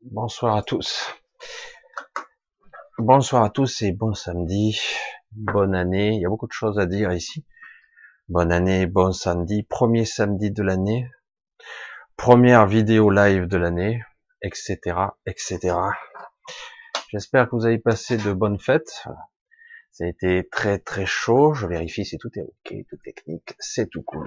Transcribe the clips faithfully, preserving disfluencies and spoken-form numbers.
Bonsoir à tous. Bonsoir à tous et bon samedi, bonne année. Il y a beaucoup de choses à dire ici. Bonne année, bon samedi, premier samedi de l'année, première vidéo live de l'année, et cetera, et cetera. J'espère que vous avez passé de bonnes fêtes. Ça a été très très chaud. Je vérifie si tout est ok, tout technique, c'est tout cool.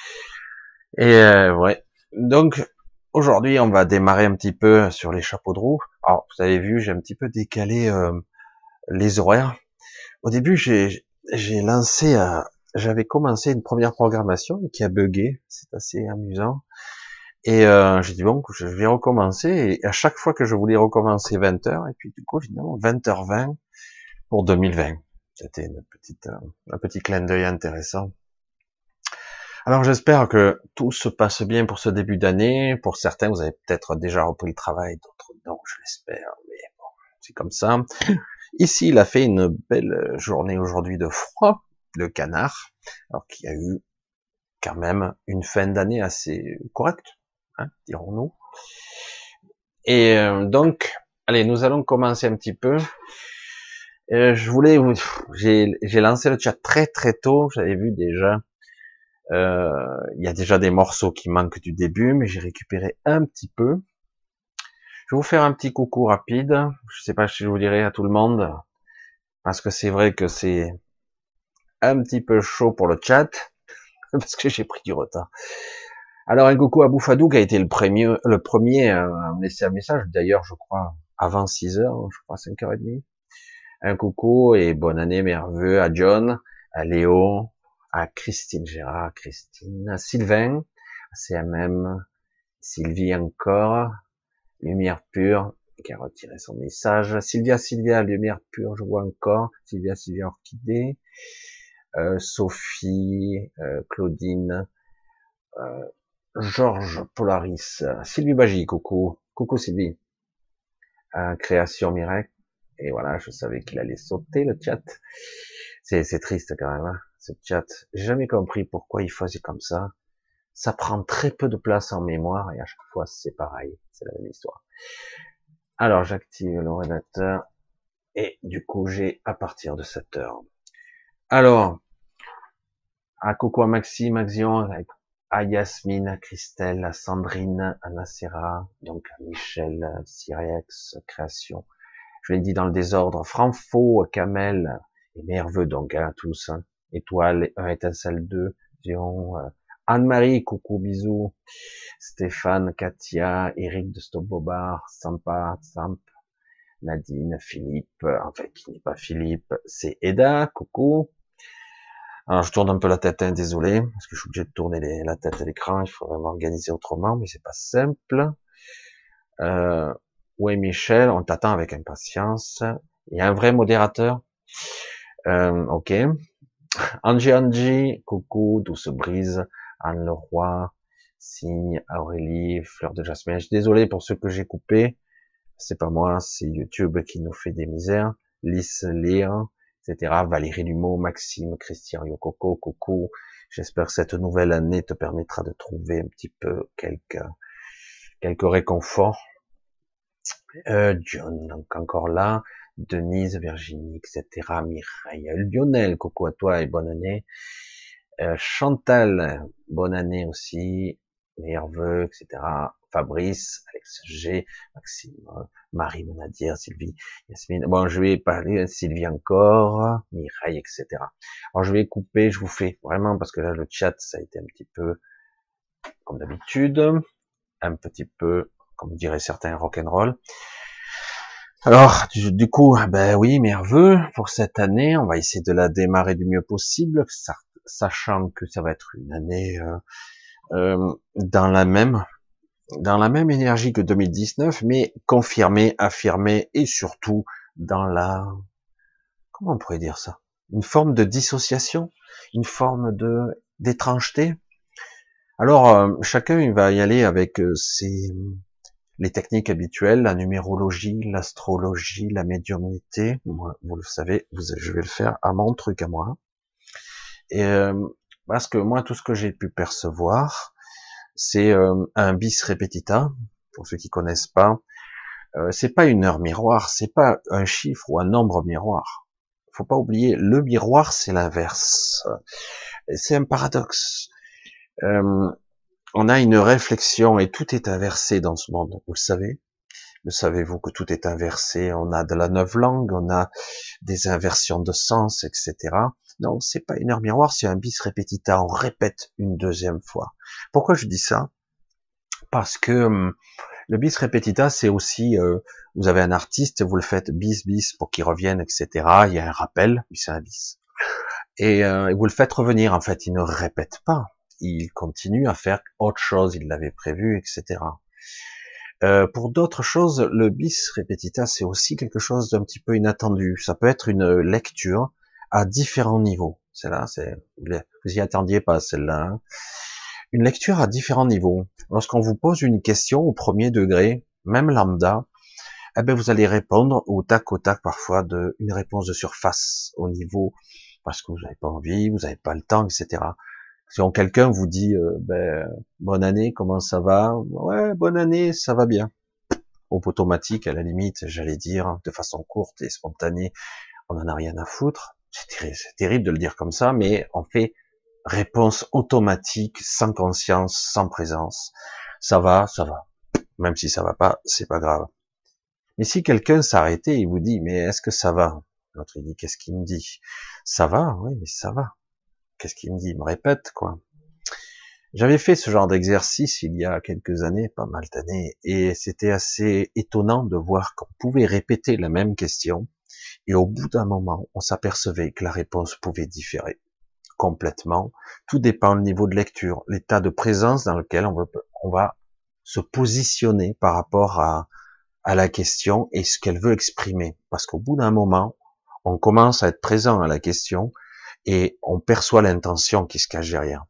Et euh, ouais. Donc aujourd'hui, on va démarrer un petit peu sur les chapeaux de roue. Alors, vous avez vu, j'ai un petit peu décalé euh, les horaires. Au début, j'ai j'ai lancé, euh, j'avais commencé une première programmation qui a bugué. C'est assez amusant. Et euh, j'ai dit bon, je vais recommencer. Et à chaque fois que je voulais recommencer vingt heures, et puis du coup, finalement, vingt heures vingt pour deux mille vingt. C'était une petite, euh, un petit clin d'œil intéressant. Alors j'espère que tout se passe bien pour ce début d'année. Pour certains, vous avez peut-être déjà repris le travail, d'autres non, je l'espère. Mais bon, c'est comme ça. Ici, il a fait une belle journée aujourd'hui de froid, le canard, alors qu'il y a eu quand même une fin d'année assez correcte, hein, dirons-nous. Et euh, donc, allez, nous allons commencer un petit peu. Euh, je voulais vous, j'ai, j'ai lancé le chat très très tôt. J'avais vu déjà, euh, il y a déjà des morceaux qui manquent du début, mais j'ai récupéré un petit peu. Je vais vous faire un petit coucou rapide. Je sais pas si je vous dirai à tout le monde, parce que c'est vrai que c'est un petit peu chaud pour le chat, parce que j'ai pris du retard. Alors un coucou à Boufadou qui a été le premier, le premier à me laisser un message, d'ailleurs je crois avant six heures, je crois cinq heures trente. Un coucou et bonne année, merveilleux à John, à Léo, à Christine Gérard, Christine, à Sylvain, à C M M, Sylvie encore, Lumière Pure, qui a retiré son message, Sylvia, Sylvia, Lumière Pure, je vois encore, Sylvia, Sylvia Orchidée, euh, Sophie, euh, Claudine, euh, Georges Polaris, Sylvie Bagy, coucou, coucou Sylvie, euh, Création Miracle, et voilà, je savais qu'il allait sauter le chat. C'est, c'est triste quand même, hein, ce chat. J'ai jamais compris pourquoi il faisait comme ça. Ça prend très peu de place en mémoire et à chaque fois c'est pareil, c'est la même histoire. Alors j'active l'ordinateur et du coup j'ai à partir de sept heures. Alors, à coucou à Maxime, Axion, à Yasmine, à Christelle, à Sandrine, à Nacera, donc à Michel, Cyrex, Création. Je l'ai dit dans le désordre. Franfo, Kamel, et Merveux, donc à tous. Hein. Étoile, un étincelle deux, Dion, euh, Anne-Marie, coucou, bisous. Stéphane, Katia, Eric de Stopbobar, Sampa, Samp, Nadine, Philippe, enfin qui n'est pas Philippe, c'est Eda, coucou. Alors je tourne un peu la tête, hein, désolé, parce que je suis obligé de tourner les, la tête à l'écran, il faudrait m'organiser autrement, mais c'est pas simple. Euh, où est Michel? On t'attend avec impatience. Il y a un vrai modérateur. Euh, ok. Angie Angie, coucou, Douce Brise, Anne Leroy, Signe, Aurélie, Fleur de Jasmin. Je suis désolé pour ceux que j'ai coupés. C'est pas moi, c'est YouTube qui nous fait des misères. Lys Léa, et cetera. Valérie Lumeau, Maxime, Christian Yokoko, coucou. J'espère que cette nouvelle année te permettra de trouver un petit peu quelques, quelques réconforts. Euh, John, donc encore là. Denise, Virginie, et cetera. Mireille, Lionel, coucou à toi et bonne année. Euh, Chantal, bonne année aussi. Meilleurs vœux, et cetera. Fabrice, Alex G, Maxime, Marie Monadière, Sylvie, Yasmine. Bon, je vais parler de Sylvie encore, Mireille, et cetera. Alors je vais couper, je vous fais vraiment parce que là le chat ça a été un petit peu comme d'habitude, un petit peu comme diraient certains rock'n'roll. Alors du, du coup, ben oui, merveilleux pour cette année. On va essayer de la démarrer du mieux possible, sachant que ça va être une année euh, euh, dans la même dans la même énergie que deux mille dix-neuf, mais confirmée, affirmée et surtout dans la, comment on pourrait dire ça, une forme de dissociation, une forme de d'étrangeté. Alors euh, chacun il va y aller avec euh, ses les techniques habituelles, la numérologie, l'astrologie, la médiumnité. Moi, vous le savez, vous, je vais le faire à mon truc à moi. Et euh, parce que moi, tout ce que j'ai pu percevoir, c'est euh, un bis repetita. Pour ceux qui connaissent pas, Euh, c'est pas une heure miroir, c'est pas un chiffre ou un nombre miroir. Faut pas oublier, le miroir c'est l'inverse. C'est un paradoxe. Euh, on a une réflexion et tout est inversé dans ce monde. Vous le savez? Le savez-vous que tout est inversé? On a de la novlangue, on a des inversions de sens, et cetera. Non, c'est pas une heure miroir, c'est un bis repetita. On répète une deuxième fois. Pourquoi je dis ça? Parce que hum, le bis repetita, c'est aussi, euh, vous avez un artiste, vous le faites bis bis pour qu'il revienne, et cetera. Il y a un rappel, puis c'est un bis. Et euh, vous le faites revenir. En fait, il ne répète pas. Il continue à faire autre chose. Il l'avait prévu, et cetera. Euh, pour d'autres choses, le bis repetita, c'est aussi quelque chose d'un petit peu inattendu. Ça peut être une lecture à différents niveaux. Celle-là, c'est, vous y attendiez pas, celle-là. Hein. Une lecture à différents niveaux. Lorsqu'on vous pose une question au premier degré, même lambda, eh ben vous allez répondre au tac au tac parfois de une réponse de surface au niveau parce que vous n'avez pas envie, vous n'avez pas le temps, et cetera. Si quelqu'un vous dit euh, ben, bonne année, comment ça va? Ouais, bonne année, ça va bien. Au automatique, à la limite, j'allais dire, de façon courte et spontanée, on n'en a rien à foutre. C'est terri- c'est terrible de le dire comme ça, mais on fait réponse automatique, sans conscience, sans présence. Ça va, ça va. Même si ça va pas, c'est pas grave. Mais si quelqu'un s'arrêtait et vous dit, mais est-ce que ça va? L'autre, il dit, qu'est-ce qu'il me dit? Ça va, oui, mais ça va. Qu'est-ce qu'il me dit? Il me répète, quoi. J'avais fait ce genre d'exercice il y a quelques années, pas mal d'années, et c'était assez étonnant de voir qu'on pouvait répéter la même question, et au bout d'un moment, on s'apercevait que la réponse pouvait différer complètement. Tout dépend du niveau de lecture, l'état de présence dans lequel on, veut, on va se positionner par rapport à, à la question et ce qu'elle veut exprimer. Parce qu'au bout d'un moment, on commence à être présent à la question, et on perçoit l'intention qui se cache derrière.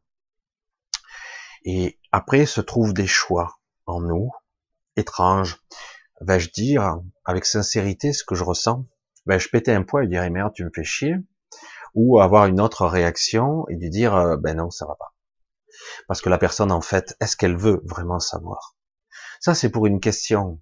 Et après se trouvent des choix en nous, étranges. Vais-je dire, avec sincérité, ce que je ressens? Vais-je péter un poids et dire, merde, tu me fais chier? Ou avoir une autre réaction et lui dire, euh, ben non, ça va pas. Parce que la personne, en fait, est-ce qu'elle veut vraiment savoir? Ça, c'est pour une question.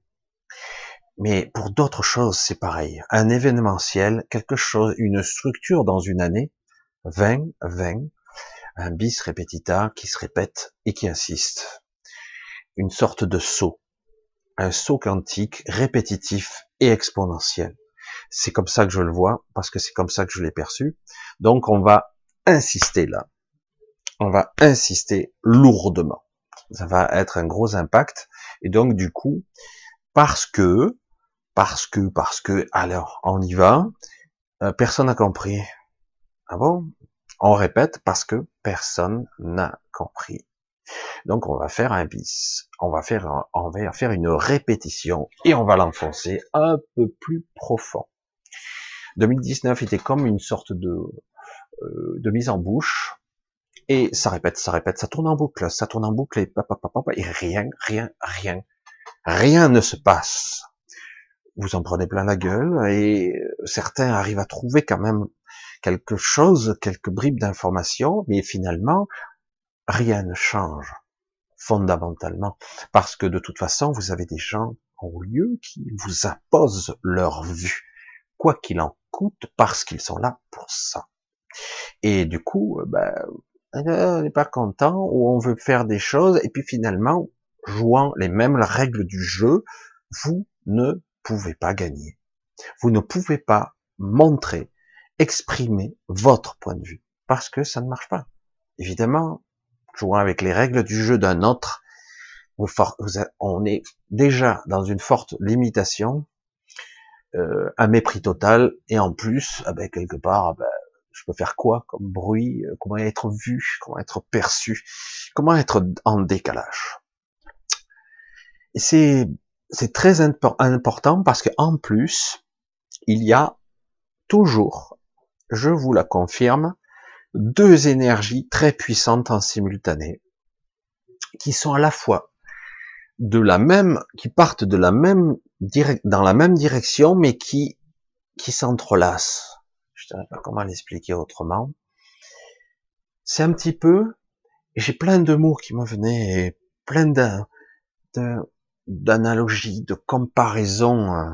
Mais pour d'autres choses, c'est pareil. Un événementiel, quelque chose, une structure dans une année, vingt, vingt, un bis repetita qui se répète et qui insiste. Une sorte de saut. Un saut quantique, répétitif et exponentiel. C'est comme ça que je le vois, parce que c'est comme ça que je l'ai perçu. Donc on va insister là. On va insister lourdement. Ça va être un gros impact. Et donc du coup, parce que, parce que, parce que, alors on y va, euh, personne n'a compris. Ah bon? On répète parce que personne n'a compris. Donc on va faire un bis, on va faire, un, on va faire une répétition et on va l'enfoncer un peu plus profond. deux mille dix-neuf était comme une sorte de, euh, de mise en bouche et ça répète, ça répète, ça tourne en boucle, ça tourne en boucle et, papa, papa, et rien, rien, rien, rien ne se passe. Vous en prenez plein la gueule et certains arrivent à trouver quand même quelque chose, quelques bribes d'informations, mais finalement rien ne change. Fondamentalement, parce que de toute façon, vous avez des gens au lieu qui vous imposent leur vue, quoi qu'il en coûte, parce qu'ils sont là pour ça. Et du coup, ben, on n'est pas content, ou on veut faire des choses, et puis finalement, jouant les mêmes règles du jeu, vous ne pouvez pas gagner. Vous ne pouvez pas montrer, exprimer votre point de vue, parce que ça ne marche pas. Évidemment, jouant avec les règles du jeu d'un autre, on est déjà dans une forte limitation, euh, un mépris total, et en plus, ah ben, quelque part, ah ben, je peux faire quoi comme bruit, comment être vu, comment être perçu, comment être en décalage. Et c'est c'est très important parce que en plus, il y a toujours, je vous la confirme, deux énergies très puissantes en simultané, qui sont à la fois de la même, qui partent de la même direc, dans la même direction, mais qui qui s'entrelacent. Je ne sais pas comment l'expliquer autrement. C'est un petit peu, j'ai plein de mots qui me venaient, et plein de, de d'analogie, de comparaison, euh,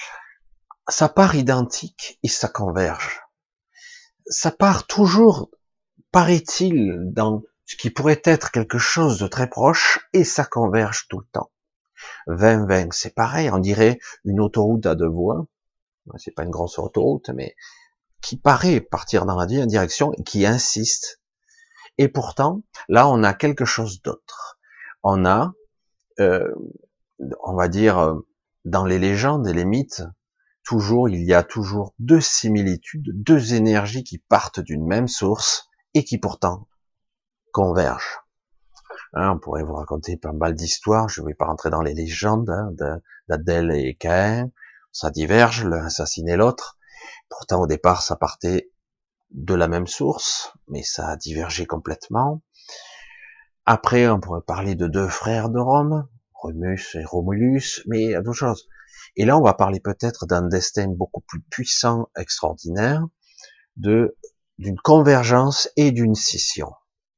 ça part identique et ça converge. Ça part toujours, paraît-il, dans ce qui pourrait être quelque chose de très proche et ça converge tout le temps. vingt vingt, c'est pareil, on dirait une autoroute à deux voies. C'est pas une grosse autoroute, mais qui paraît partir dans la direction et qui insiste. Et pourtant, là, on a quelque chose d'autre. On a, euh, on va dire, dans les légendes et les mythes, toujours, il y a toujours deux similitudes, deux énergies qui partent d'une même source et qui pourtant convergent. Hein, on pourrait vous raconter pas mal d'histoires, je ne vais pas rentrer dans les légendes hein, d'Adèle et Caïn, ça diverge, l'un assassinait l'autre. Pourtant, au départ, ça partait de la même source, mais ça a divergé complètement. Après, on pourrait parler de deux frères de Rome, Remus et Romulus, mais il y a d'autres choses. Et là, on va parler peut-être d'un destin beaucoup plus puissant, extraordinaire, de d'une convergence et d'une scission,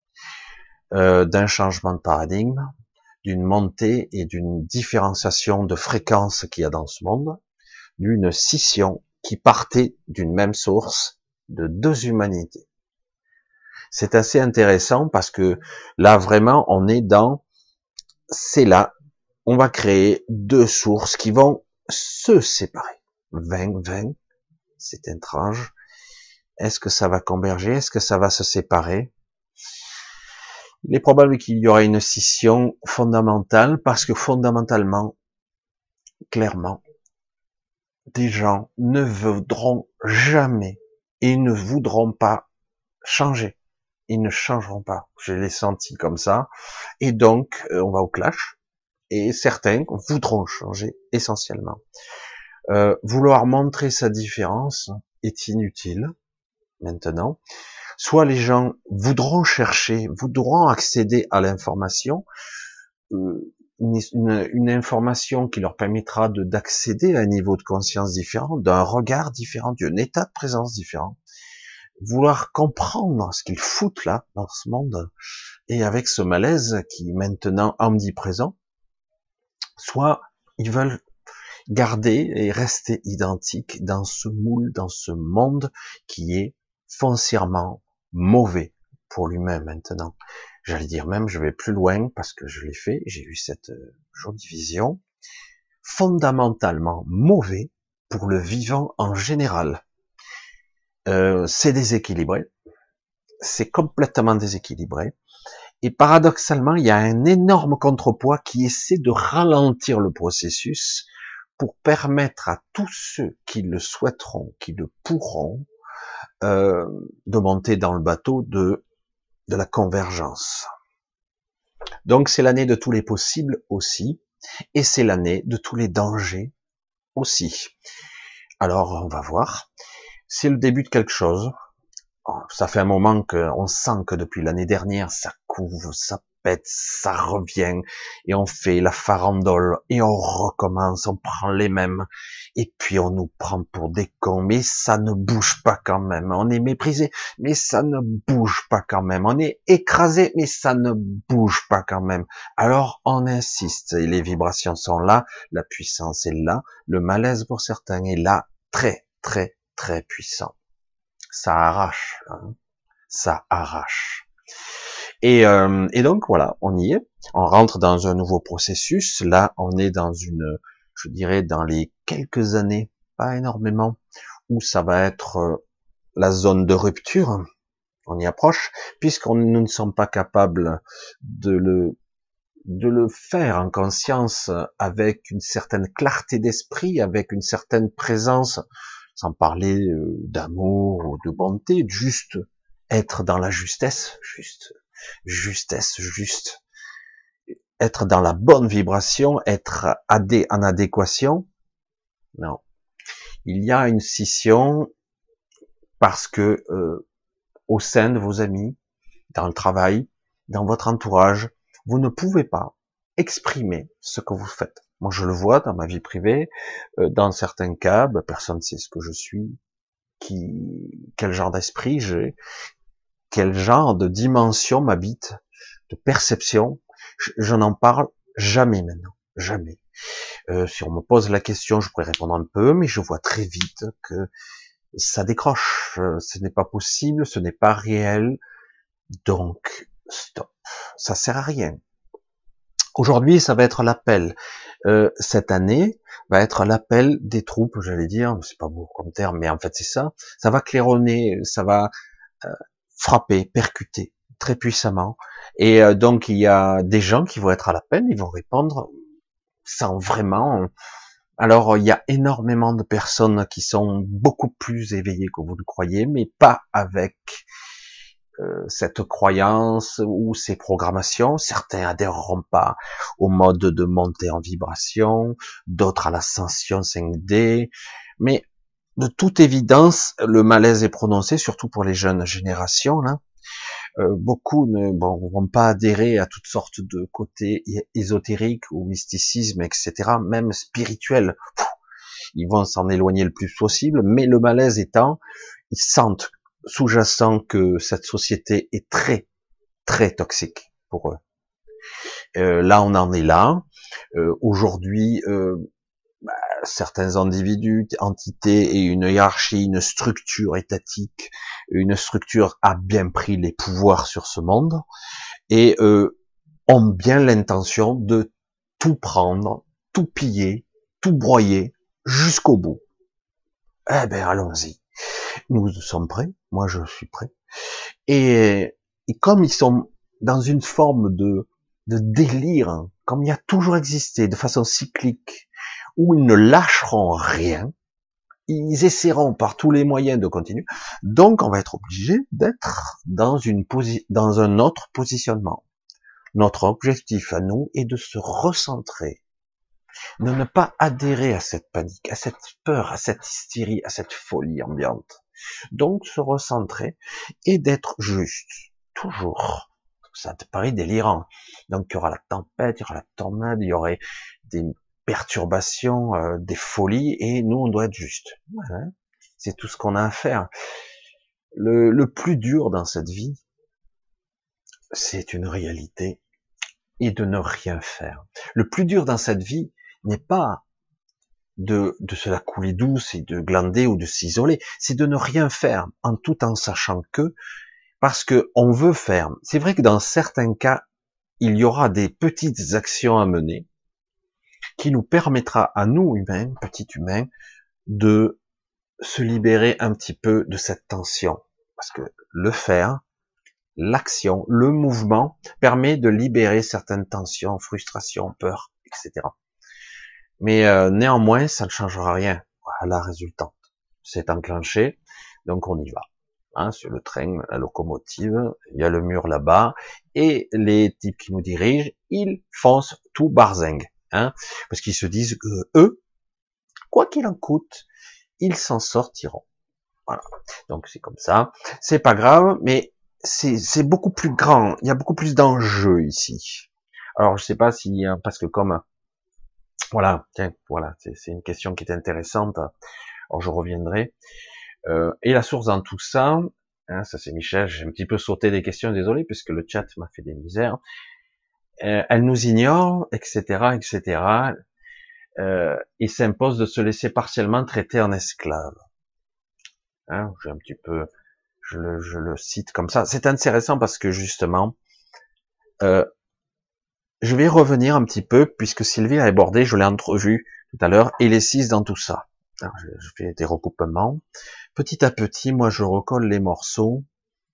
euh, d'un changement de paradigme, d'une montée et d'une différenciation de fréquences qu'il y a dans ce monde, d'une scission qui partait d'une même source de deux humanités. C'est assez intéressant parce que là vraiment on est dans, c'est là, on va créer deux sources qui vont se séparer. vingt vingt, c'est étrange. Est-ce que ça va converger? Est-ce que ça va se séparer? Il est probable qu'il y aura une scission fondamentale parce que fondamentalement, clairement, des gens ne voudront jamais et ne voudront pas changer. Ils ne changeront pas. Je l'ai senti comme ça. Et donc, on va au clash. Et certains voudront changer essentiellement. Euh, vouloir montrer sa différence est inutile maintenant. Soit les gens voudront chercher, voudront accéder à l'information, euh, une, une, une information qui leur permettra de d'accéder à un niveau de conscience différent, d'un regard différent, d'un état de présence différent. Vouloir comprendre ce qu'ils foutent là, dans ce monde, et avec ce malaise qui est maintenant omniprésent, soit ils veulent garder et rester identiques dans ce moule, dans ce monde qui est foncièrement mauvais pour lui-même maintenant. J'allais dire même, je vais plus loin parce que je l'ai fait, j'ai eu cette jolie vision, fondamentalement mauvais pour le vivant en général. Euh, c'est déséquilibré, c'est complètement déséquilibré, et paradoxalement, il y a un énorme contrepoids qui essaie de ralentir le processus pour permettre à tous ceux qui le souhaiteront, qui le pourront, euh, de monter dans le bateau de, de la convergence. Donc c'est l'année de tous les possibles aussi, et c'est l'année de tous les dangers aussi. Alors on va voir. C'est le début de quelque chose. Ça fait un moment qu'on sent que depuis l'année dernière, ça couvre, ça pète, ça revient, et on fait la farandole, et on recommence, on prend les mêmes, et puis on nous prend pour des cons, mais ça ne bouge pas quand même. On est méprisé, mais ça ne bouge pas quand même. On est écrasé, mais ça ne bouge pas quand même. Alors on insiste, et les vibrations sont là, la puissance est là, le malaise pour certains est là, très, très, très puissant. Ça arrache, hein, ça arrache. Et, euh, et donc voilà, on y est. On rentre dans un nouveau processus. Là, on est dans une, je dirais, dans les quelques années, pas énormément, où ça va être la zone de rupture. On y approche, puisqu'on nous ne sommes pas capables de le de le faire en conscience, avec une certaine clarté d'esprit, avec une certaine présence. Sans parler euh, d'amour ou de bonté, juste être dans la justesse, juste, justesse, juste, être dans la bonne vibration, être adé en adéquation. Non, il y a une scission parce que euh, au sein de vos amis, dans le travail, dans votre entourage, vous ne pouvez pas exprimer ce que vous faites. Moi, je le vois dans ma vie privée. Euh, dans certains cas, ben, personne ne sait ce que je suis, qui, quel genre d'esprit j'ai, quel genre de dimension m'habite, de perception. Je, je n'en parle jamais maintenant, jamais. Euh, si on me pose la question, je pourrais répondre un peu, mais je vois très vite que ça décroche. Euh, ce n'est pas possible, ce n'est pas réel. Donc, stop. Ça sert à rien. Aujourd'hui, ça va être l'appel. Euh, cette année va être l'appel des troupes, j'allais dire. C'est pas beau comme terme, mais en fait c'est ça. Ça va claironner, ça va euh, frapper, percuter très puissamment. Et euh, donc il y a des gens qui vont être à l'appel, ils vont répondre sans vraiment. Alors il y a énormément de personnes qui sont beaucoup plus éveillées que vous le croyez, mais pas avec Euh, cette croyance ou ces programmations. Certains adhéreront pas au mode de montée en vibration, d'autres à l'ascension cinq D, mais de toute évidence, le malaise est prononcé, surtout pour les jeunes générations. Là. Euh, beaucoup ne bon, vont pas adhérer à toutes sortes de côtés ésotériques ou mysticisme, et cetera, même spirituel. Ils vont s'en éloigner le plus possible, mais le malaise étant, ils sentent sous-jacent que cette société est très, très toxique pour eux. Euh, là, on en est là. Euh, Aujourd'hui, euh, bah, certains individus, entités et une hiérarchie, une structure étatique, une structure a bien pris les pouvoirs sur ce monde et euh, ont bien l'intention de tout prendre, tout piller, tout broyer jusqu'au bout. Eh ben, allons-y. Nous sommes prêts. Moi, je suis prêt. Et, et comme ils sont dans une forme de, de délire, hein, comme il a toujours existé, de façon cyclique, où ils ne lâcheront rien, ils essaieront par tous les moyens de continuer. Donc, on va être obligé d'être dans une posi- dans un autre positionnement. Notre objectif à nous est de se recentrer, de ne pas adhérer à cette panique, à cette peur, à cette hystérie, à cette folie ambiante. Donc, se recentrer et d'être juste, toujours. Ça te paraît délirant. Donc, il y aura la tempête, il y aura la tornade, il y aurait des perturbations, euh, des folies, et nous, on doit être juste. Voilà. C'est tout ce qu'on a à faire. Le, le plus dur dans cette vie, c'est une réalité, et de ne rien faire. Le plus dur dans cette vie n'est pas de, de se la couler douce et de glander ou de s'isoler, c'est de ne rien faire, en tout en sachant que, parce que on veut faire. C'est vrai que dans certains cas, il y aura des petites actions à mener, qui nous permettra à nous, humains, petits humains, de se libérer un petit peu de cette tension. Parce que le faire, l'action, le mouvement, permet de libérer certaines tensions, frustrations, peurs, et cetera. Mais euh, néanmoins, ça ne changera rien à la résultante. C'est enclenché, donc on y va. Hein, sur le train, la locomotive, il y a le mur là-bas, et les types qui nous dirigent, ils foncent tout barzingue. Hein, parce qu'ils se disent que eux, quoi qu'il en coûte, ils s'en sortiront. Voilà. Donc c'est comme ça. C'est pas grave, mais c'est, c'est beaucoup plus grand. Il y a beaucoup plus d'enjeux ici. Alors je sais pas si, parce que comme, voilà, tiens, voilà, c'est, c'est une question qui est intéressante. Alors je reviendrai. Euh, et la source dans tout ça, hein, ça c'est Michel. J'ai un petit peu sauté des questions, désolé, puisque le chat m'a fait des misères. Euh, elle nous ignore, et cetera, et cetera. Euh, et s'impose de se laisser partiellement traiter en esclave. Hein, j'ai un petit peu, je le, je le cite comme ça. C'est intéressant parce que justement, euh, je vais revenir un petit peu puisque Sylvie a abordé, je l'ai entrevue tout à l'heure, et les six dans tout ça. Alors, je, je fais des recoupements. Petit à petit, moi, je recolle les morceaux.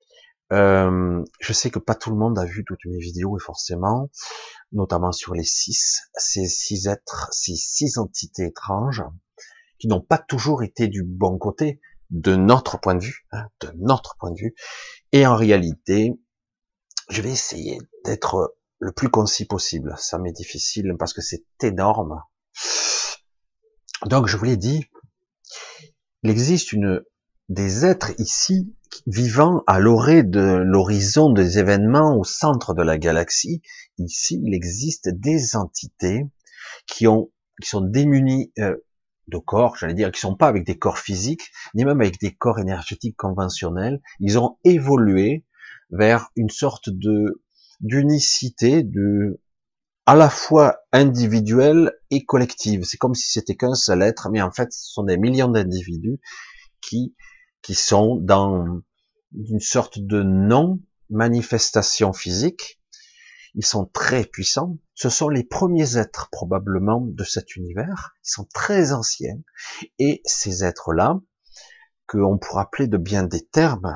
Euh, je sais que pas tout le monde a vu toutes mes vidéos et forcément, notamment sur les six, ces six êtres, ces six entités étranges qui n'ont pas toujours été du bon côté de notre point de vue, hein, de notre point de vue. Et en réalité, je vais essayer d'être le plus concis possible. Ça m'est difficile parce que c'est énorme. Donc je vous l'ai dit, il existe une des êtres ici vivant à l'orée de l'horizon des événements au centre de la galaxie. Ici, il existe des entités qui ont, qui sont démunies euh, de corps, j'allais dire, qui sont pas avec des corps physiques, ni même avec des corps énergétiques conventionnels. Ils ont évolué vers une sorte de d'unicité, de à la fois individuelle et collective. C'est comme si c'était qu'un seul être, mais en fait, ce sont des millions d'individus qui, qui sont dans une sorte de non-manifestation physique. Ils sont très puissants. Ce sont les premiers êtres, probablement, de cet univers. Ils sont très anciens. Et ces êtres-là, qu'on pourrait appeler de bien des termes,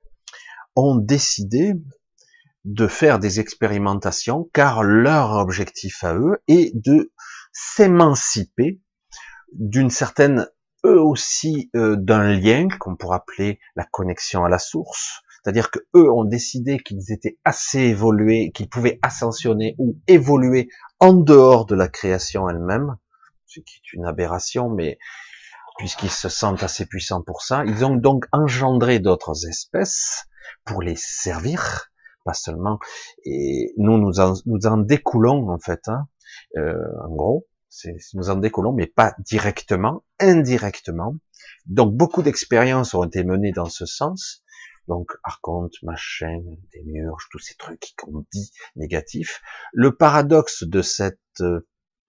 ont décidé de faire des expérimentations, car leur objectif à eux est de s'émanciper d'une certaine, eux aussi, euh, d'un lien qu'on pourrait appeler la connexion à la source. C'est-à-dire que eux ont décidé qu'ils étaient assez évolués, qu'ils pouvaient ascensionner ou évoluer en dehors de la création elle-même, ce qui est une aberration, mais puisqu'ils se sentent assez puissants pour ça, ils ont donc engendré d'autres espèces pour les servir, pas seulement, et nous nous en, nous en découlons en fait, hein, euh, en gros, c'est, nous en découlons, mais pas directement, indirectement. Donc beaucoup d'expériences ont été menées dans ce sens. Donc archonte, machin, démiurge, tous ces trucs qu'on dit négatifs. Le paradoxe de cette euh,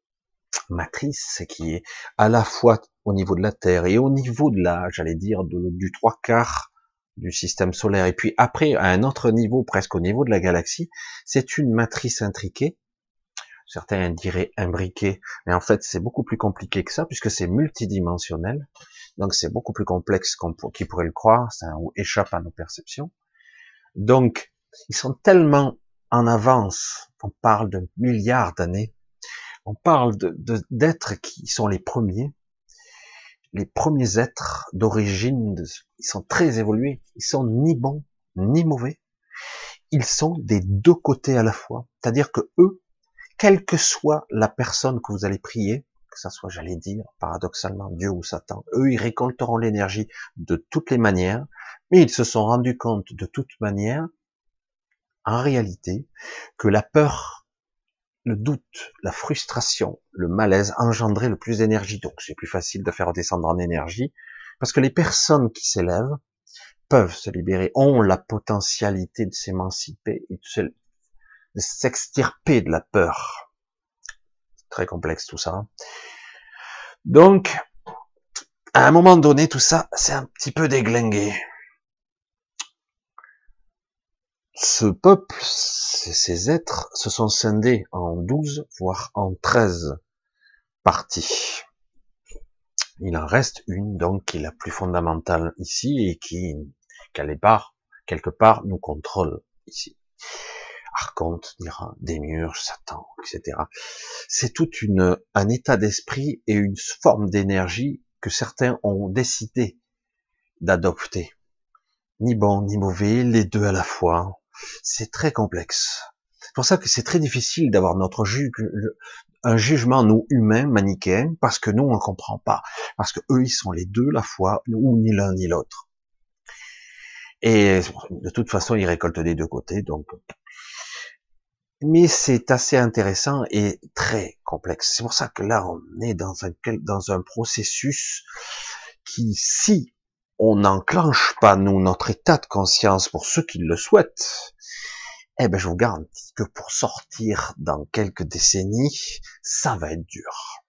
matrice, c'est qui est à la fois au niveau de la Terre et au niveau de la, j'allais dire, de, du trois quarts du système solaire, et puis après, à un autre niveau, presque au niveau de la galaxie, c'est une matrice intriquée. Certains diraient imbriquée, mais en fait, c'est beaucoup plus compliqué que ça, puisque c'est multidimensionnel. Donc, c'est beaucoup plus complexe qu'on qui pourrait le croire, ça échappe à nos perceptions. Donc, ils sont tellement en avance, on parle de milliards d'années, on parle de, de, d'êtres qui sont les premiers, les premiers êtres d'origine, de, ils sont très évolués, ils sont ni bons, ni mauvais, ils sont des deux côtés à la fois, c'est-à-dire que eux, quelle que soit la personne que vous allez prier, que ça soit, j'allais dire, paradoxalement, Dieu ou Satan, eux, ils récolteront l'énergie de toutes les manières, mais ils se sont rendus compte de toute manière, en réalité, que la peur, le doute, la frustration, le malaise engendraient le plus d'énergie. Donc c'est plus facile de faire descendre en énergie, parce que les personnes qui s'élèvent peuvent se libérer, ont la potentialité de s'émanciper et de, se, de s'extirper de la peur. C'est très complexe tout ça. Donc, à un moment donné, tout ça, c'est un petit peu déglingué. Ce peuple, ces êtres, se sont scindés en douze, voire en treize parties. Il en reste une, donc, qui est la plus fondamentale ici, et qui, quelque part, quelque part, nous contrôle ici. Archonte, dira, démiurge, Satan, et cetera. C'est tout une, un état d'esprit et une forme d'énergie que certains ont décidé d'adopter. Ni bon, ni mauvais, les deux à la fois. C'est très complexe. C'est pour ça que c'est très difficile d'avoir notre juge, un jugement, nous, humains, manichéen, parce que nous, on ne comprend pas. Parce que eux, ils sont les deux, la fois, ou ni l'un ni l'autre. Et de toute façon, ils récoltent des deux côtés, donc. Mais c'est assez intéressant et très complexe. C'est pour ça que là, on est dans un, dans un processus qui, si on n'enclenche pas, nous, notre état de conscience pour ceux qui le souhaitent, eh ben, je vous garantis que pour sortir dans quelques décennies, ça va être dur.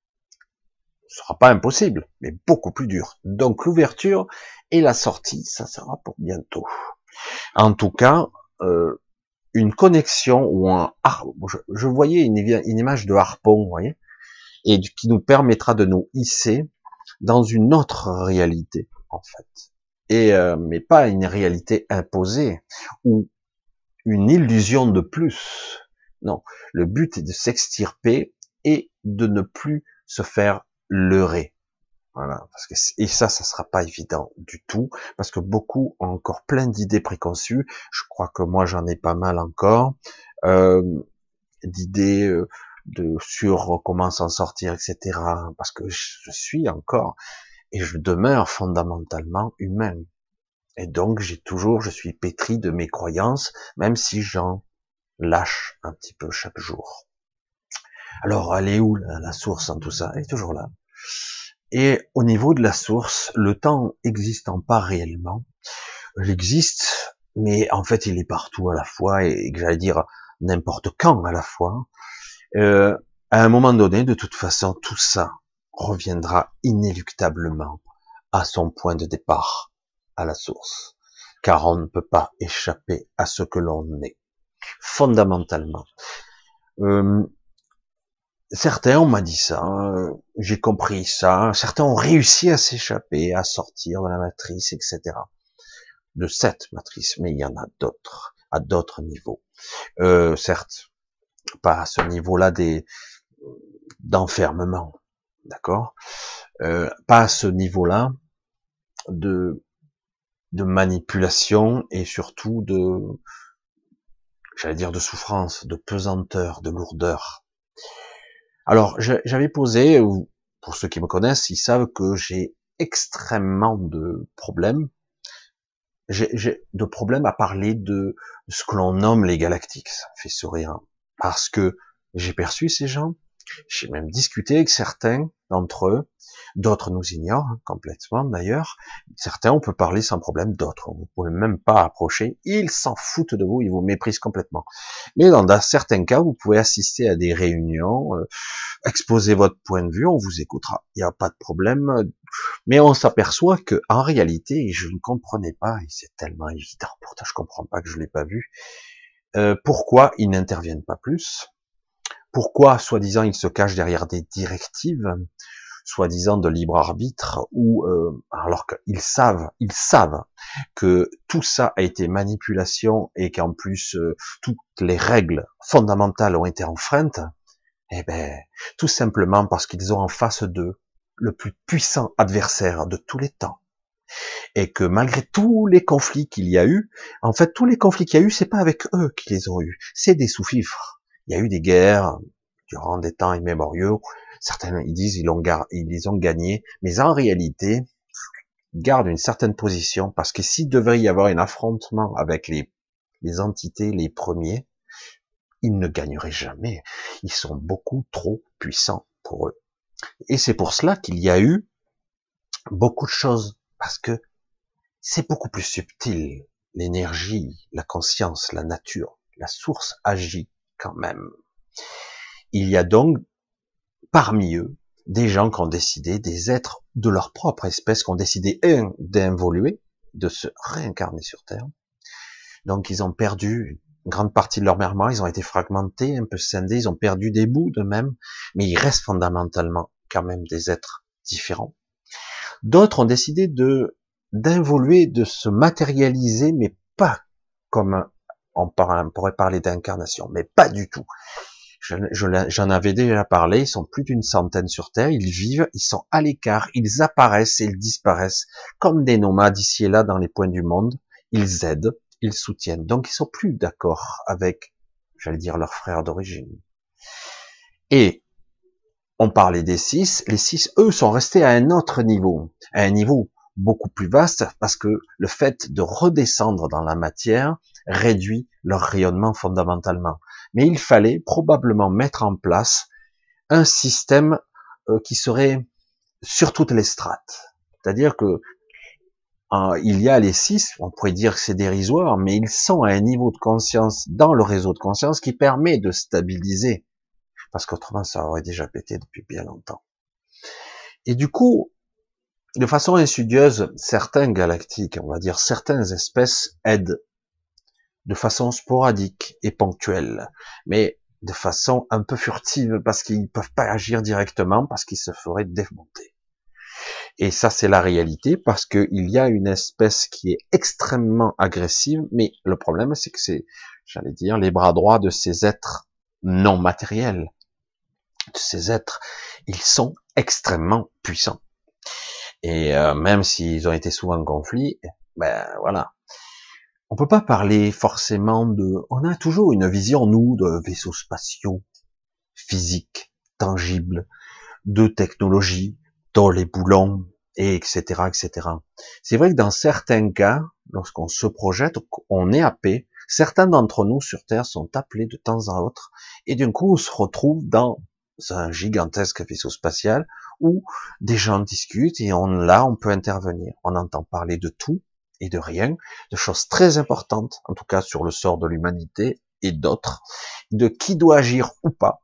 Ce sera pas impossible, mais beaucoup plus dur. Donc, l'ouverture et la sortie, ça sera pour bientôt. En tout cas, euh, une connexion ou un, je, je voyais une, une image de harpon, vous voyez, et qui nous permettra de nous hisser dans une autre réalité, en fait. Et, euh, mais pas une réalité imposée, ou une illusion de plus. Non, le but est de s'extirper et de ne plus se faire leurrer. Voilà, parce que et ça, ça sera pas évident du tout, parce que beaucoup ont encore plein d'idées préconçues. Je crois que moi, j'en ai pas mal encore, euh, d'idées de sur comment s'en sortir, et cetera. Parce que je suis encore et je demeure fondamentalement humain. Et donc, j'ai toujours, je suis pétri de mes croyances, même si j'en lâche un petit peu chaque jour. Alors, elle est où la, la source en tout ça? Elle est toujours là. Et au niveau de la source, le temps existant pas réellement, il existe, mais en fait, il est partout à la fois, et, et j'allais dire n'importe quand à la fois. Euh, à un moment donné, de toute façon, tout ça reviendra inéluctablement à son point de départ, à la source, car on ne peut pas échapper à ce que l'on est, fondamentalement. Euh, certains, on m'a dit ça, euh, j'ai compris ça, certains ont réussi à s'échapper, à sortir de la matrice, et cetera. De cette matrice, mais il y en a d'autres, à d'autres niveaux. Euh, certes, pas à ce niveau-là des d'enfermement, d'accord, euh, pas à ce niveau-là de de manipulation et surtout de, j'allais dire, de souffrance, de pesanteur, de lourdeur. Alors, j'avais posé, ou pour ceux qui me connaissent, ils savent que j'ai extrêmement de problèmes, j'ai de problèmes à parler de ce que l'on nomme les galactiques. Ça me fait sourire, parce que j'ai perçu ces gens, j'ai même discuté avec certains d'entre eux, d'autres nous ignorent hein, complètement d'ailleurs. Certains on peut parler sans problème, d'autres vous pouvez même pas approcher, ils s'en foutent de vous, ils vous méprisent complètement. Mais dans, dans certains cas, vous pouvez assister à des réunions, euh, exposer votre point de vue, on vous écoutera, il n'y a pas de problème. Mais on s'aperçoit que en réalité, je ne comprenais pas, et c'est tellement évident, pourtant je comprends pas que je l'ai pas vu, euh, pourquoi ils n'interviennent pas plus. Pourquoi, soi-disant, ils se cachent derrière des directives, soi-disant de libre arbitre, ou euh, alors qu'ils savent, ils savent que tout ça a été manipulation et qu'en plus euh, toutes les règles fondamentales ont été enfreintes. Eh ben, tout simplement parce qu'ils ont en face d'eux le plus puissant adversaire de tous les temps. Et que malgré tous les conflits qu'il y a eu, en fait, tous les conflits qu'il y a eu, c'est pas avec eux qu'ils les ont eu, c'est des sous-fifres. Il y a eu des guerres durant des temps immémoriaux. Certains, ils disent, ils, ont, ils les ont gagnés, mais en réalité, ils gardent une certaine position, parce que s'il devait y avoir un affrontement avec les, les entités, les premiers, ils ne gagneraient jamais. Ils sont beaucoup trop puissants pour eux. Et c'est pour cela qu'il y a eu beaucoup de choses, parce que c'est beaucoup plus subtil. L'énergie, la conscience, la nature, la source agit quand même. Il y a donc, parmi eux, des gens qui ont décidé, des êtres de leur propre espèce, qui ont décidé, un, d'évoluer, de se réincarner sur Terre. Donc ils ont perdu une grande partie de leur mémoire, ils ont été fragmentés, un peu scindés, ils ont perdu des bouts d'eux-mêmes, mais ils restent fondamentalement quand même des êtres différents. D'autres ont décidé de d'évoluer, de se matérialiser, mais pas comme on, parle, on pourrait parler d'incarnation, mais pas du tout. Je, je, j'en avais déjà parlé, ils sont plus d'une centaine sur Terre, ils vivent, ils sont à l'écart, ils apparaissent et ils disparaissent comme des nomades ici et là dans les points du monde, ils aident, ils soutiennent, donc ils sont plus d'accord avec, j'allais dire, leurs frères d'origine. Et on parlait des six, les six, eux, sont restés à un autre niveau, à un niveau beaucoup plus vaste, parce que le fait de redescendre dans la matière réduit leur rayonnement fondamentalement. Mais il fallait probablement mettre en place un système euh, qui serait sur toutes les strates. C'est-à-dire que euh, il y a les six, on pourrait dire que c'est dérisoire, mais ils sont à un niveau de conscience dans le réseau de conscience qui permet de stabiliser, parce qu'autrement ça aurait déjà pété depuis bien longtemps. Et du coup, de façon insidieuse, certains galactiques, on va dire certaines espèces, aident de façon sporadique et ponctuelle, mais de façon un peu furtive, parce qu'ils peuvent pas agir directement, parce qu'ils se feraient démonter. Et ça, c'est la réalité, parce qu'il y a une espèce qui est extrêmement agressive, mais le problème, c'est que c'est, j'allais dire, les bras droits de ces êtres non matériels, de ces êtres, ils sont extrêmement puissants. Et euh, même s'ils ont été souvent en conflit, ben voilà. On peut pas parler forcément de... On a toujours une vision, nous, de vaisseaux spatiaux, physiques, tangibles, de technologie, dans les boulons, et etc., et cetera. C'est vrai que dans certains cas, lorsqu'on se projette, on est happé. Certains d'entre nous sur Terre sont appelés de temps à autre, et d'un coup, on se retrouve dans un gigantesque vaisseau spatial où des gens discutent et on, là, on peut intervenir. On entend parler de tout et de rien, de choses très importantes, en tout cas sur le sort de l'humanité et d'autres, de qui doit agir ou pas.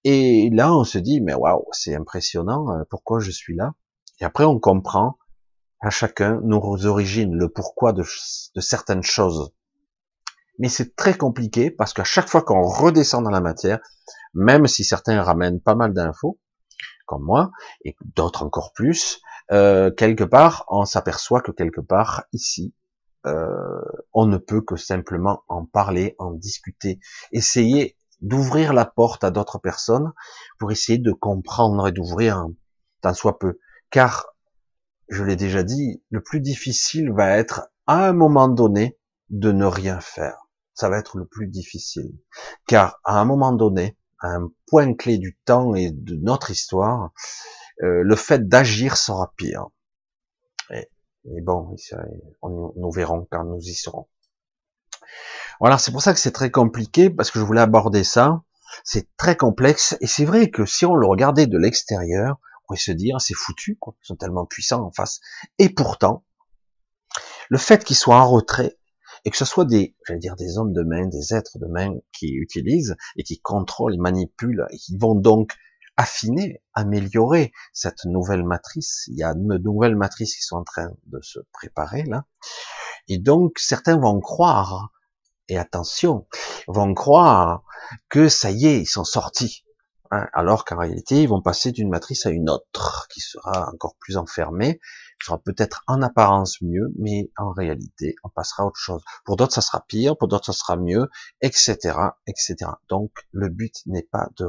Et là, on se dit, mais waouh, c'est impressionnant, pourquoi je suis là? Et après, on comprend à chacun nos origines, le pourquoi de, de certaines choses. Mais c'est très compliqué parce qu'à chaque fois qu'on redescend dans la matière, même si certains ramènent pas mal d'infos, comme moi, et d'autres encore plus, euh, quelque part, on s'aperçoit que quelque part, ici, euh, on ne peut que simplement en parler, en discuter, essayer d'ouvrir la porte à d'autres personnes pour essayer de comprendre et d'ouvrir un, tant soit peu. Car, je l'ai déjà dit, le plus difficile va être, à un moment donné, de ne rien faire. Ça va être le plus difficile. Car, à un moment donné, à un point clé du temps et de notre histoire, euh, le fait d'agir sera pire. Et, et bon, on, nous verrons quand nous y serons. Voilà, c'est pour ça que c'est très compliqué, parce que je voulais aborder ça. C'est très complexe, et c'est vrai que si on le regardait de l'extérieur, on pourrait se dire, c'est foutu, quoi. Ils sont tellement puissants en face. Et pourtant, le fait qu'ils soient en retrait, et que ce soit des, j'allais dire, des hommes de main, des êtres de main qui utilisent, et qui contrôlent, manipulent, et qui vont donc affiner, améliorer cette nouvelle matrice. Il y a de nouvelles matrices qui sont en train de se préparer, là. Et donc, certains vont croire, et attention, vont croire que ça y est, ils sont sortis. Hein, alors qu'en réalité, ils vont passer d'une matrice à une autre, qui sera encore plus enfermée, qui sera peut-être en apparence mieux, mais en réalité, on passera à autre chose. Pour d'autres, ça sera pire, pour d'autres, ça sera mieux, et cetera, et cetera. Donc, le but n'est pas de,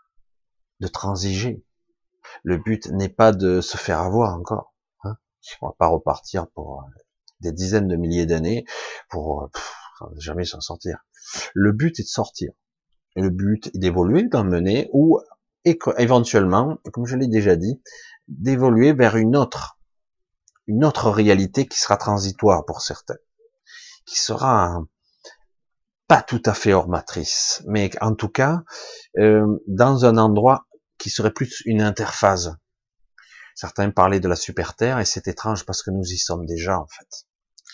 de transiger. Le but n'est pas de se faire avoir encore. Hein. On va pas repartir pour des dizaines de milliers d'années pour pff, jamais s'en sortir. Le but est de sortir. Et le but est d'évoluer, d'emmener, ou éventuellement, comme je l'ai déjà dit, d'évoluer vers une autre, une autre réalité qui sera transitoire pour certains, qui sera pas tout à fait hors matrice, mais en tout cas euh, dans un endroit qui serait plus une interphase. Certains parlaient de la super Terre, et c'est étrange parce que nous y sommes déjà en fait.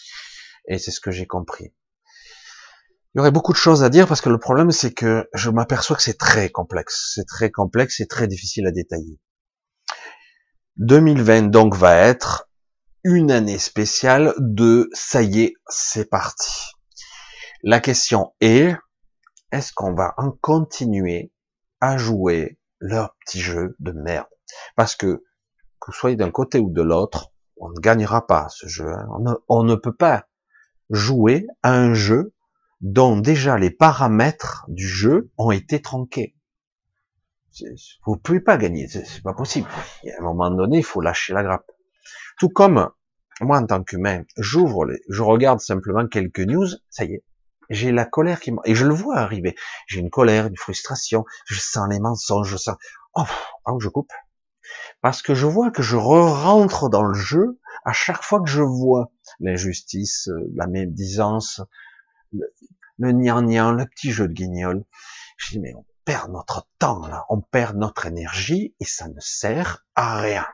Et c'est ce que j'ai compris. Il y aurait beaucoup de choses à dire parce que le problème c'est que je m'aperçois que c'est très complexe, c'est très complexe et très difficile à détailler. deux mille vingt donc va être une année spéciale de ça y est, c'est parti. La question est, est-ce qu'on va en continuer à jouer leur petit jeu de merde? Parce que, que vous soyez d'un côté ou de l'autre, on ne gagnera pas ce jeu. Hein. On, ne, on ne peut pas jouer à un jeu dont déjà les paramètres du jeu ont été tronqués. Vous ne pouvez pas gagner, c'est pas possible. Et à un moment donné, il faut lâcher la grappe. Tout comme moi en tant qu'humain, j'ouvre, les, je regarde simplement quelques news, ça y est, j'ai la colère qui et je le vois arriver. J'ai une colère, une frustration, je sens les mensonges, je sens, oh, oh je coupe, parce que je vois que je re-rentre dans le jeu à chaque fois que je vois l'injustice, la médisance, le, le gnangnan, le petit jeu de guignol. Je dis mais on perd notre temps là, on perd notre énergie et ça ne sert à rien.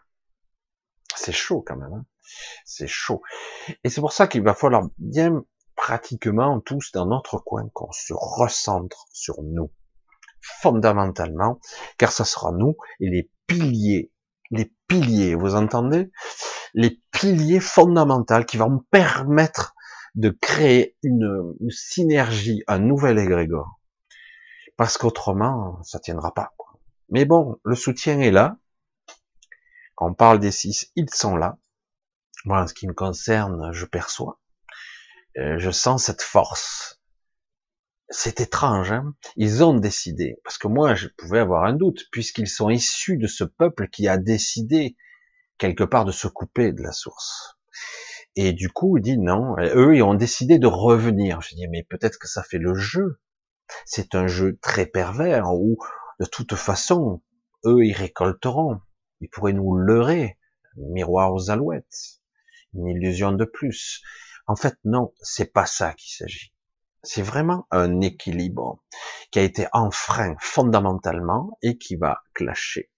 C'est chaud quand même, hein. C'est chaud. Et c'est pour ça qu'il va falloir bien pratiquement tous dans notre coin qu'on se recentre sur nous, fondamentalement, car ça sera nous et les piliers, les piliers, vous entendez, les piliers fondamentaux qui vont permettre de créer une, une synergie, un nouvel égrégore. Parce qu'autrement, ça tiendra pas, quoi. Mais bon, le soutien est là. Quand on parle des six, ils sont là. Moi, en ce qui me concerne, je perçois. Euh, je sens cette force. C'est étrange, hein. Ils ont décidé. Parce que moi, je pouvais avoir un doute, puisqu'ils sont issus de ce peuple qui a décidé, quelque part, de se couper de la source. Et du coup, il dit non. Eux, ils ont décidé de revenir. Je dis, mais peut-être que ça fait le jeu. C'est un jeu très pervers, où, de toute façon, eux, ils récolteront. Ils pourraient nous leurrer. Miroir aux alouettes. Une illusion de plus. En fait, non, c'est pas ça qu'il s'agit. C'est vraiment un équilibre qui a été enfreint fondamentalement et qui va clasher.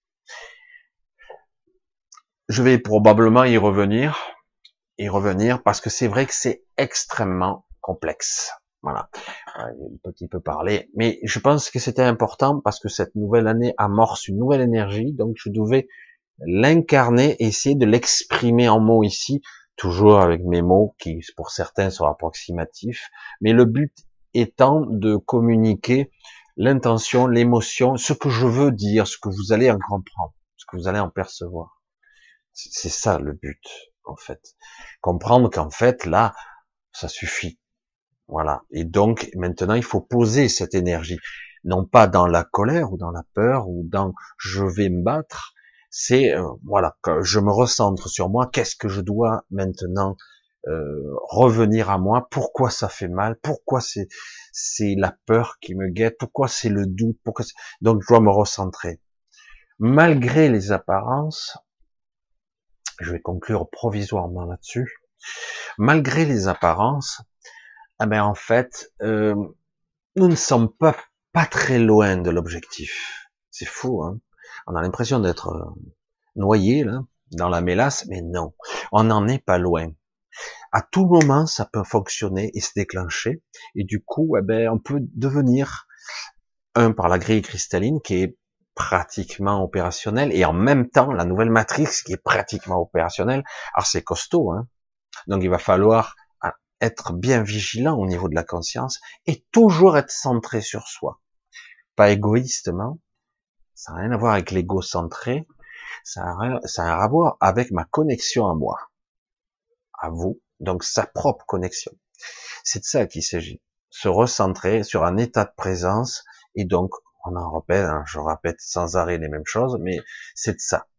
Je vais probablement y revenir, y revenir parce que c'est vrai que c'est extrêmement complexe. Voilà, euh, j'ai un petit peu parlé, mais je pense que c'était important parce que cette nouvelle année amorce une nouvelle énergie, donc je devais l'incarner, essayer de l'exprimer en mots ici, toujours avec mes mots qui pour certains sont approximatifs, mais le but étant de communiquer l'intention, l'émotion, ce que je veux dire, ce que vous allez en comprendre, ce que vous allez en percevoir. C'est ça le but, en fait. Comprendre qu'en fait, là, ça suffit. Voilà. Et donc, maintenant, il faut poser cette énergie. Non pas dans la colère ou dans la peur ou dans je vais me battre. C'est, euh, voilà, que je me recentre sur moi. Qu'est-ce que je dois maintenant euh, revenir à moi? Pourquoi ça fait mal? Pourquoi c'est c'est la peur qui me guette? Pourquoi c'est le doute? Pourquoi c'est- Donc, je dois me recentrer. Malgré les apparences, je vais conclure provisoirement là-dessus. Malgré les apparences, ah ben en fait, euh, nous ne sommes pas, pas très loin de l'objectif. C'est fou, hein. On a l'impression d'être euh, noyé là, dans la mélasse, mais non, on n'en est pas loin. À tout moment, ça peut fonctionner et se déclencher, et du coup, eh ben, on peut devenir un par la grille cristalline qui est pratiquement opérationnelle, et en même temps la nouvelle matrice qui est pratiquement opérationnelle. Alors c'est costaud, hein. Donc il va falloir être bien vigilant au niveau de la conscience et toujours être centré sur soi. Pas égoïstement, ça n'a rien à voir avec l'ego centré, ça a, rien, ça a à voir avec ma connexion à moi, à vous, donc sa propre connexion. C'est de ça qu'il s'agit. Se recentrer sur un état de présence, et donc, on en répète, hein, je répète sans arrêt les mêmes choses, mais c'est de ça.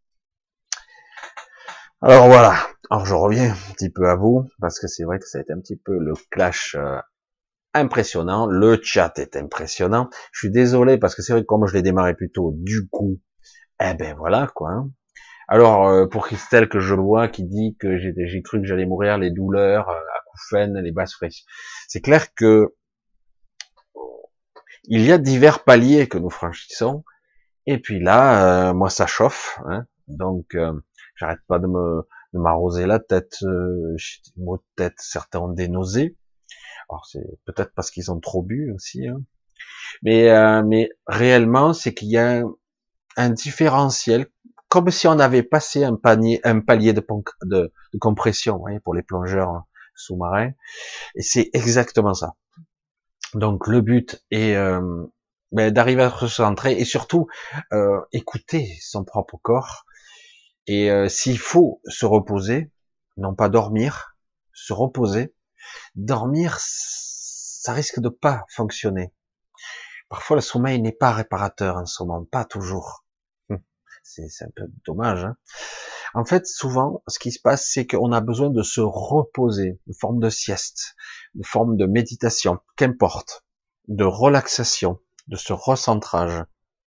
Alors voilà, alors je reviens un petit peu à vous, parce que c'est vrai que ça a été un petit peu le clash euh, impressionnant, le chat est impressionnant. Je suis désolé parce que c'est vrai que comme je l'ai démarré plus tôt, du coup, eh ben voilà quoi. Hein. Alors euh, pour Christelle que je le vois qui dit que j'ai j'ai cru que j'allais mourir, les douleurs, euh, acouphènes, les basses fraîches. C'est clair que il y a divers paliers que nous franchissons. Et puis là, euh, moi ça chauffe, hein. Donc euh, j'arrête pas de me de m'arroser la tête, euh, j'ai des maux de tête, certains ont des nausées. Alors c'est peut-être parce qu'ils ont trop bu aussi. Hein. Mais, euh, mais réellement, c'est qu'il y a un, un différentiel, comme si on avait passé un panier, un palier de, de, de compression, vous voyez, pour les plongeurs sous-marins. Et c'est exactement ça. Donc le but est euh, ben, d'arriver à se recentrer et surtout euh, écouter son propre corps. Et euh, s'il faut se reposer, non pas dormir, se reposer. Dormir, ça risque de pas fonctionner. Parfois, le sommeil n'est pas réparateur en ce moment, pas toujours. C'est un peu dommage. Hein. En fait, souvent, ce qui se passe, c'est qu'on a besoin de se reposer, une forme de sieste, une forme de méditation, qu'importe, de relaxation, de ce recentrage.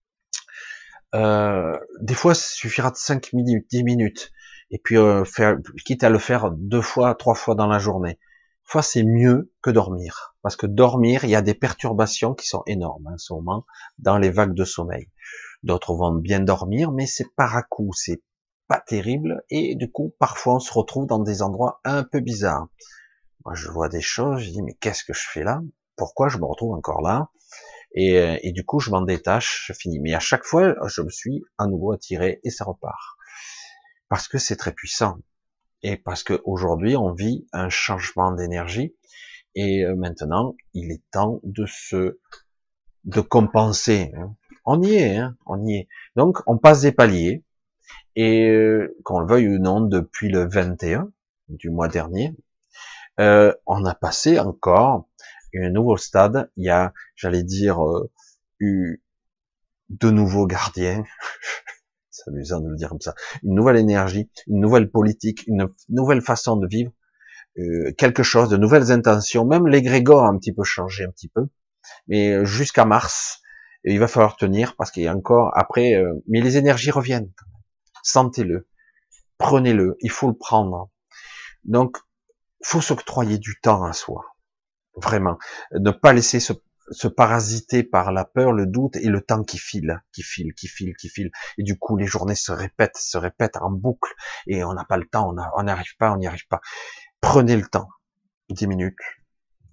Euh, des fois, ça suffira de cinq minutes, dix minutes, et puis euh, faire, quitte à le faire deux fois, trois fois dans la journée. Des fois, c'est mieux que dormir, parce que dormir, il y a des perturbations qui sont énormes en ce moment dans les vagues de sommeil. D'autres vont bien dormir, mais c'est par à coup, c'est pas terrible, et du coup, parfois, on se retrouve dans des endroits un peu bizarres. Moi, je vois des choses, je dis, mais qu'est-ce que je fais là? Pourquoi je me retrouve encore là? Et, et du coup, je m'en détache, je finis. Mais à chaque fois, je me suis à nouveau attiré, et ça repart. Parce que c'est très puissant. Et parce qu'aujourd'hui, on vit un changement d'énergie, et maintenant, il est temps de se, de compenser. On y est, hein, on y est. Donc, on passe des paliers, et euh, qu'on le veuille ou non, depuis le vingt et un du mois dernier, euh, on a passé encore un nouveau stade. Il y a, j'allais dire, euh, eu de nouveaux gardiens. C'est amusant de le dire comme ça. Une nouvelle énergie, une nouvelle politique, une nouvelle façon de vivre, euh, quelque chose, de nouvelles intentions. Même l'égrégore a un petit peu changé, un petit peu, mais jusqu'à mars, il va falloir tenir parce qu'il y a encore après. Euh, mais les énergies reviennent. Sentez-le, prenez-le, il faut le prendre. Donc, faut s'octroyer du temps à soi, vraiment. Ne pas laisser se, se parasiter par la peur, le doute et le temps qui file, qui file, qui file, qui file. Et du coup, les journées se répètent, se répètent en boucle et on n'a pas le temps, on n'y arrive pas, on n'y arrive pas. Prenez le temps, dix minutes,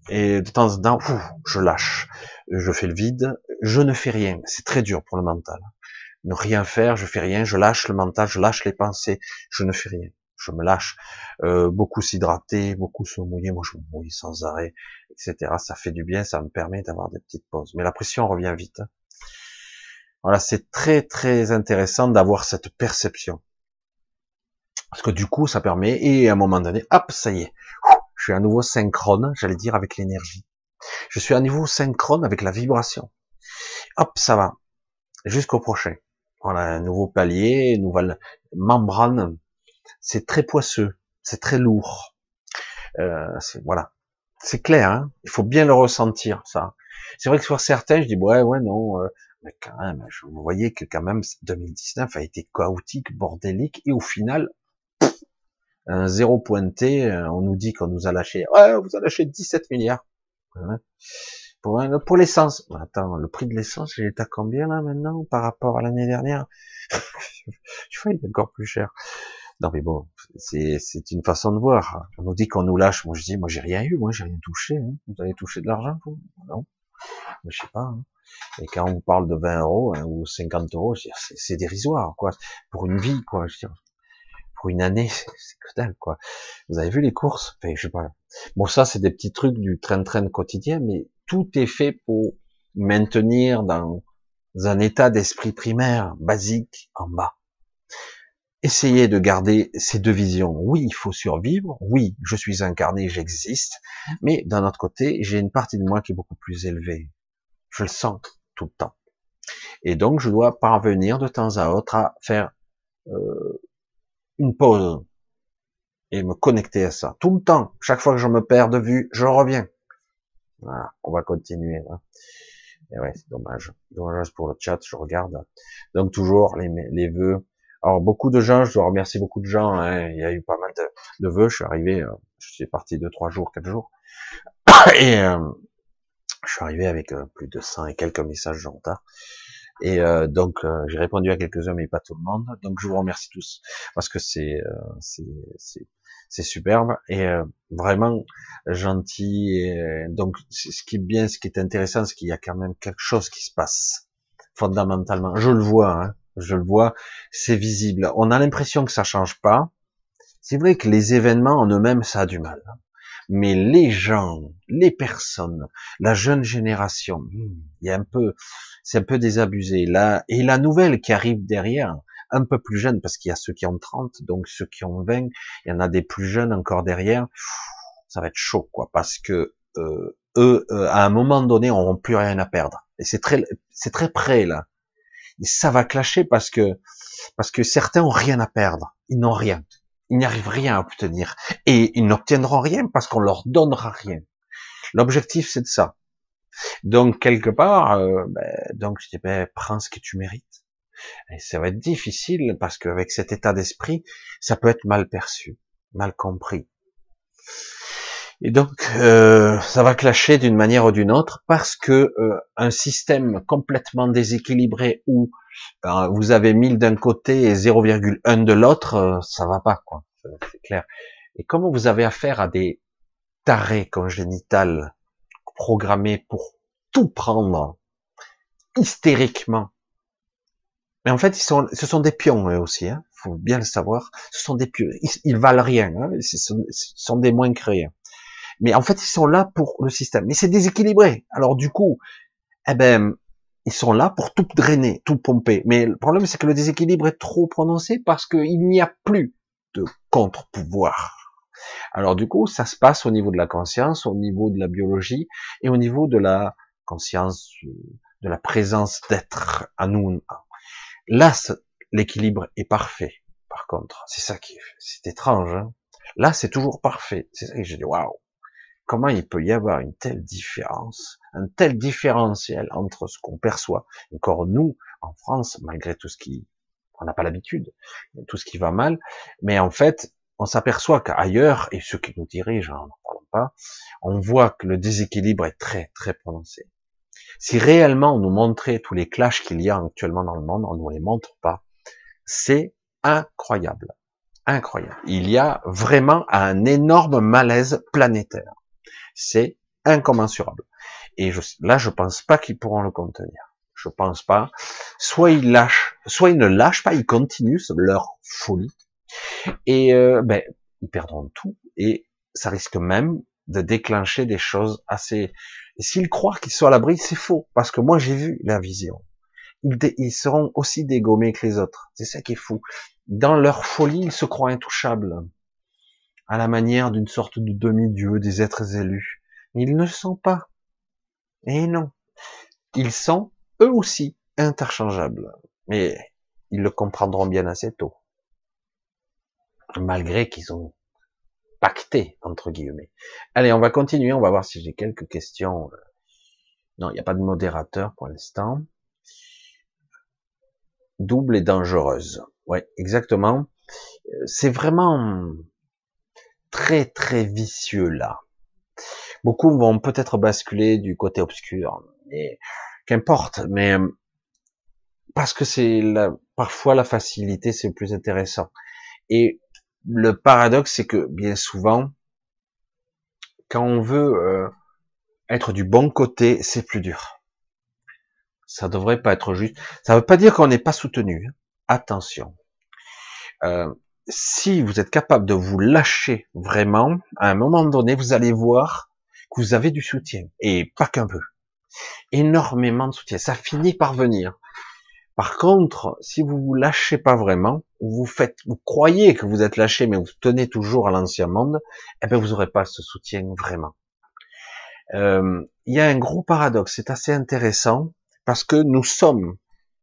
Et de temps en temps, ouf, je lâche, je fais le vide, je ne fais rien. C'est très dur pour le mental. Ne rien faire, je fais rien, je lâche le mental, je lâche les pensées, je ne fais rien. Je me lâche. Euh, beaucoup s'hydrater, beaucoup se mouiller. Moi, je me mouille sans arrêt, et cetera. Ça fait du bien, ça me permet d'avoir des petites pauses. Mais la pression revient vite. Voilà, c'est très très intéressant d'avoir cette perception. Parce que du coup, ça permet, et à un moment donné, hop, ça y est, je suis à nouveau synchrone, j'allais dire, avec l'énergie. Je suis à nouveau synchrone avec la vibration. Hop, ça va, jusqu'au prochain. Voilà, un nouveau palier, une nouvelle membrane. C'est très poisseux, c'est très lourd. Euh, c'est, voilà, c'est clair, hein, il faut bien le ressentir, ça. C'est vrai que sur certains, je dis, ouais, ouais, non, euh, mais quand même, je, vous voyez que quand même, deux mille dix-neuf a été chaotique, bordélique, et au final, un zéro pointé, on nous dit qu'on nous a lâché, ouais, on vous a lâché dix-sept milliards. Ouais. Pour, pour l'essence. Attends, le prix de l'essence, il est à combien là maintenant par rapport à l'année dernière? Je crois qu'il est encore plus cher. Non mais bon, c'est, c'est une façon de voir. On nous dit qu'on nous lâche. Moi je dis, moi j'ai rien eu, moi j'ai rien touché. Hein. Vous avez touché de l'argent, vous? Non, mais je sais pas. Hein. Et quand on vous parle de vingt euros hein, ou cinquante euros, je veux dire, c'est, c'est dérisoire, quoi. Pour une vie, quoi. Je veux dire, pour une année, c'est, c'est que dalle, quoi. Vous avez vu les courses? Enfin, je sais pas. Bon, ça, c'est des petits trucs du train-train quotidien, mais tout est fait pour maintenir dans un état d'esprit primaire, basique, en bas. Essayez de garder ces deux visions. Oui, il faut survivre. Oui, je suis incarné, j'existe. Mais d'un autre côté, j'ai une partie de moi qui est beaucoup plus élevée. Je le sens tout le temps. Et donc, je dois parvenir de temps à autre à faire euh, une pause et me connecter à ça. Tout le temps. Chaque fois que je me perds de vue, je reviens. Voilà, on va continuer. Hein. Et ouais, c'est dommage. Dommage pour le chat, je regarde. Donc toujours les, les vœux. Alors beaucoup de gens, je dois remercier beaucoup de gens. Hein. Il y a eu pas mal de, de vœux. Je suis arrivé, euh, je suis parti de trois jours, quatre jours, et euh, je suis arrivé avec euh, plus de cent et quelques messages en retard. Et euh, donc euh, j'ai répondu à quelques-uns, mais pas tout le monde. Donc je vous remercie tous parce que c'est euh, c'est c'est c'est superbe et euh, vraiment gentil. Et, donc ce qui est bien, ce qui est intéressant, c'est qu'il y a quand même quelque chose qui se passe fondamentalement. Je le vois, hein, je le vois, c'est visible. On a l'impression que ça change pas. C'est vrai que les événements en eux-mêmes, ça a du mal. Mais les gens, les personnes, la jeune génération, il y a un peu, c'est un peu désabusé là. Et la nouvelle qui arrive derrière, un peu plus jeune, parce qu'il y a ceux qui ont trente, donc ceux qui ont vingt, il y en a des plus jeunes encore derrière. Ça va être chaud, quoi, parce que euh, eux, euh, à un moment donné, n'auront plus rien à perdre. Et c'est très, c'est très près là. Et ça va clasher parce que, parce que certains ont rien à perdre. Ils n'ont rien. Ils n'arrivent rien à obtenir. Et ils n'obtiendront rien parce qu'on leur donnera rien. L'objectif, c'est de ça. Donc, quelque part, euh, ben, donc, je dis, ben, prends ce que tu mérites. Et ça va être difficile parce qu'avec cet état d'esprit, ça peut être mal perçu, mal compris. Et donc, euh, ça va clasher d'une manière ou d'une autre parce que euh, un système complètement déséquilibré où euh, vous avez mille d'un côté et zéro virgule un de l'autre, euh, ça va pas, quoi. C'est clair. Et comme vous avez affaire à des tarés congénitales programmés pour tout prendre hystériquement, mais en fait, ils sont, ce sont des pions eux aussi, hein, faut bien le savoir. Ce sont des pions, ils, ils valent rien, hein, ce sont, ce sont des moins créés. Mais en fait, ils sont là pour le système. Mais c'est déséquilibré. Alors du coup, eh ben, ils sont là pour tout drainer, tout pomper. Mais le problème, c'est que le déséquilibre est trop prononcé parce qu'il n'y a plus de contre-pouvoir. Alors du coup, ça se passe au niveau de la conscience, au niveau de la biologie et au niveau de la conscience, de la présence d'être à nous. Là, l'équilibre est parfait. Par contre, c'est ça qui est, c'est étrange. Hein. Là, c'est toujours parfait. C'est ça que j'ai dit, waouh. Comment il peut y avoir une telle différence, un tel différentiel entre ce qu'on perçoit, encore nous, en France, malgré tout ce qui, on n'a pas l'habitude, tout ce qui va mal, mais en fait, on s'aperçoit qu'ailleurs, et ceux qui nous dirigent, n'en parlons pas, on voit que le déséquilibre est très, très prononcé. Si réellement on nous montrait tous les clashs qu'il y a actuellement dans le monde, on ne nous les montre pas. C'est incroyable. Incroyable. Il y a vraiment un énorme malaise planétaire. C'est incommensurable. Et je, là, je pense pas qu'ils pourront le contenir. Je pense pas. Soit ils lâchent, soit ils ne lâchent pas, ils continuent leur folie. Et euh, ben, ils perdront tout. Et ça risque même de déclencher des choses assez... Et s'ils croient qu'ils sont à l'abri, c'est faux. Parce que moi, j'ai vu la vision. Ils, dé... ils seront aussi dégommés que les autres. C'est ça qui est fou. Dans leur folie, ils se croient intouchables. À la manière d'une sorte de demi-dieu, des êtres élus. Ils ne le sont pas. Et non. Ils sont, eux aussi, interchangeables. Mais ils le comprendront bien assez tôt. Malgré qu'ils ont pacté, entre guillemets. Allez, on va continuer, on va voir si j'ai quelques questions. Non, il n'y a pas de modérateur pour l'instant. Double et dangereuse. Ouais, exactement. C'est vraiment très, très vicieux, là. Beaucoup vont peut-être basculer du côté obscur, mais qu'importe, mais parce que c'est la, parfois la facilité, c'est le plus intéressant. Et le paradoxe, c'est que bien souvent, quand on veut euh, être du bon côté, c'est plus dur. Ça devrait pas être juste. Ça veut pas dire qu'on n'est pas soutenu. Attention. Euh, si vous êtes capable de vous lâcher vraiment, à un moment donné, vous allez voir que vous avez du soutien. Et pas qu'un peu. Énormément de soutien. Ça finit par venir. Par contre, si vous vous lâchez pas vraiment, vous faites, vous croyez que vous êtes lâché, mais vous tenez toujours à l'ancien monde, eh ben vous aurez pas ce soutien vraiment. Euh, il y a un gros paradoxe, c'est assez intéressant parce que nous sommes,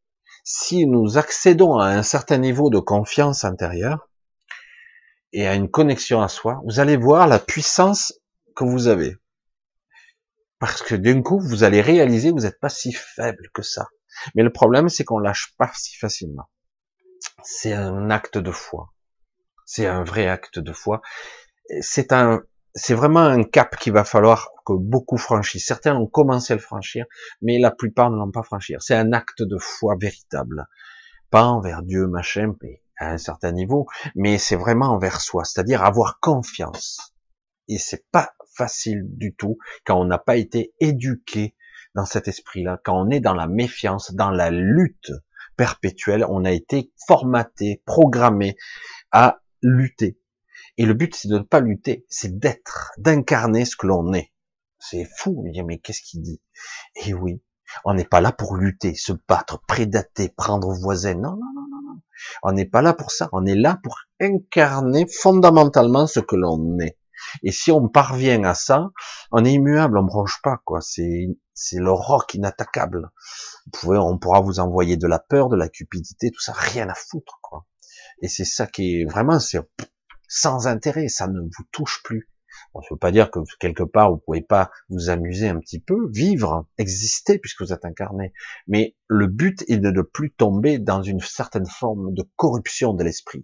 si nous accédons à un certain niveau de confiance intérieure et à une connexion à soi, vous allez voir la puissance que vous avez, parce que d'un coup vous allez réaliser que vous n'êtes pas si faible que ça. Mais le problème, c'est qu'on lâche pas si facilement. C'est un acte de foi. C'est un vrai acte de foi. C'est un, c'est vraiment un cap qu'il va falloir que beaucoup franchissent. Certains ont commencé à le franchir, mais la plupart ne l'ont pas franchi. C'est un acte de foi véritable. Pas envers Dieu, machin, mais à un certain niveau, mais c'est vraiment envers soi. C'est-à-dire avoir confiance. Et c'est pas facile du tout quand on n'a pas été éduqué dans cet esprit-là, quand on est dans la méfiance, dans la lutte perpétuelle, on a été formaté, programmé à lutter. Et le but, c'est de ne pas lutter, c'est d'être, d'incarner ce que l'on est. C'est fou, mais qu'est-ce qu'il dit? Et oui, on n'est pas là pour lutter, se battre, prédater, prendre voisin. Non, non, non, non, non. On n'est pas là pour ça. On est là pour incarner fondamentalement ce que l'on est. Et si on parvient à ça, on est immuable, on ne bronche pas, quoi. C'est, c'est le roc inattaquable. Vous pouvez, on pourra vous envoyer de la peur, de la cupidité, tout ça, rien à foutre, quoi. Et c'est ça qui est vraiment, c'est sans intérêt, ça ne vous touche plus. Bon, ça veut pas dire que quelque part vous pouvez pas vous amuser un petit peu, vivre, exister puisque vous êtes incarné. Mais le but est de ne plus tomber dans une certaine forme de corruption de l'esprit.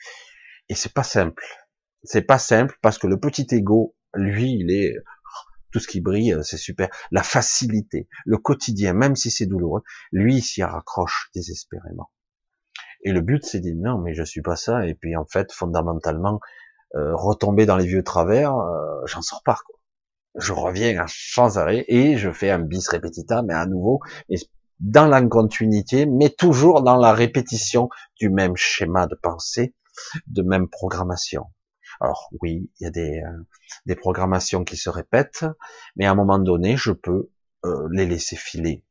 Et c'est pas simple. C'est pas simple parce que le petit ego, lui, il est tout ce qui brille, c'est super. La facilité, le quotidien, même si c'est douloureux, lui, il s'y raccroche désespérément. Et le but, c'est de dire non, mais je suis pas ça. Et puis en fait, fondamentalement, euh, retomber dans les vieux travers, euh, j'en sors pas, quoi. Je reviens à sans arrêt et je fais un bis repetita, mais à nouveau, et dans la continuité, mais toujours dans la répétition du même schéma de pensée, de même programmation. Alors oui, il y a des, euh, des programmations qui se répètent, mais à un moment donné, je peux euh, les laisser filer,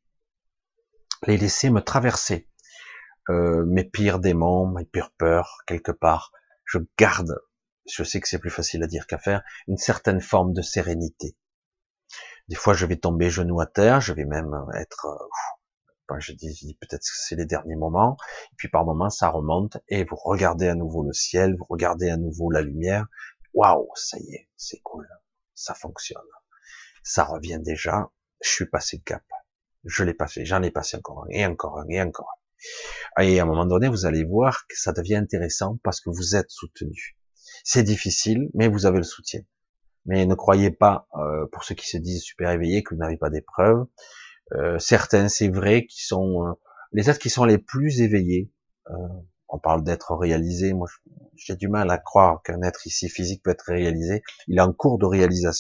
les laisser me traverser. Euh, mes pires démons, mes pires peurs, quelque part, je garde, je sais que c'est plus facile à dire qu'à faire, une certaine forme de sérénité. Des fois, je vais tomber genou à terre, je vais même être, euh, je dis peut-être que c'est les derniers moments, et puis par moments, ça remonte, et vous regardez à nouveau le ciel, vous regardez à nouveau la lumière, waouh, ça y est, c'est cool, ça fonctionne, ça revient déjà, je suis passé le cap, je l'ai passé, j'en ai passé encore un, et encore un, et encore un. Et à un moment donné, vous allez voir que ça devient intéressant parce que vous êtes soutenu. C'est difficile, mais vous avez le soutien. Mais ne croyez pas, euh, pour ceux qui se disent super éveillés, que vous n'avez pas d'épreuves. Euh, certains, c'est vrai, qui sont euh, les êtres qui sont les plus éveillés. Euh, on parle d'être réalisé. Moi, j'ai du mal à croire qu'un être ici physique peut être réalisé. Il est en cours de réalisation.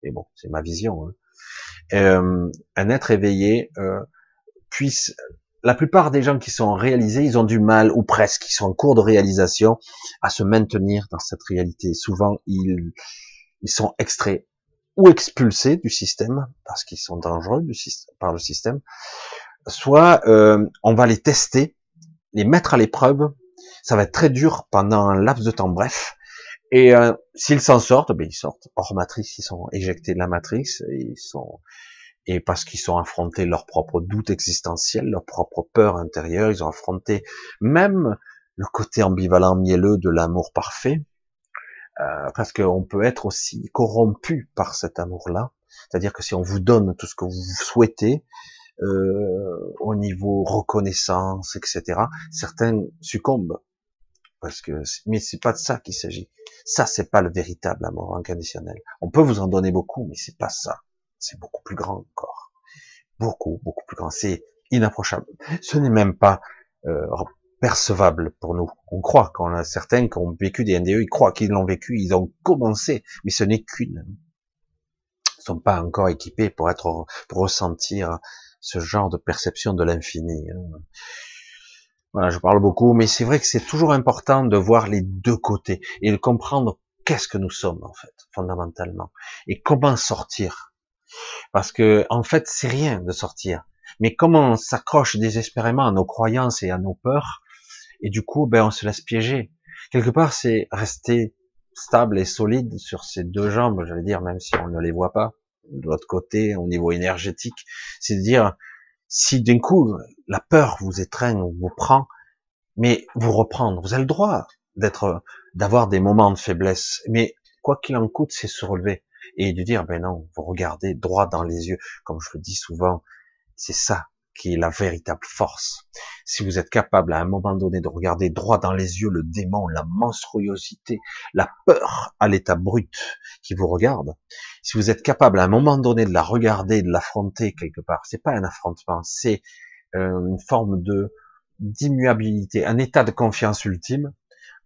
mais bon, c'est ma vision. Hein. Euh, un être éveillé euh, puisse, la plupart des gens qui sont réalisés, ils ont du mal, ou presque, ils sont en cours de réalisation, à se maintenir dans cette réalité. Souvent, ils, ils sont extraits ou expulsés du système, parce qu'ils sont dangereux du système, par le système, soit euh, on va les tester, les mettre à l'épreuve, ça va être très dur pendant un laps de temps bref, et euh, s'ils s'en sortent, ben ils sortent hors matrice, ils sont éjectés de la matrice, et ils sont et parce qu'ils ont affronté leurs propres doutes existentiels, leurs propres peurs intérieures, ils ont affronté même le côté ambivalent mielleux de l'amour parfait, euh, parce qu'on peut être aussi corrompu par cet amour-là, c'est-à-dire que si on vous donne tout ce que vous souhaitez, euh, au niveau reconnaissance, et cetera, certains succombent, parce que, mais c'est pas de ça qu'il s'agit. Ça, c'est pas le véritable amour inconditionnel. On peut vous en donner beaucoup, mais c'est pas ça. C'est beaucoup plus grand encore. Beaucoup, beaucoup plus grand. C'est inapprochable. Ce n'est même pas euh, percevable pour nous. On croit qu'on a certains qui ont vécu des N D E, ils croient qu'ils l'ont vécu, ils ont commencé, mais ce n'est qu'une. Ils ne sont pas encore équipés pour être, pour ressentir ce genre de perception de l'infini. Voilà, je parle beaucoup, mais c'est vrai que c'est toujours important de voir les deux côtés et de comprendre qu'est-ce que nous sommes en fait, fondamentalement, et comment sortir. Parce que en fait, c'est rien de sortir, mais comment on s'accroche désespérément à nos croyances et à nos peurs, et du coup, ben on se laisse piéger. Quelque part, c'est rester stable et solide sur ces deux jambes, j'allais dire, même si on ne les voit pas. De l'autre côté, au niveau énergétique, c'est de dire, si d'un coup la peur vous étreint ou vous prend, mais vous reprendre, vous avez le droit d'être, d'avoir des moments de faiblesse, mais quoi qu'il en coûte, c'est se relever et de dire, ben non, vous regardez droit dans les yeux, comme je le dis souvent, c'est ça qui est la véritable force. Si vous êtes capable à un moment donné de regarder droit dans les yeux le démon, la monstruosité, la peur à l'état brut qui vous regarde, si vous êtes capable à un moment donné de la regarder, de l'affronter quelque part, c'est pas un affrontement, c'est euh, une forme de d'immuabilité, un état de confiance ultime,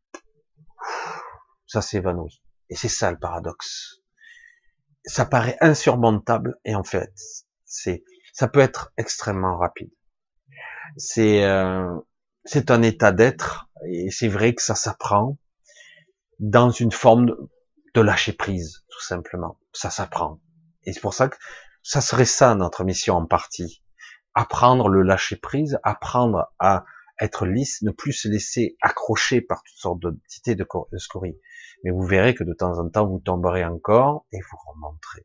ça s'évanouit. Et c'est ça le paradoxe. Ça paraît insurmontable et en fait, c'est, ça peut être extrêmement rapide. C'est, euh, c'est un état d'être et c'est vrai que ça s'apprend dans une forme de lâcher prise, tout simplement. Ça s'apprend. Et c'est pour ça que ça serait ça notre mission en partie. Apprendre le lâcher prise, apprendre à être lisse, ne plus se laisser accrocher par toutes sortes d'entités de, de scories. Mais vous verrez que de temps en temps, vous tomberez encore et vous remonterez.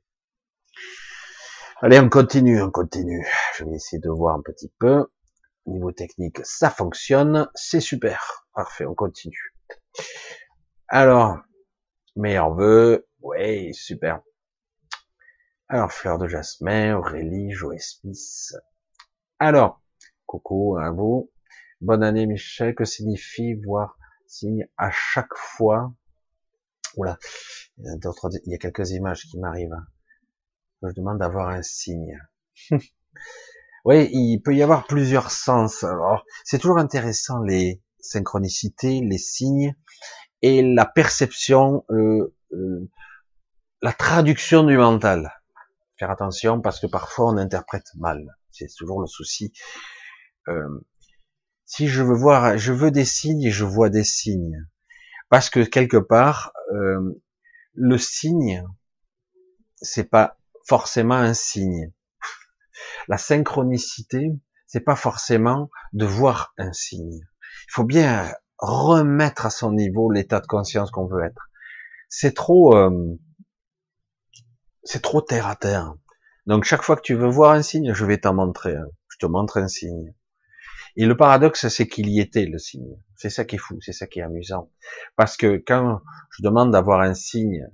Allez, on continue, on continue. Je vais essayer de voir un petit peu. Niveau technique, ça fonctionne. C'est super. Parfait, on continue. Alors, meilleur vœu. Ouais, super. Alors, Fleur de Jasmin, Aurélie, Joël Smith. Alors, coucou à vous. Bonne année, Michel. Que signifie voir signe à chaque fois? Oula, il y a d'autres, il y a quelques images qui m'arrivent. Je demande d'avoir un signe. Oui, il peut y avoir plusieurs sens. Alors, c'est toujours intéressant les synchronicités, les signes et la perception, euh, euh, la traduction du mental. Faire attention parce que parfois on interprète mal. C'est toujours le souci. Euh, si je veux voir, je veux des signes et je vois des signes. Parce que quelque part, euh, le signe, c'est pas forcément un signe. La synchronicité, c'est pas forcément de voir un signe. Il faut bien remettre à son niveau l'état de conscience qu'on veut être. C'est trop, euh, c'est trop terre à terre. Donc chaque fois que tu veux voir un signe, je vais t'en montrer un. Je te montre un signe. Et le paradoxe, c'est qu'il y était le signe. C'est ça qui est fou, c'est ça qui est amusant. Parce que quand je demande d'avoir un signe,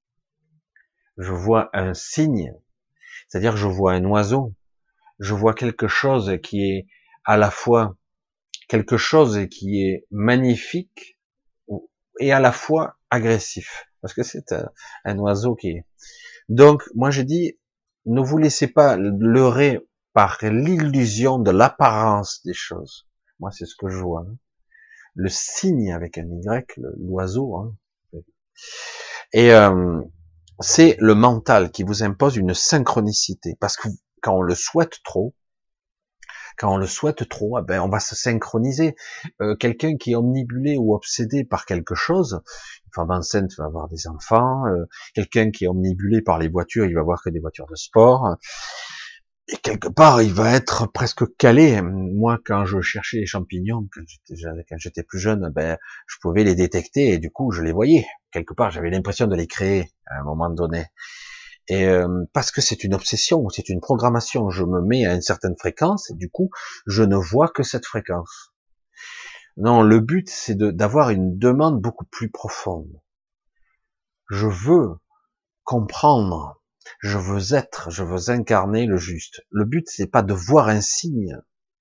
je vois un signe, c'est-à-dire que je vois un oiseau, je vois quelque chose qui est à la fois quelque chose qui est magnifique et à la fois agressif, parce que c'est un, un oiseau qui est... Donc, moi je dis, ne vous laissez pas leurrer par l'illusion de l'apparence des choses. Moi, c'est ce que je vois. Hein. Le signe avec un Y, l'oiseau. Hein. Et euh, c'est le mental qui vous impose une synchronicité, parce que quand on le souhaite trop, quand on le souhaite trop, eh ben on va se synchroniser. Euh, quelqu'un qui est omnibulé ou obsédé par quelque chose, une femme enceinte va avoir des enfants, euh, quelqu'un qui est omnibulé par les voitures, il va voir que des voitures de sport, et quelque part, il va être presque calé. Moi, quand je cherchais les champignons, quand j'étais, quand j'étais plus jeune, ben, je pouvais les détecter et du coup, je les voyais. Quelque part, j'avais l'impression de les créer à un moment donné. Et euh, parce que c'est une obsession, c'est une programmation. Je me mets à une certaine fréquence et du coup, je ne vois que cette fréquence. Non, le but, c'est de, d'avoir une demande beaucoup plus profonde. Je veux comprendre. Je veux être, je veux incarner le juste. Le but, c'est pas de voir un signe.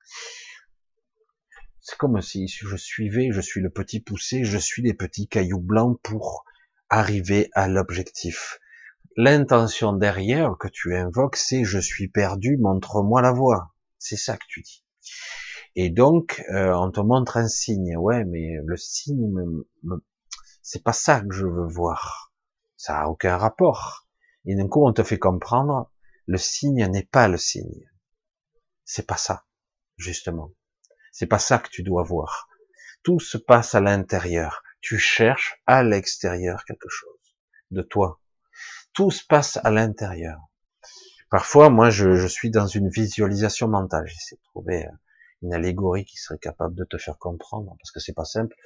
C'est comme si je suivais, je suis le petit poussé, je suis les petits cailloux blancs pour arriver à l'objectif. L'intention derrière que tu invoques, c'est je suis perdu, montre-moi la voie. C'est ça que tu dis. Et donc, euh, on te montre un signe. Ouais, mais le signe, me, me, c'est pas ça que je veux voir. Ça a aucun rapport. Et d'un coup, on te fait comprendre, le signe n'est pas le signe. C'est pas ça, justement. C'est pas ça que tu dois voir. Tout se passe à l'intérieur. Tu cherches à l'extérieur quelque chose de toi. Tout se passe à l'intérieur. Parfois, moi, je, je suis dans une visualisation mentale. J'essaie de trouver une allégorie qui serait capable de te faire comprendre, parce que c'est pas simple.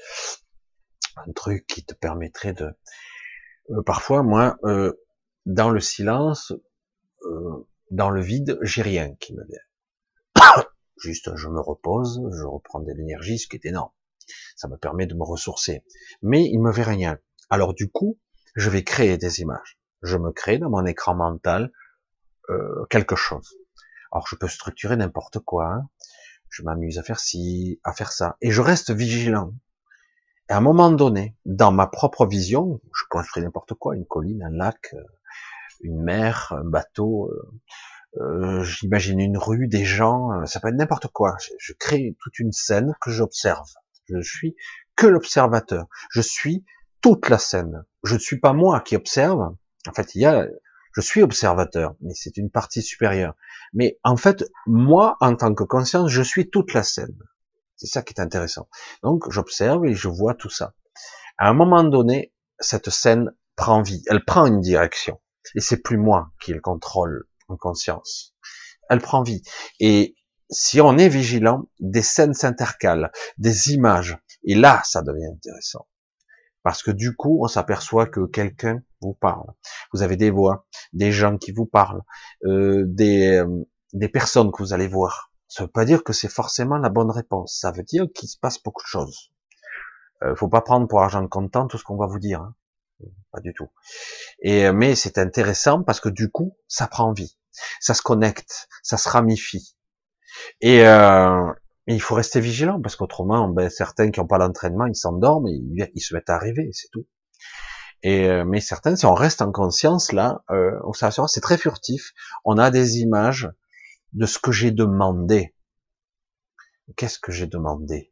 Un truc qui te permettrait de... Euh, parfois, moi, euh, dans le silence, euh, dans le vide, j'ai rien qui me vient. Juste, je me repose, je reprends de l'énergie, ce qui est énorme. Ça me permet de me ressourcer. Mais il me vient rien. Alors du coup, je vais créer des images. Je me crée dans mon écran mental euh, quelque chose. Alors je peux structurer n'importe quoi. Hein. Je m'amuse à faire ci, à faire ça. Et je reste vigilant. Et à un moment donné, dans ma propre vision, je construis n'importe quoi, une colline, un lac, une mer, un bateau, euh, euh, j'imagine une rue, des gens, euh, ça peut être n'importe quoi. Je, je crée toute une scène que j'observe. Je suis que l'observateur. Je suis toute la scène. Je ne suis pas moi qui observe. En fait, il y a, je suis observateur, mais c'est une partie supérieure. Mais en fait, moi, en tant que conscience, je suis toute la scène. C'est ça qui est intéressant. Donc, j'observe et je vois tout ça. À un moment donné, cette scène prend vie. Elle prend une direction. Et c'est plus moi qui le contrôle en conscience. Elle prend vie. Et si on est vigilant, des scènes s'intercalent, des images. Et là, ça devient intéressant. Parce que du coup, on s'aperçoit que quelqu'un vous parle. Vous avez des voix, des gens qui vous parlent, euh, des, euh, des personnes que vous allez voir. Ça veut pas dire que c'est forcément la bonne réponse. Ça veut dire qu'il se passe beaucoup de choses. Euh, faut pas prendre pour argent comptant tout ce qu'on va vous dire. Hein. Pas du tout. Et mais c'est intéressant parce que du coup, ça prend vie, ça se connecte, ça se ramifie. Et euh, il faut rester vigilant parce qu'autrement, ben, certains qui n'ont pas l'entraînement, ils s'endorment et ils, ils se mettent à rêver, c'est tout. Et euh, mais certains, si on reste en conscience là, euh, c'est très furtif. On a des images de ce que j'ai demandé. Qu'est-ce que j'ai demandé?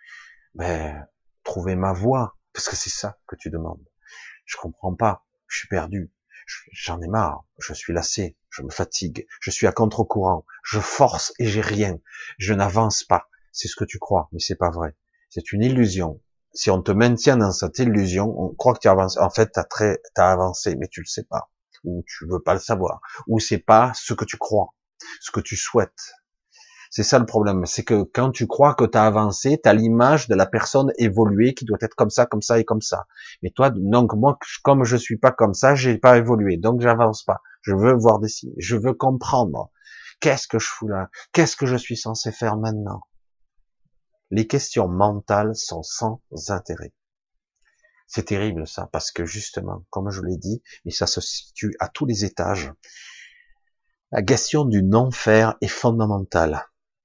Ben, trouver ma voie, parce que c'est ça que tu demandes. Je comprends pas, je suis perdu, j'en ai marre, je suis lassé, je me fatigue, je suis à contre-courant, je force et j'ai rien, je n'avance pas. C'est ce que tu crois, mais c'est pas vrai. C'est une illusion. Si on te maintient dans cette illusion, on croit que tu avances. En fait, t'as très, t'as avancé, mais tu le sais pas, ou tu veux pas le savoir, ou c'est pas ce que tu crois, ce que tu souhaites. C'est ça le problème, c'est que quand tu crois que tu as avancé, tu as l'image de la personne évoluée qui doit être comme ça, comme ça et comme ça. Mais toi, donc moi, comme je suis pas comme ça, j'ai pas évolué, donc j'avance pas. Je veux voir des signes, je veux comprendre. Qu'est-ce que je fous là? Qu'est-ce que je suis censé faire maintenant? Les questions mentales sont sans intérêt. C'est terrible ça, parce que justement, comme je l'ai dit, mais ça se situe à tous les étages, la question du non-faire est fondamentale.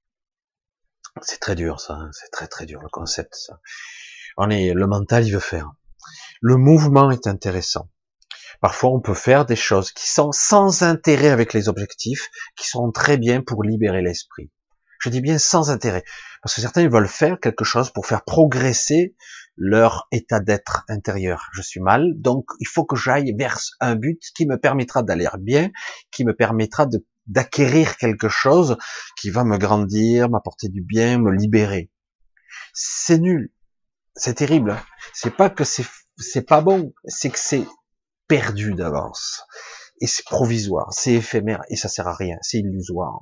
C'est très dur, ça. Hein. C'est très très dur le concept, ça. On est, le mental, il veut faire. Le mouvement est intéressant. Parfois, on peut faire des choses qui sont sans intérêt avec les objectifs, qui sont très bien pour libérer l'esprit. Je dis bien sans intérêt, parce que certains ils veulent faire quelque chose pour faire progresser leur état d'être intérieur. Je suis mal, donc il faut que j'aille vers un but qui me permettra d'aller bien, qui me permettra de d'acquérir quelque chose qui va me grandir, m'apporter du bien, me libérer. C'est nul, c'est terrible. C'est pas que c'est c'est pas bon, c'est que c'est perdu d'avance. Et c'est provisoire, c'est éphémère, et ça sert à rien, c'est illusoire.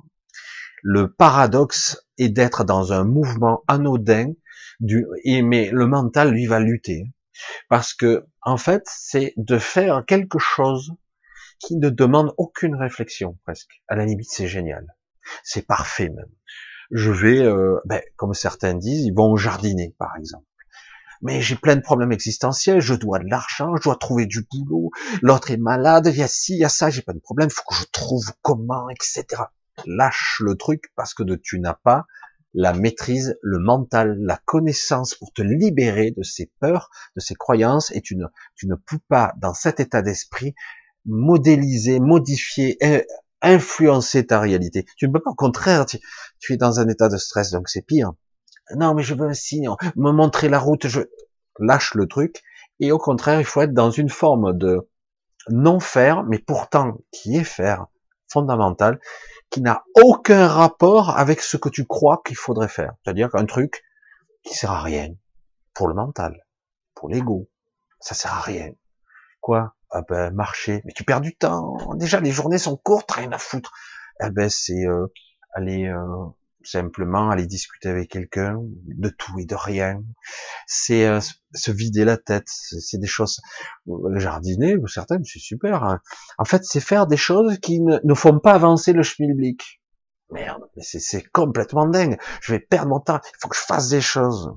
Le paradoxe est d'être dans un mouvement anodin, du, et, mais le mental, lui, va lutter. Parce que, en fait, c'est de faire quelque chose qui ne demande aucune réflexion, presque. À la limite, c'est génial. C'est parfait, même. Je vais, euh, ben, comme certains disent, ils vont jardiner, par exemple. Mais j'ai plein de problèmes existentiels, je dois de l'argent, je dois trouver du boulot, l'autre est malade, il y a ci, il y a ça, j'ai pas de problème, il faut que je trouve comment, et cetera. Lâche le truc parce que tu n'as pas la maîtrise, le mental, la connaissance pour te libérer de ces peurs, de ces croyances, et tu ne, tu ne peux pas, dans cet état d'esprit, modéliser, modifier, influencer ta réalité. Tu ne peux pas, au contraire, tu, tu es dans un état de stress, donc c'est pire. Non, mais je veux un signe, me montrer la route, je lâche le truc, et au contraire, il faut être dans une forme de non-faire, mais pourtant qui est faire, fondamental, qui n'a aucun rapport avec ce que tu crois qu'il faudrait faire. C'est-à-dire qu'un truc qui sert à rien, pour le mental, pour l'ego, ça sert à rien. Quoi? Ah ben, marcher, mais tu perds du temps, déjà les journées sont courtes, rien à foutre. Eh ben, c'est euh, aller... Euh, simplement aller discuter avec quelqu'un de tout et de rien, c'est euh, se vider la tête, c'est des choses, le jardiner, certains, c'est super, hein. En fait, c'est faire des choses qui ne, ne font pas avancer le schmilblick. Merde, mais c'est complètement dingue, je vais perdre mon temps, il faut que je fasse des choses.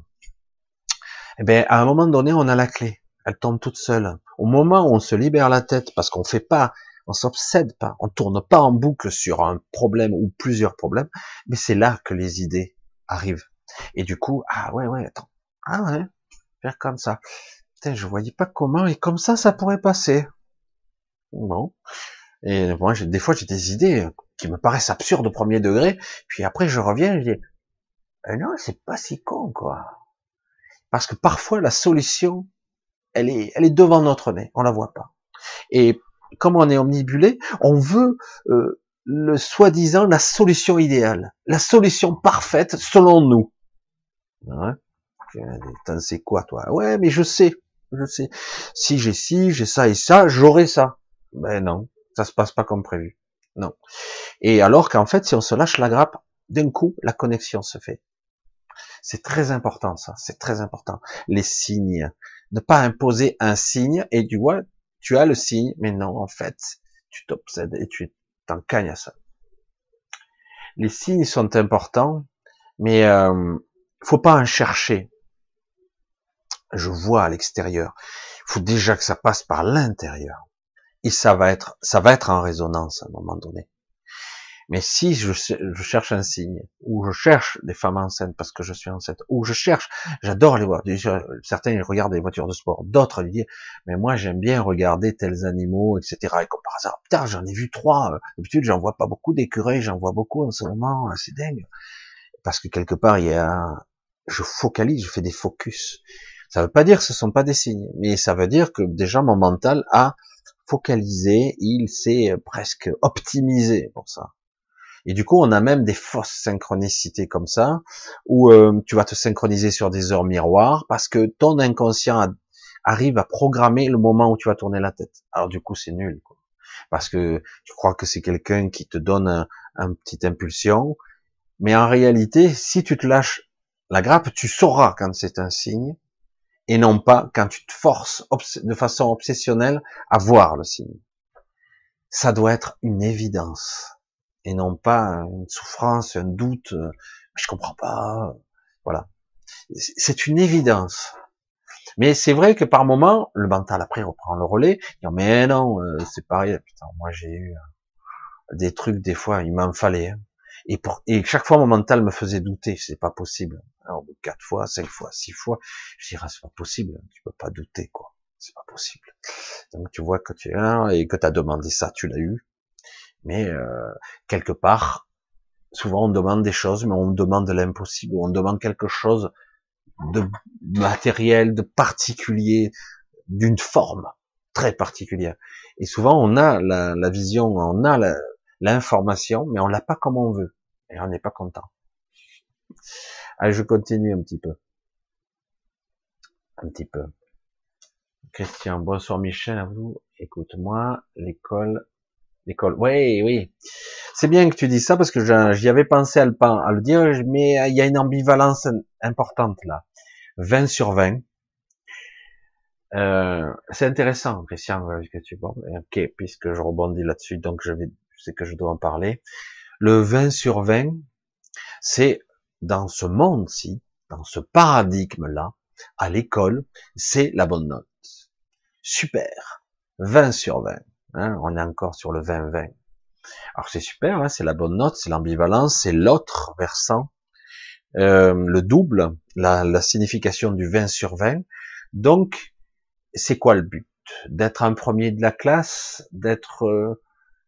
Eh ben, à un moment donné, on a la clé, elle tombe toute seule. Au moment où on se libère la tête, parce qu'on fait pas, on s'obsède pas, on tourne pas en boucle sur un problème ou plusieurs problèmes, mais c'est là que les idées arrivent. Et du coup, ah ouais, ouais, attends, ah ouais, faire comme ça. Putain, je voyais pas comment, et comme ça, ça pourrait passer. Bon. Et moi, j'ai, des fois, j'ai des idées qui me paraissent absurdes au premier degré, puis après, je reviens, je dis, eh non, c'est pas si con, quoi. Parce que parfois, la solution, elle est, elle est devant notre nez, on la voit pas. Et comme on est omnibulé, on veut euh, le soi-disant la solution idéale, la solution parfaite selon nous. Ouais. T'en sais quoi, toi? Ouais, mais je sais, je sais. Si j'ai ci, j'ai ça et ça, j'aurai ça. Ben non, ça se passe pas comme prévu. Non. Et alors qu'en fait, si on se lâche la grappe, d'un coup, la connexion se fait. C'est très important, ça. C'est très important. Les signes. Ne pas imposer un signe et tu vois, tu as le signe, mais non, en fait, tu t'obsèdes et tu t'encagnes à ça. Les signes sont importants, mais euh, faut pas en chercher. Je vois à l'extérieur. Il faut déjà que ça passe par l'intérieur. Et ça va être, ça va être en résonance à un moment donné. Mais si je, je cherche un signe, ou je cherche des femmes enceintes parce que je suis enceinte, ou je cherche, j'adore les voir. Certains ils regardent des voitures de sport, d'autres ils disent, mais moi j'aime bien regarder tels animaux, et cetera. Et comme par hasard, putain, j'en ai vu trois. D'habitude j'en vois pas beaucoup d'écureuils, j'en vois beaucoup en ce moment. C'est dingue. Parce que quelque part il y a, je focalise, je fais des focus. Ça veut pas dire que ce sont pas des signes, mais ça veut dire que déjà mon mental a focalisé, il s'est presque optimisé pour ça. Et du coup, on a même des fausses synchronicités comme ça, où euh, tu vas te synchroniser sur des heures miroirs, parce que ton inconscient a, arrive à programmer le moment où tu vas tourner la tête. Alors du coup, c'est nul, quoi. Parce que tu crois que c'est quelqu'un qui te donne un, un petite impulsion, mais en réalité, si tu te lâches la grappe, tu sauras quand c'est un signe, et non pas quand tu te forces de façon obsessionnelle à voir le signe. Ça doit être une évidence. Et non pas une souffrance, un doute, je comprends pas, voilà. C'est une évidence. Mais c'est vrai que par moment, le mental après reprend le relais, dit, mais non, c'est pareil, putain, moi j'ai eu des trucs, des fois, il m'en fallait, hein. Et, pour, et chaque fois mon mental me faisait douter, c'est pas possible. Alors, quatre fois, cinq fois, six fois, je dirais, c'est pas possible, tu peux pas douter, quoi. C'est pas possible. Donc tu vois que tu es là, et que tu as demandé ça, tu l'as eu. Mais euh, quelque part, souvent on demande des choses, mais on demande l'impossible, on demande quelque chose de matériel, de particulier, d'une forme très particulière. Et souvent, on a la, la vision, on a l'information, mais on l'a pas comme on veut. Et on n'est pas content. Allez, je continue un petit peu. Un petit peu. Christian, bonsoir Michel, à vous. Écoute-moi, l'école, l'école. Oui, oui. C'est bien que tu dis ça parce que j'y avais pensé à le, à le dire, mais il y a une ambivalence importante là. vingt sur vingt. Euh, c'est intéressant, Christian, que tu vois. Ok, puisque je rebondis là-dessus, donc je vais, je sais que je dois en parler. Le vingt sur vingt, c'est dans ce monde-ci, dans ce paradigme-là, à l'école, c'est la bonne note. Super. vingt sur vingt. Hein, on est encore sur le vingt vingt. Alors c'est super, hein, c'est la bonne note, c'est l'ambivalence, c'est l'autre versant, euh, le double, la, la signification du vingt sur vingt. Donc, c'est quoi le but? D'être un premier de la classe, d'être euh,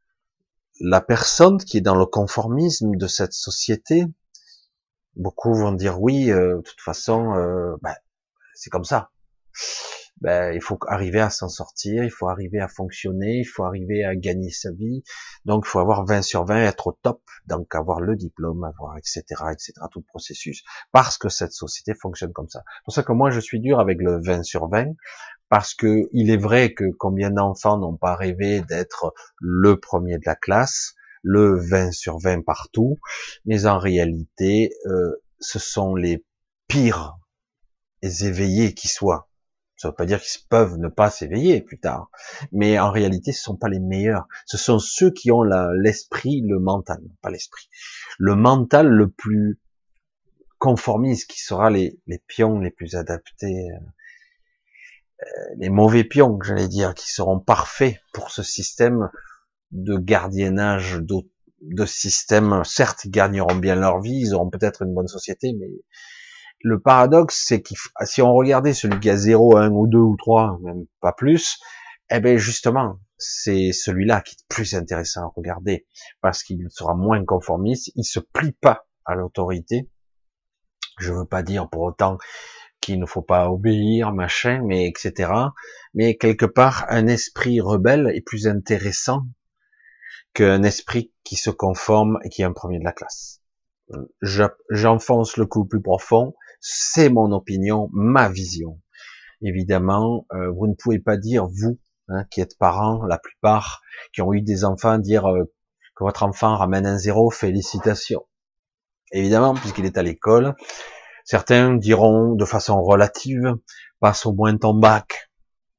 la personne qui est dans le conformisme de cette société. Beaucoup vont dire oui, euh, de toute façon, euh, ben, c'est comme ça. Ben, il faut arriver à s'en sortir, il faut arriver à fonctionner, il faut arriver à gagner sa vie. Donc, il faut avoir vingt sur vingt, être au top, donc avoir le diplôme, avoir et cetera, et cetera, tout le processus, parce que cette société fonctionne comme ça. C'est pour ça que moi, je suis dur avec le vingt sur vingt, parce que il est vrai que combien d'enfants n'ont pas rêvé d'être le premier de la classe, le vingt sur vingt partout, mais en réalité, euh, ce sont les pires éveillés qui soient. Ça ne veut pas dire qu'ils peuvent ne pas s'éveiller plus tard, mais en réalité, ce sont pas les meilleurs. Ce sont ceux qui ont l'esprit, le mental, pas l'esprit, le mental le plus conformiste, qui sera les, les pions les plus adaptés, euh, les mauvais pions, j'allais dire, qui seront parfaits pour ce système de gardiennage, de, de système. Certes, ils gagneront bien leur vie, ils auront peut-être une bonne société, mais le paradoxe, c'est que si on regardait celui qui a zéro, un ou deux ou trois, même pas plus, eh ben justement, c'est celui-là qui est plus intéressant à regarder, parce qu'il sera moins conformiste, il se plie pas à l'autorité. Je veux pas dire pour autant qu'il ne faut pas obéir, machin, mais et cetera. Mais quelque part, un esprit rebelle est plus intéressant qu'un esprit qui se conforme et qui est un premier de la classe. J'enfonce le clou plus profond, c'est mon opinion, ma vision. Évidemment, euh, vous ne pouvez pas dire, vous, hein, qui êtes parents, la plupart, qui ont eu des enfants, dire euh, que votre enfant ramène un zéro, félicitations. Évidemment, puisqu'il est à l'école, certains diront de façon relative, passe au moins ton bac.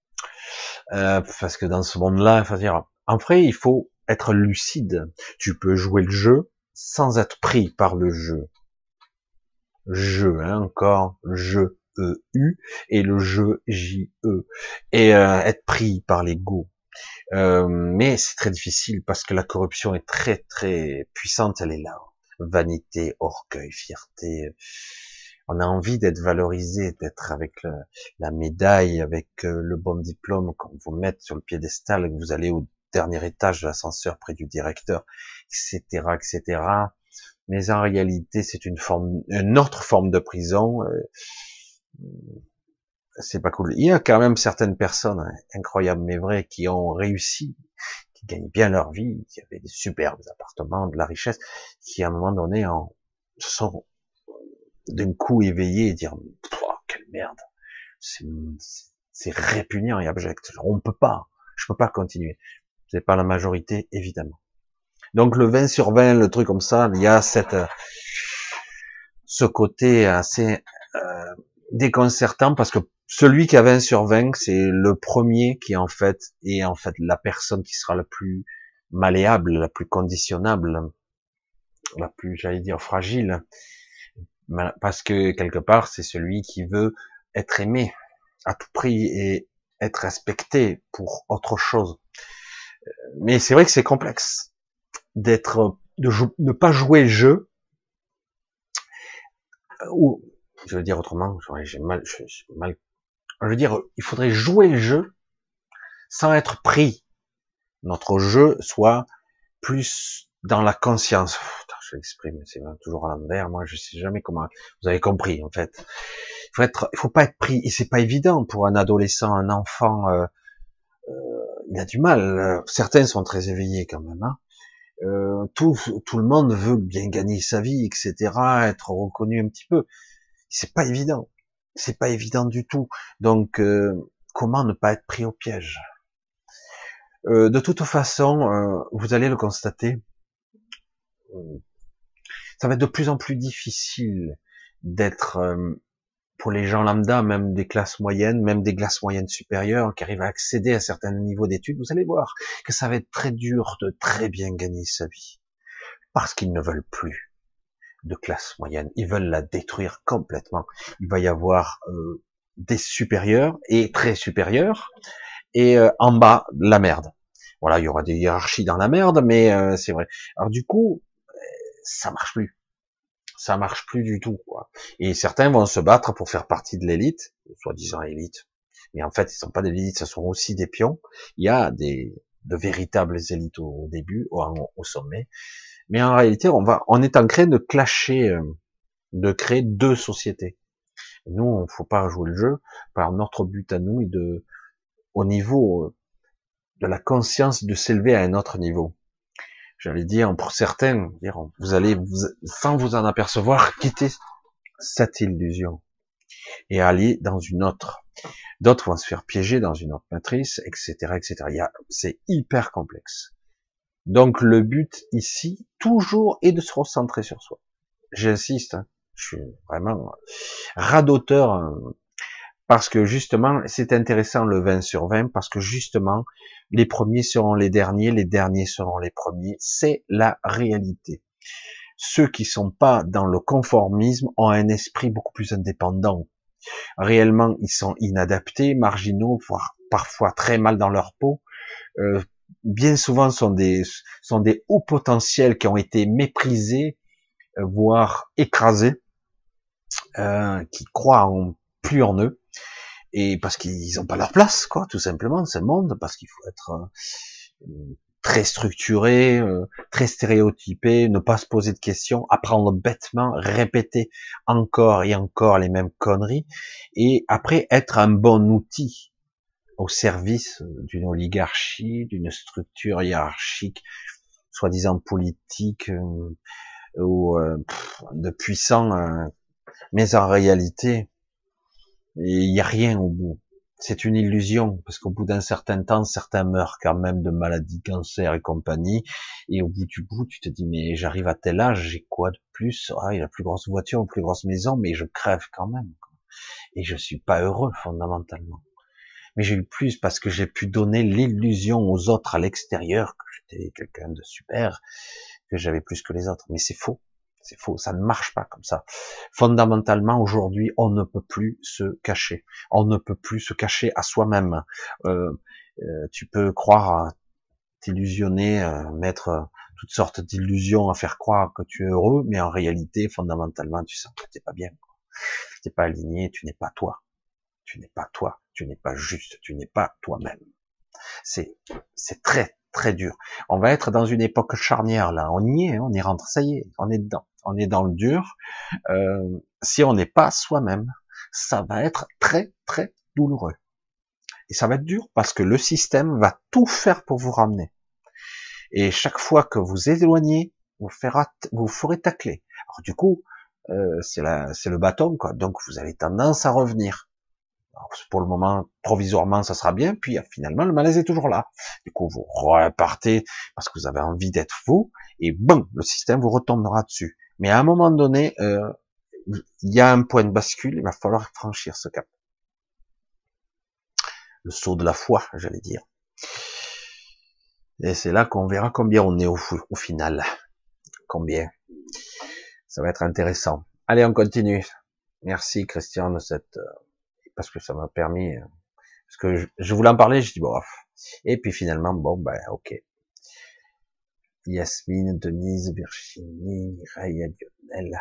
Euh, parce que dans ce monde-là, il faut dire, en vrai, il faut être lucide. Tu peux jouer le jeu sans être pris par le jeu. Jeu, hein, encore, le jeu E U et le jeu J E. Et euh, être pris par l'ego. Euh, mais c'est très difficile parce que la corruption est très très puissante, elle est là. Vanité, orgueil, fierté. On a envie d'être valorisé, d'être avec le, la médaille, avec euh, le bon diplôme, qu'on vous mette sur le piédestal, que vous allez au dernier étage de l'ascenseur près du directeur, et cetera, et cetera. Mais en réalité, c'est une forme, une autre forme de prison. Euh, c'est pas cool. Il y a quand même certaines personnes, hein, incroyables mais vraies, qui ont réussi, qui gagnent bien leur vie, qui avaient des superbes appartements, de la richesse, qui à un moment donné en, se sont d'un coup éveillés et dire oh, quelle merde, c'est répugnant et abject. On peut pas, je peux pas continuer. C'est pas la majorité évidemment. Donc le vingt sur vingt, le truc comme ça, il y a cette ce côté assez euh, déconcertant parce que celui qui a vingt sur vingt, c'est le premier qui en fait est en fait la personne qui sera la plus malléable, la plus conditionnable, la plus, j'allais dire, fragile, parce que quelque part c'est celui qui veut être aimé à tout prix et être respecté pour autre chose. Mais c'est vrai que c'est complexe d'être, de ne pas jouer le jeu, ou je veux dire autrement, j'ai mal, j'ai mal, je veux dire, il faudrait jouer le jeu sans être pris. Notre jeu soit plus dans la conscience. je l'exprime, c'est toujours à l'envers. Moi, je sais jamais comment. Vous avez compris, en fait. Il faut être, il faut pas être pris. Et c'est pas évident pour un adolescent, un enfant. Euh, euh, il a du mal. Certains sont très éveillés quand même. Hein. Euh, tout, tout le monde veut bien gagner sa vie, et cetera. Être reconnu un petit peu. C'est pas évident. C'est pas évident du tout. Donc, euh, comment ne pas être pris au piège? Euh, de toute façon, euh, vous allez le constater. Ça va être de plus en plus difficile d'être euh, pour les gens lambda, même des classes moyennes, même des classes moyennes supérieures qui arrivent à accéder à certains niveaux d'études. Vous allez voir que ça va être très dur de très bien gagner sa vie parce qu'ils ne veulent plus de classe moyenne. Ils veulent la détruire complètement. Il va y avoir euh, des supérieurs et très supérieurs et euh, en bas la merde. Voilà, il y aura des hiérarchies dans la merde, mais euh, c'est vrai. Alors du coup, ça marche plus. Ça marche plus du tout, quoi. Et certains vont se battre pour faire partie de l'élite, soi-disant élite. Mais en fait, ils sont pas des élites, ce sont aussi des pions. Il y a des, de véritables élites au, au début, au, au sommet. Mais en réalité, on va, on est en train de clasher, euh, de créer deux sociétés. Nous, on faut pas jouer le jeu. Par notre but à nous est de, au niveau de la conscience, de s'élever à un autre niveau. J'allais dire, pour certains, vous allez, vous, sans vous en apercevoir, quitter cette illusion et aller dans une autre. D'autres vont se faire piéger dans une autre matrice, et cetera, et cetera. Il y a, c'est hyper complexe. Donc le but ici, toujours, est de se recentrer sur soi. J'insiste, hein, je suis vraiment radoteur, hein, parce que justement, c'est intéressant le vingt sur vingt, parce que justement, les premiers seront les derniers, les derniers seront les premiers. C'est la réalité. Ceux qui sont pas dans le conformisme ont un esprit beaucoup plus indépendant. Réellement, ils sont inadaptés, marginaux, voire parfois très mal dans leur peau. Euh, bien souvent, sont des sont des hauts potentiels qui ont été méprisés, euh, voire écrasés, euh, qui croient en, plus en eux. Et parce qu'ils n'ont pas leur place, quoi, tout simplement, ce monde, parce qu'il faut être euh, très structuré, euh, très stéréotypé, ne pas se poser de questions, apprendre bêtement, répéter encore et encore les mêmes conneries, et après être un bon outil au service d'une oligarchie, d'une structure hiérarchique, soi-disant politique, euh, ou euh, pff, de puissants, euh, mais en réalité, il n'y a rien au bout. C'est une illusion, parce qu'au bout d'un certain temps, certains meurent quand même de maladies, cancer et compagnie, et au bout du bout, tu te dis, mais j'arrive à tel âge, j'ai quoi de plus? Ah, il a la plus grosse voiture, la plus grosse maison, mais je crève quand même. Et je suis pas heureux, fondamentalement. Mais j'ai eu plus parce que j'ai pu donner l'illusion aux autres à l'extérieur que j'étais quelqu'un de super, que j'avais plus que les autres. Mais c'est faux. C'est faux, ça ne marche pas comme ça. Fondamentalement, aujourd'hui, on ne peut plus se cacher. On ne peut plus se cacher à soi-même. Euh, euh, tu peux croire à t'illusionner, euh, mettre euh, toutes sortes d'illusions à faire croire que tu es heureux, mais en réalité, fondamentalement, tu sens que t'es pas bien. Tu n'es pas aligné, tu n'es pas toi. Tu n'es pas toi. Tu n'es pas juste. Tu n'es pas toi-même. C'est, c'est très, très dur. On va être dans une époque charnière, là. On y est, hein, on y rentre. Ça y est, on est dedans. On est dans le dur. Euh, si on n'est pas soi-même, ça va être très, très douloureux. Et ça va être dur parce que le système va tout faire pour vous ramener. Et chaque fois que vous éloignez, vous fera, vous ferez tacler. Alors du coup, euh, c'est la, c'est le bâton, quoi. Donc vous avez tendance à revenir. Alors, pour le moment, provisoirement, ça sera bien, puis finalement, le malaise est toujours là. Du coup, vous repartez parce que vous avez envie d'être vous, et bon, le système vous retombera dessus. Mais à un moment donné, euh, il y a un point de bascule, il va falloir franchir ce cap. Le saut de la foi, j'allais dire. Et c'est là qu'on verra combien on est au, au final. Combien. Ça va être intéressant. Allez, on continue. Merci, Christian, de cette... parce que ça m'a permis... Parce que je, je voulais en parler, je dis bon, et puis finalement, bon, ben, ok. Yasmine, Denise, Virginie, Mireille, Lionel.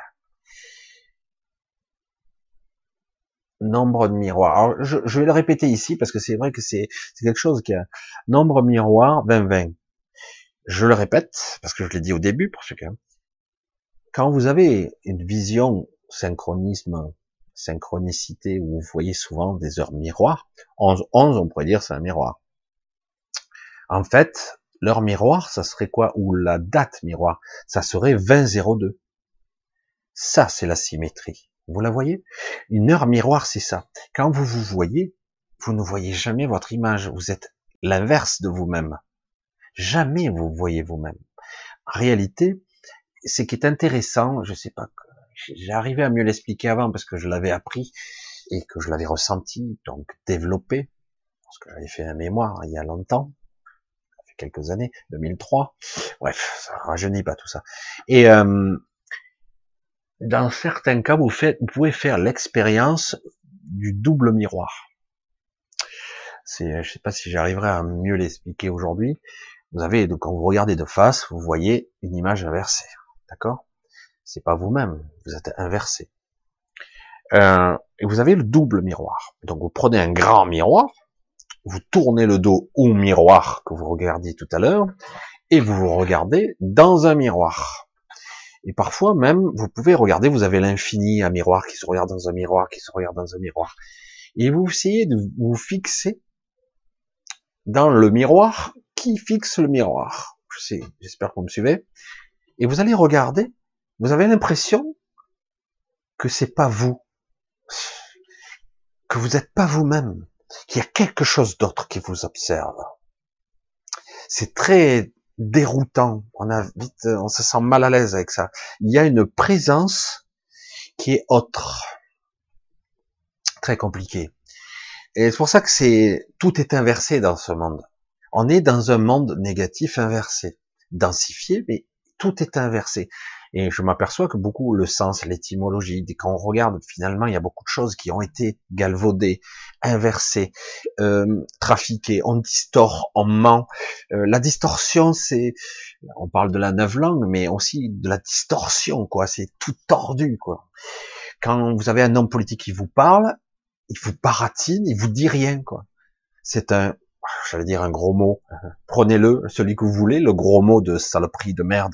Nombre de miroirs. Alors, je, je vais le répéter ici parce que c'est vrai que c'est quelque chose qui a nombre miroir vingt vingt. Je le répète parce que je l'ai dit au début pour ceux qui Quand vous avez une vision synchronisme, synchronicité, où vous voyez souvent des heures miroirs, onze, onze, on pourrait dire c'est un miroir. En fait, l'heure miroir, ça serait quoi? Ou la date miroir, ça serait vingt zéro deux. Ça, c'est la symétrie. Vous la voyez? Une heure miroir, c'est ça. Quand vous vous voyez, vous ne voyez jamais votre image. Vous êtes l'inverse de vous-même. Jamais vous voyez vous-même. En réalité, ce qui est intéressant, je sais pas, j'ai arrivé à mieux l'expliquer avant parce que je l'avais appris et que je l'avais ressenti, donc développé, parce que j'avais fait un mémoire il y a longtemps, ça fait quelques années, deux mille trois. Bref, ça rajeunit pas tout ça. Et euh, dans certains cas, vous, faites, vous pouvez faire l'expérience du double miroir. C'est, je sais pas si j'arriverai à mieux l'expliquer aujourd'hui. Vous avez, donc, quand vous regardez de face, vous voyez une image inversée, d'accord? C'est pas vous-même, vous êtes inversé. Euh, et vous avez le double miroir. Donc vous prenez un grand miroir, vous tournez le dos au miroir que vous regardiez tout à l'heure, et vous vous regardez dans un miroir. Et parfois même, vous pouvez regarder, vous avez l'infini, un miroir qui se regarde dans un miroir, qui se regarde dans un miroir. Et vous essayez de vous fixer dans le miroir qui fixe le miroir. Je sais, j'espère que vous me suivez. Et vous allez regarder, vous avez l'impression que c'est pas vous, que vous n'êtes pas vous-même, qu'il y a quelque chose d'autre qui vous observe. C'est très déroutant. On a vite, on se sent mal à l'aise avec ça. Il y a une présence qui est autre, très compliquée. Et c'est pour ça que c'est tout est inversé dans ce monde. On est dans un monde négatif inversé, densifié, mais tout est inversé. Et je m'aperçois que beaucoup le sens, l'étymologie, quand on regarde, finalement, il y a beaucoup de choses qui ont été galvaudées, inversées, euh, trafiquées, on distord, on ment. Euh, la distorsion, c'est, on parle de la neuve langue, mais aussi de la distorsion, quoi. C'est tout tordu, quoi. Quand vous avez un homme politique qui vous parle, il vous baratine, il vous dit rien, quoi. C'est un, j'allais dire un gros mot. Prenez-le, celui que vous voulez, le gros mot de saloperie, de merde,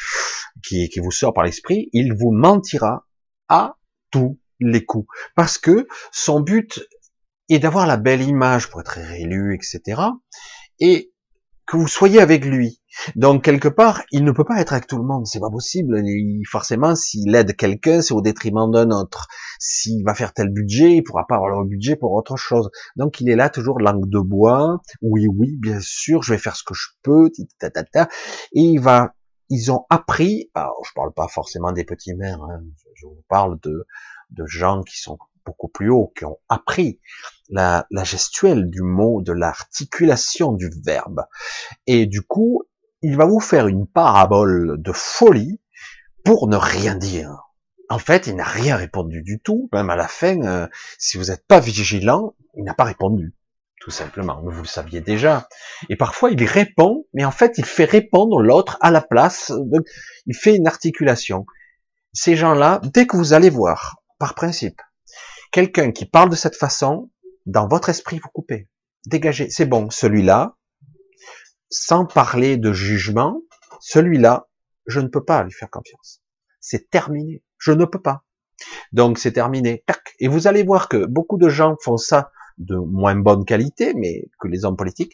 qui, qui vous sort par l'esprit, il vous mentira à tous les coups. Parce que son but est d'avoir la belle image pour être réélu, et cetera. Et que vous soyez avec lui. Donc, quelque part, il ne peut pas être avec tout le monde. C'est pas possible. Il, forcément, s'il aide quelqu'un, c'est au détriment d'un autre. S'il va faire tel budget, il pourra pas avoir le budget pour autre chose. Donc, il est là toujours langue de bois. Oui, oui, bien sûr, je vais faire ce que je peux. Tata, et il va, ils ont appris, alors, je parle pas forcément des petits maires, hein, je vous parle de, de gens qui sont beaucoup plus hauts, qui ont appris la, la gestuelle du mot, de l'articulation du verbe. Et du coup, il va vous faire une parabole de folie pour ne rien dire. En fait, il n'a rien répondu du tout. Même à la fin, euh, si vous n'êtes pas vigilant, il n'a pas répondu. Tout simplement. Mais vous le saviez déjà. Et parfois, il répond, mais en fait, il fait répondre l'autre à la place. Donc, il fait une articulation. Ces gens-là, dès que vous allez voir, par principe, quelqu'un qui parle de cette façon, dans votre esprit, vous coupez. Dégagez. C'est bon. Celui-là, sans parler de jugement, celui-là, je ne peux pas lui faire confiance. C'est terminé. Je ne peux pas. Donc, c'est terminé. Tac. Et vous allez voir que beaucoup de gens font ça de moins bonne qualité, mais que les hommes politiques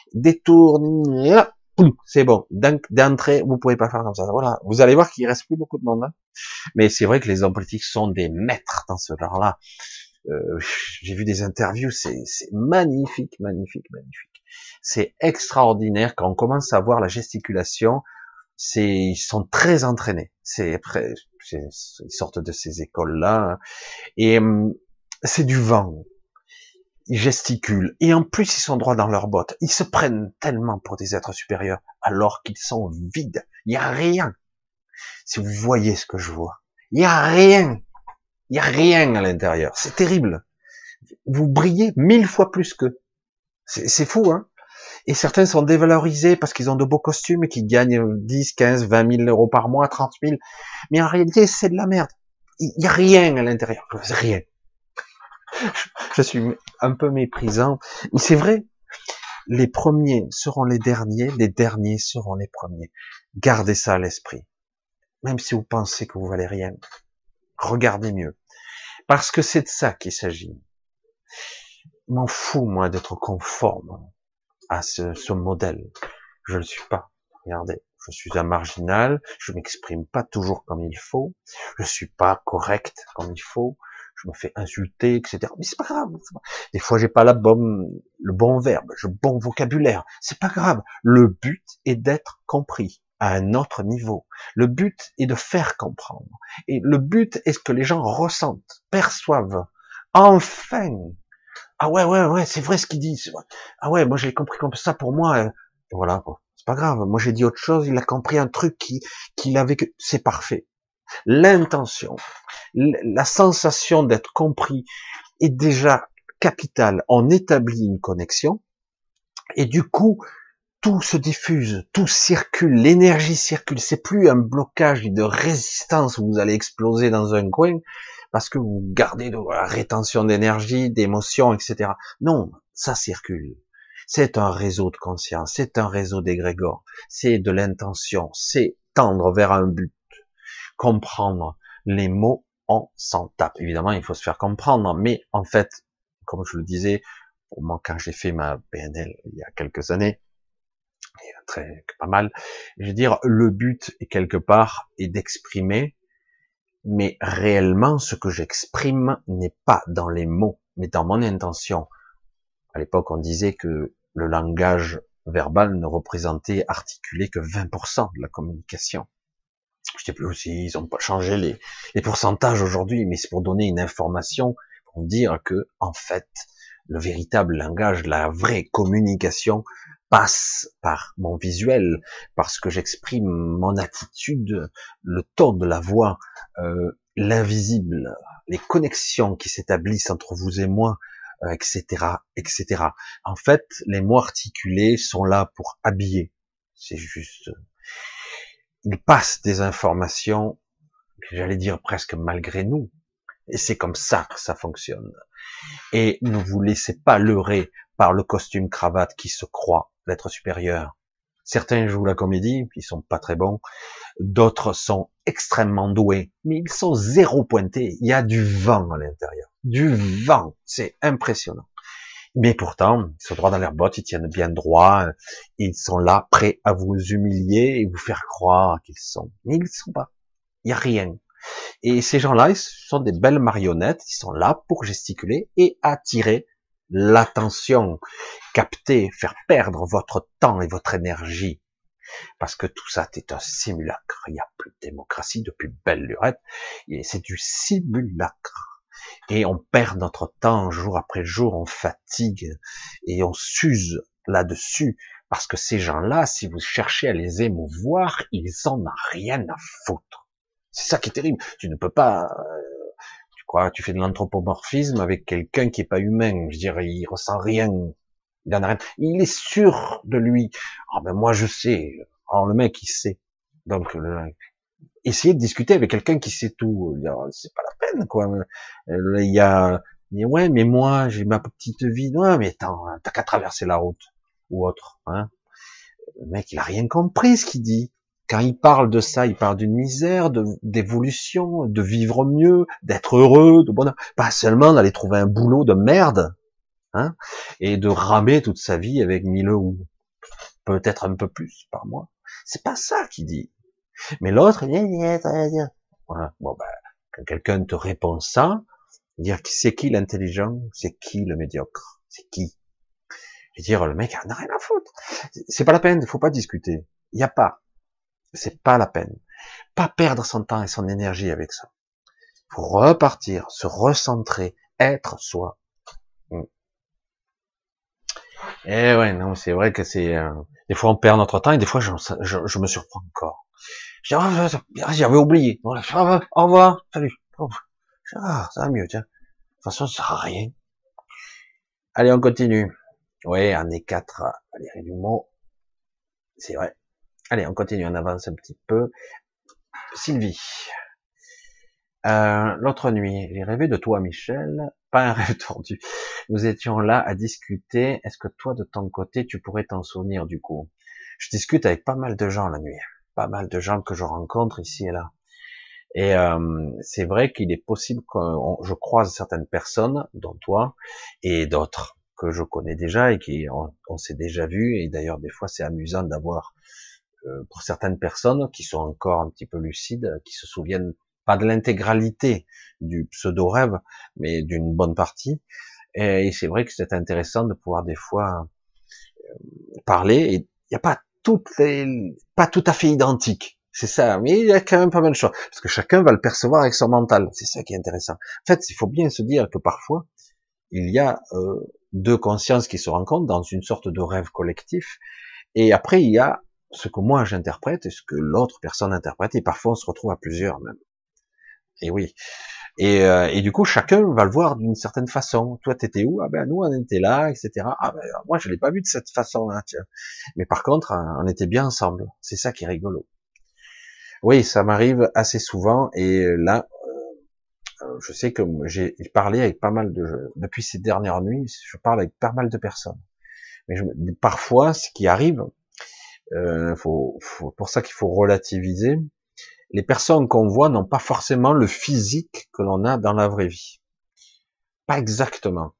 détournent. C'est bon. D'entrée, vous pouvez pas faire comme ça. Voilà. Vous allez voir qu'il reste plus beaucoup de monde. Hein. Mais c'est vrai que les hommes politiques sont des maîtres dans ce genre-là. Euh, j'ai vu des interviews, c'est magnifique, magnifique, magnifique. C'est extraordinaire quand on commence à voir la gesticulation. C'est, ils sont très entraînés. C'est après, ils sortent de ces écoles-là et hum, c'est du vent. Ils gesticulent et en plus ils sont droits dans leurs bottes. Ils se prennent tellement pour des êtres supérieurs alors qu'ils sont vides. Il y a rien. Si vous voyez ce que je vois, il y a rien. Il y a rien à l'intérieur. C'est terrible. Vous brillez mille fois plus qu'eux. C'est fou, hein. Et certains sont dévalorisés parce qu'ils ont de beaux costumes et qu'ils gagnent dix, quinze, vingt mille euros par mois, trente mille. Mais en réalité, c'est de la merde. Il y a rien à l'intérieur. Rien. Je suis un peu méprisant. Mais c'est vrai. Les premiers seront les derniers. Les derniers seront les premiers. Gardez ça à l'esprit. même si vous pensez que vous valez rien. Regardez mieux. Parce que c'est de ça qu'il s'agit. Je m'en fous, moi, d'être conforme à ce, ce modèle. Je ne le suis pas. Regardez, je suis un marginal, je m'exprime pas toujours comme il faut, je suis pas correct comme il faut, je me fais insulter, et cetera. Mais c'est pas grave. C'est pas... Des fois, j'ai pas la bonne, le bon verbe, le bon vocabulaire. C'est pas grave. Le but est d'être compris à un autre niveau. Le but est de faire comprendre. Et le but est que les gens ressentent, perçoivent. Enfin, ah ouais, ouais, ouais, c'est vrai ce qu'il dit. Ah ouais, moi j'ai compris comme ça pour moi. euh, Et voilà, quoi. C'est pas grave. Moi j'ai dit autre chose. Il a compris un truc qui, qu'il avait que, c'est parfait. L'intention, la sensation d'être compris est déjà capitale. On établit une connexion et du coup, tout se diffuse, tout circule, l'énergie circule. C'est plus un blocage de résistance où vous allez exploser dans un coin parce que vous gardez de la rétention d'énergie, d'émotions, et cetera. Non, ça circule. C'est un réseau de conscience, c'est un réseau d'égrégores, c'est de l'intention, c'est tendre vers un but. Comprendre les mots, on s'en tape. Évidemment, il faut se faire comprendre, mais en fait, comme je le disais, pour moi, quand j'ai fait ma P N L il y a quelques années, très pas mal, je veux dire, le but est quelque part est d'exprimer, mais réellement, ce que j'exprime n'est pas dans les mots, mais dans mon intention. À l'époque, on disait que le langage verbal ne représentait, articulé que vingt pour cent de la communication. Je sais plus aussi, ils ont pas changé les, les pourcentages aujourd'hui, mais c'est pour donner une information, pour dire que, en fait, le véritable langage, la vraie communication passe par mon visuel, parce que j'exprime mon attitude, le ton de la voix, euh, l'invisible, les connexions qui s'établissent entre vous et moi, euh, et cetera, et cetera. En fait, les mots articulés sont là pour habiller. C'est juste, ils passent des informations, j'allais dire presque malgré nous. Et c'est comme ça que ça fonctionne. Et ne vous laissez pas leurrer par le costume cravate qui se croit l'être supérieur. Certains jouent la comédie, ils sont pas très bons. D'autres sont extrêmement doués, mais ils sont zéro pointés. Il y a du vent à l'intérieur. Du vent. C'est impressionnant. Mais pourtant, ils sont droits dans leurs bottes, ils tiennent bien droit, ils sont là, prêts à vous humilier et vous faire croire qu'ils sont. Mais ils ne sont pas. Il n'y a rien. Et ces gens-là, ils sont des belles marionnettes, ils sont là pour gesticuler et attirer l'attention, capter, faire perdre votre temps et votre énergie. Parce que tout ça, c'est un simulacre. Il n'y a plus de démocratie depuis belle lurette. Et c'est du simulacre. Et on perd notre temps jour après jour, on fatigue et on s'use là-dessus. Parce que ces gens-là, si vous cherchez à les émouvoir, ils en ont rien à foutre. C'est ça qui est terrible. Tu ne peux pas, euh, tu crois, tu fais de l'anthropomorphisme avec quelqu'un qui est pas humain. Je dirais, il ressent rien. Il en a rien. Il est sûr de lui. Ah ben moi je sais. Alors le mec il sait. Donc le, essayez de discuter avec quelqu'un qui sait tout. C'est pas la peine quoi. Il y a, il dit, ouais mais moi j'ai ma petite vie. Ouais mais attends, t'as qu'à traverser la route ou autre. Hein. Le mec il a rien compris ce qu'il dit. Quand il parle de ça, il parle d'une misère, de, d'évolution, de vivre mieux, d'être heureux, de bonheur. Pas seulement d'aller trouver un boulot de merde, hein, et de ramer toute sa vie avec mille ou peut-être un peu plus par mois. C'est pas ça qu'il dit. Mais l'autre, il dit, voilà. Bon, ben, quand quelqu'un te répond ça, dire qui c'est qui l'intelligent, c'est qui le médiocre, c'est qui. Je veux dire, le mec en a rien à foutre. C'est pas la peine, il faut pas discuter. Il y a pas. C'est pas la peine. Pas perdre son temps et son énergie avec ça. Faut repartir, se recentrer, être soi. Et ouais, non, c'est vrai que c'est, euh, des fois on perd notre temps et des fois je, je, je me surprends encore. Je dis, oh, j'avais oublié. Voilà, au revoir, salut. Ah, ça va mieux, tiens. De toute façon, ça sert à rien. Allez, on continue. Ouais, on est quatre à lire du mot. C'est vrai. Allez, on continue, on avance un petit peu. Sylvie. Euh, l'autre nuit, j'ai rêvé de toi, Michel. Pas un rêve tordu. Nous étions là à discuter. Est-ce que toi, de ton côté, tu pourrais t'en souvenir du coup? Je discute avec pas mal de gens la nuit. pas mal de gens que je rencontre ici et là. Et euh, c'est vrai qu'il est possible que je croise certaines personnes, dont toi, et d'autres que je connais déjà et qui on, on s'est déjà vu. Et d'ailleurs, des fois, c'est amusant d'avoir euh, pour certaines personnes qui sont encore un petit peu lucides, qui se souviennent pas de l'intégralité du pseudo rêve, mais d'une bonne partie. Et, et c'est vrai que c'est intéressant de pouvoir des fois parler. Et il n'y a pas toutes les, pas tout à fait identique. C'est ça, mais il y a quand même pas mal de choses, parce que chacun va le percevoir avec son mental. C'est ça qui est intéressant. En fait, il faut bien se dire que parfois, il y a euh, deux consciences qui se rencontrent dans une sorte de rêve collectif, et après, il y a ce que moi j'interprète et ce que l'autre personne interprète, et parfois on se retrouve à plusieurs même. Et oui. Et, euh, et du coup, chacun va le voir d'une certaine façon. Toi, t'étais où? Ah ben nous, on était là, et cetera. Ah ben moi, je l'ai pas vu de cette façon-là, tiens. Mais par contre, on était bien ensemble. C'est ça qui est rigolo. Oui, ça m'arrive assez souvent. Et là, euh, je sais que j'ai parlé avec pas mal de, depuis ces dernières nuits, je parle avec pas mal de personnes. Mais je, parfois, ce qui arrive, euh, faut, faut, pour ça qu'il faut relativiser. Les personnes qu'on voit n'ont pas forcément le physique que l'on a dans la vraie vie. Pas exactement.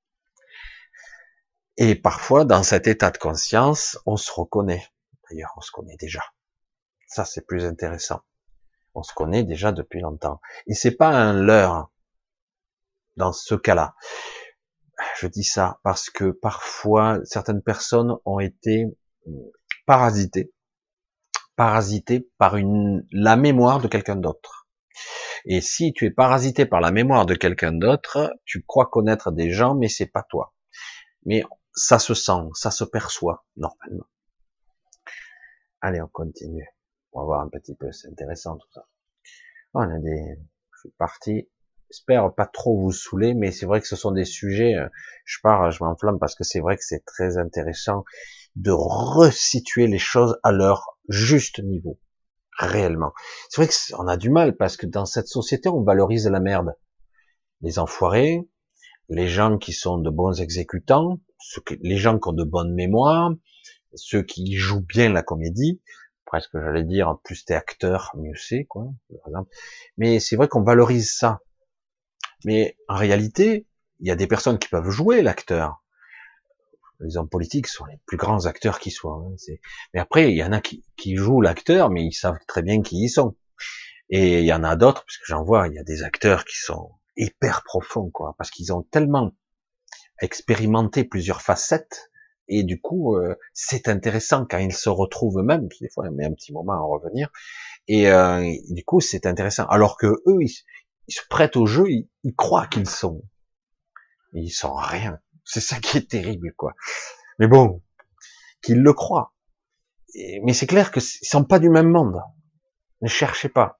Et parfois, dans cet état de conscience, on se reconnaît. D'ailleurs, on se connaît déjà. Ça, c'est plus intéressant. On se connaît déjà depuis longtemps. Et c'est pas un leurre dans ce cas-là. Je dis ça parce que parfois, certaines personnes ont été parasitées, parasitées par une, la mémoire de quelqu'un d'autre. Et si tu es parasité par la mémoire de quelqu'un d'autre, tu crois connaître des gens, mais c'est pas toi. Mais ça se sent, ça se perçoit normalement. Allez, on continue. On va voir un petit peu, c'est intéressant tout ça. On a des, je suis parti. J'espère pas trop vous saouler, mais c'est vrai que ce sont des sujets. Je pars, je m'enflamme parce que c'est vrai que c'est très intéressant de resituer les choses à leur juste niveau, réellement. C'est vrai qu'on a du mal parce que dans cette société, on valorise la merde, les enfoirés, les gens qui sont de bons exécutants, ceux qui, les gens qui ont de bonnes mémoires, ceux qui jouent bien la comédie, presque j'allais dire, plus t'es acteur, mieux c'est, quoi, par exemple. Mais c'est vrai qu'on valorise ça. Mais en réalité, il y a des personnes qui peuvent jouer l'acteur. Les hommes politiques sont les plus grands acteurs qui soient. Hein, mais après, il y en a qui, qui jouent l'acteur, mais ils savent très bien qui ils sont. Et il y en a d'autres, parce que j'en vois, il y a des acteurs qui sont hyper profonds, quoi, parce qu'ils ont tellement expérimenté plusieurs facettes. Et du coup, euh, c'est intéressant quand ils se retrouvent eux-mêmes. Des fois, il met un petit moment à en revenir. Et, euh, et du coup, c'est intéressant. Alors que eux, ils, ils se prêtent au jeu, ils, ils croient qu'ils sont. Et ils sont rien. C'est ça qui est terrible, quoi. Mais bon, qu'ils le croient. Et, mais c'est clair que ils sont pas du même monde. Ne cherchez pas.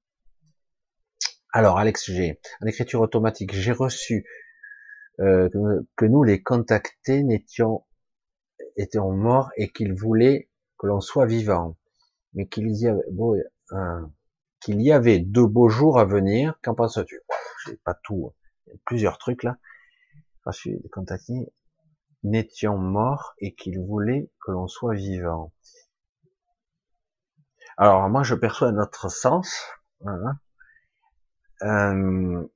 Alors, Alex G, en écriture automatique, j'ai reçu euh, que nous, les contactés, n'étions étions morts et qu'ils voulaient que l'on soit vivant, mais qu'il y avait beau, euh, qu'il y avait de beaux jours à venir. Qu'en penses-tu? J'ai pas tout, il y a plusieurs trucs là. Je suis contacté, n'étions morts et qu'ils voulaient que l'on soit vivant. Alors moi, je perçois un autre sens. Voilà. Euh,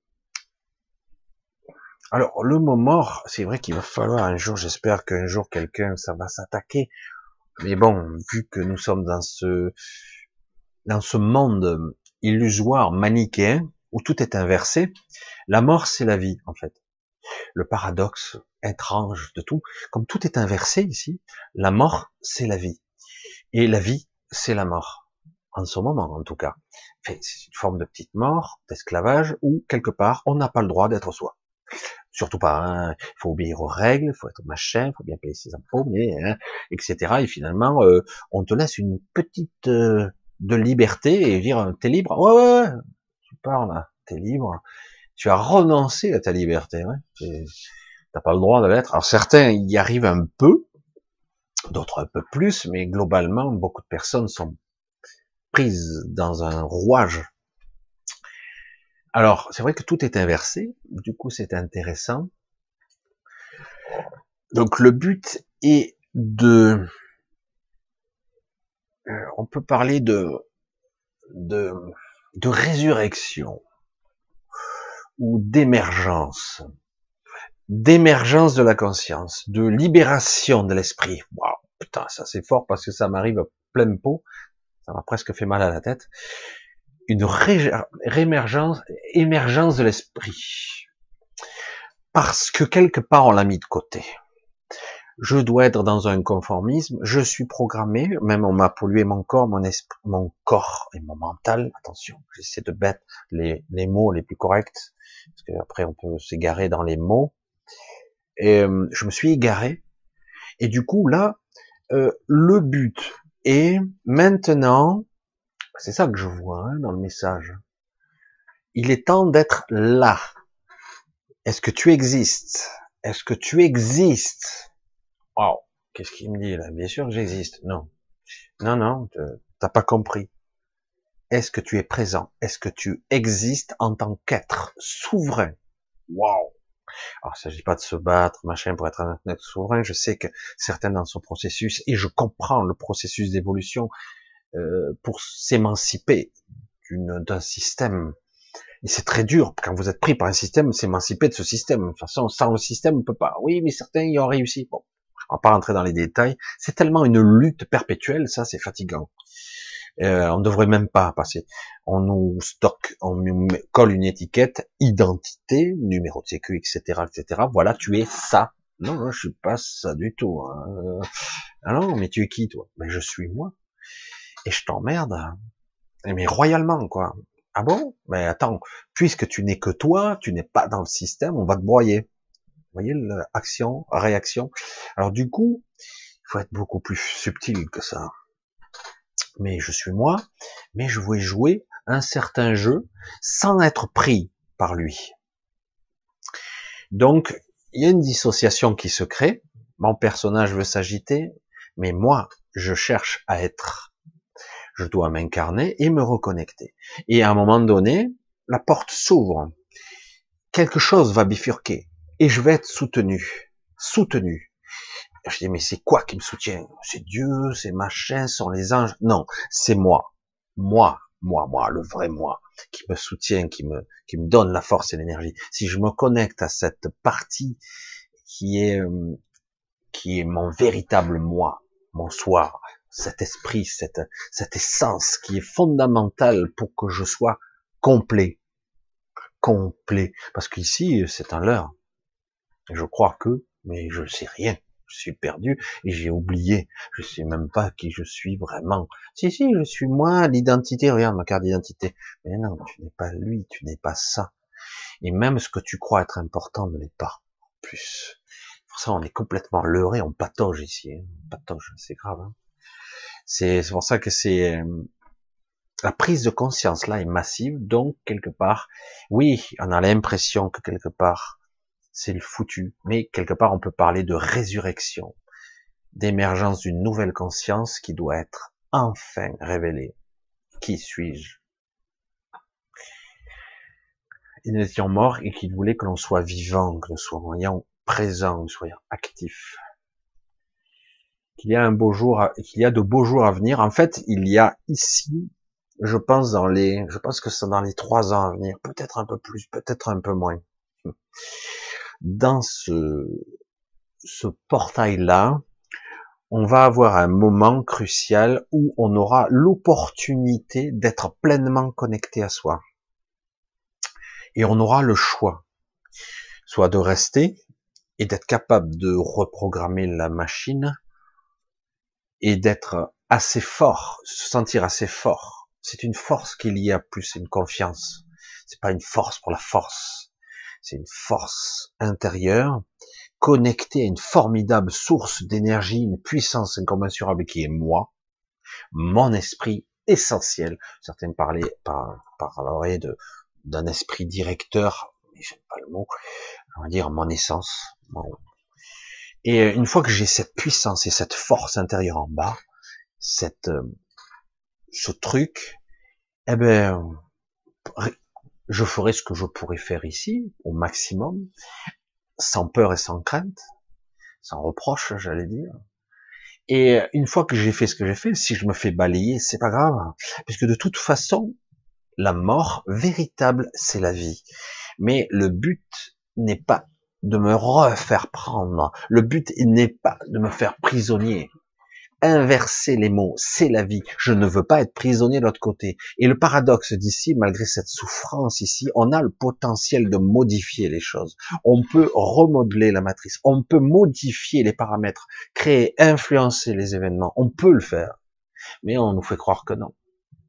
alors le mot mort, c'est vrai qu'il va falloir un jour. J'espère qu'un jour quelqu'un ça va s'attaquer. Mais bon, vu que nous sommes dans ce dans ce monde illusoire, manichéen, où tout est inversé, la mort c'est la vie en fait. Le paradoxe étrange de tout, comme tout est inversé ici, la mort c'est la vie. Et la vie c'est la mort. En ce moment en tout cas. Enfin, c'est une forme de petite mort, d'esclavage, où quelque part on n'a pas le droit d'être soi. Surtout pas, hein. Il faut obéir aux règles, il faut être machin, il faut bien payer ses impôts, mais hein, et cetera. Et finalement, euh, on te laisse une petite euh, de liberté et dire t'es libre. Ouais, ouais, ouais, tu parles, là, t'es libre. Tu as renoncé à ta liberté. Ouais. T'as pas le droit de l'être. Alors certains y arrivent un peu, d'autres un peu plus, mais globalement, beaucoup de personnes sont prises dans un rouage. Alors, c'est vrai que tout est inversé, du coup c'est intéressant. Donc le but est de euh, on peut parler de, de, de résurrection ou d'émergence, d'émergence de la conscience, de libération de l'esprit. Waouh, putain, ça c'est fort parce que ça m'arrive plein pot, ça m'a presque fait mal à la tête. Une ré réémergence, émergence de l'esprit. Parce que quelque part on l'a mis de côté. Je dois être dans un conformisme, je suis programmé, même on m'a pollué mon corps, mon esprit, mon corps et mon mental. Attention, j'essaie de mettre les, les mots les plus corrects, parce qu'après on peut s'égarer dans les mots. Et euh, je me suis égaré, et du coup là, euh, le but est maintenant, c'est ça que je vois hein, dans le message, il est temps d'être là. Est-ce que tu existes? Est-ce que tu existes? Waouh, qu'est-ce qu'il me dit là? Bien sûr que j'existe. Non, non, non, t'as pas compris. Est-ce que tu es présent? Est-ce que tu existes en tant qu'être souverain? Waouh. Alors, il s'agit pas de se battre, machin, pour être un être souverain. Je sais que certains dans ce processus, et je comprends le processus d'évolution euh, pour s'émanciper d'un système. Et c'est très dur, quand vous êtes pris par un système, s'émanciper de ce système. De toute façon, sans le système, on peut pas. Oui, mais certains y ont réussi. Bon, on va pas rentrer dans les détails. C'est tellement une lutte perpétuelle, ça, c'est fatigant. Euh, on ne devrait même pas passer. On nous stocke, on nous colle une étiquette, identité, numéro de sécu, et cetera, et cetera. Voilà, tu es ça. Non, non, je suis pas ça du tout. Hein. Ah non, mais tu es qui, toi? Ben, je suis moi. Et je t'emmerde. Mais royalement, quoi. Ah bon? Mais attends, puisque tu n'es que toi, tu n'es pas dans le système, on va te broyer. Vous voyez l'action, réaction. Alors du coup, il faut être beaucoup plus subtil que ça. Mais je suis moi, mais je vais jouer un certain jeu sans être pris par lui. Donc, il y a une dissociation qui se crée. Mon personnage veut s'agiter, mais moi, je cherche à être. Je dois m'incarner et me reconnecter. Et à un moment donné, la porte s'ouvre. Quelque chose va bifurquer. Et je vais être soutenu. Soutenu. Je dis, mais c'est quoi qui me soutient? C'est Dieu, c'est machin, ce sont les anges. Non, c'est moi. Moi, moi, moi, le vrai moi, qui me soutient, qui me, qui me donne la force et l'énergie. Si je me connecte à cette partie qui est, euh, qui est mon véritable moi, mon soi, cet esprit, cette, cette essence qui est fondamentale pour que je sois complet. Complet. Parce qu'ici, c'est un leurre. Je crois que, mais je sais rien. Je suis perdu et j'ai oublié. Je sais même pas qui je suis vraiment. Si, si, je suis moi, l'identité. Regarde ma carte d'identité. Mais non, tu n'es pas lui, tu n'es pas ça. Et même ce que tu crois être important ne l'est pas. En plus. Pour ça, on est complètement leurré, on patauge ici. Hein. On patauge, c'est grave. Hein. C'est pour ça que c'est la prise de conscience là est massive. Donc quelque part, oui, on a l'impression que quelque part c'est le foutu, mais quelque part on peut parler de résurrection, d'émergence d'une nouvelle conscience qui doit être enfin révélée. Qui suis-je? Nous étions morts et qu'il voulait que l'on soit vivant, que nous soyons présents, que nous soyons actifs. Qu'il y a un beau jour, qu'il y a de beaux jours à venir. En fait, il y a ici, je pense dans les, je pense que c'est dans les trois ans à venir, peut-être un peu plus, peut-être un peu moins. Dans ce, ce portail-là, on va avoir un moment crucial où on aura l'opportunité d'être pleinement connecté à soi. Et on aura le choix, soit de rester et d'être capable de reprogrammer la machine et d'être assez fort, se sentir assez fort. C'est une force qu'il y a plus, une confiance. C'est pas une force pour la force. C'est une force intérieure, connectée à une formidable source d'énergie, une puissance incommensurable qui est moi, mon esprit essentiel. Certains parlaient, par, parleraient de, d'un esprit directeur, mais j'aime pas le mot, on va dire mon essence. Mon... Et une fois que j'ai cette puissance et cette force intérieure en bas, cette, ce truc, eh ben, je ferai ce que je pourrais faire ici, au maximum, sans peur et sans crainte, sans reproche, j'allais dire. Et une fois que j'ai fait ce que j'ai fait, si je me fais balayer, c'est pas grave, puisque de toute façon, la mort véritable, c'est la vie. Mais le but n'est pas de me refaire prendre. Le but n'est pas de me faire prisonnier. Inverser les mots, c'est la vie. Je ne veux pas être prisonnier de l'autre côté. Et le paradoxe d'ici, malgré cette souffrance ici, on a le potentiel de modifier les choses. On peut remodeler la matrice. On peut modifier les paramètres, créer, influencer les événements. On peut le faire. Mais on nous fait croire que non.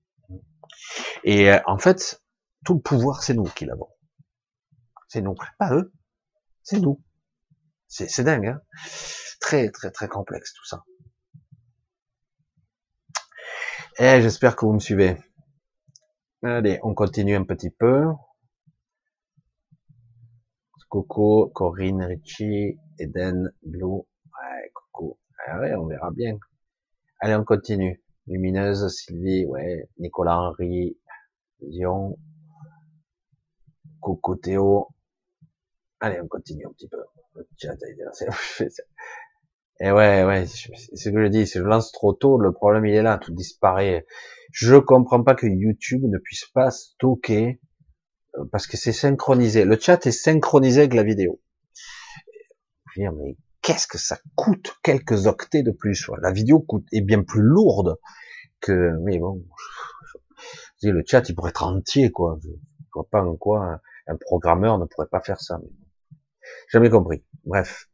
Et euh, en fait, tout le pouvoir, c'est nous qui l'avons. C'est nous. Pas eux. C'est nous. C'est, c'est dingue, hein. Très, très, très complexe tout ça. Et j'espère que vous me suivez. Allez, on continue un petit peu. Coco, Corinne, Richie, Eden, Blue. Ouais, Coco. Ah ouais, on verra bien. Allez, on continue. Lumineuse, Sylvie, ouais, Nicolas Henry, Dion, Coco Théo. Allez, on continue un petit peu. Le chat a été lancé. Et ouais, ouais, c'est ce que je dis, si je lance trop tôt, le problème il est là, tout disparaît. Je comprends pas que YouTube ne puisse pas stocker, parce que c'est synchronisé. Le chat est synchronisé avec la vidéo. Je veux dire, mais qu'est-ce que ça coûte quelques octets de plus? La vidéo coûte, est bien plus lourde que, mais bon, je dis, le chat il pourrait être entier, quoi. Je vois pas en quoi un, un programmeur ne pourrait pas faire ça. Mais jamais compris. Bref.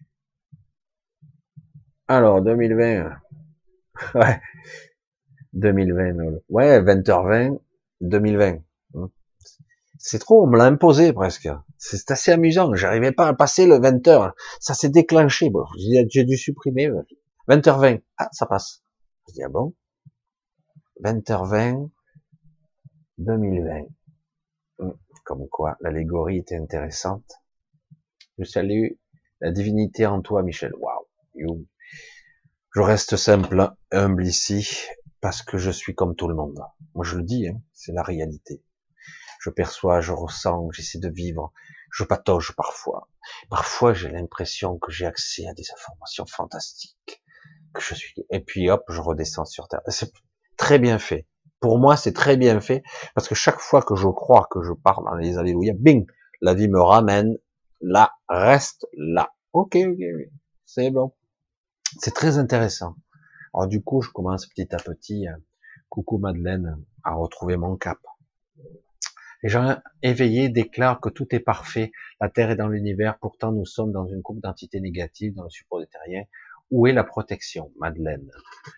Alors, deux mille vingt, ouais, deux mille vingt, ouais, vingt heures vingt, deux mille vingt. C'est trop, on me l'a imposé presque. C'est assez amusant, j'arrivais pas à passer le vingt heures. Ça s'est déclenché, bon, j'ai dû supprimer. vingt heures vingt, ah, ça passe. Je dis, ah bon? vingt heures vingt, deux mille vingt. Comme quoi, l'allégorie était intéressante. Je salue la divinité en toi, Michel. Waouh. Je reste simple, humble ici, parce que je suis comme tout le monde. Moi, je le dis, hein, c'est la réalité. Je perçois, je ressens, j'essaie de vivre. Je patauge parfois. Parfois, j'ai l'impression que j'ai accès à des informations fantastiques, que je suis. Et puis, hop, je redescends sur terre. C'est très bien fait. Pour moi, c'est très bien fait, parce que chaque fois que je crois que je pars dans les alléluia, bing, la vie me ramène là, reste là. Ok, ok, c'est bon. C'est très intéressant. Alors du coup, je commence petit à petit, euh, coucou Madeleine, à retrouver mon cap. Les gens éveillés déclarent que tout est parfait, la Terre est dans l'univers, pourtant nous sommes dans une coupe d'entités négatives, dans le support terrien. Où est la protection, Madeleine?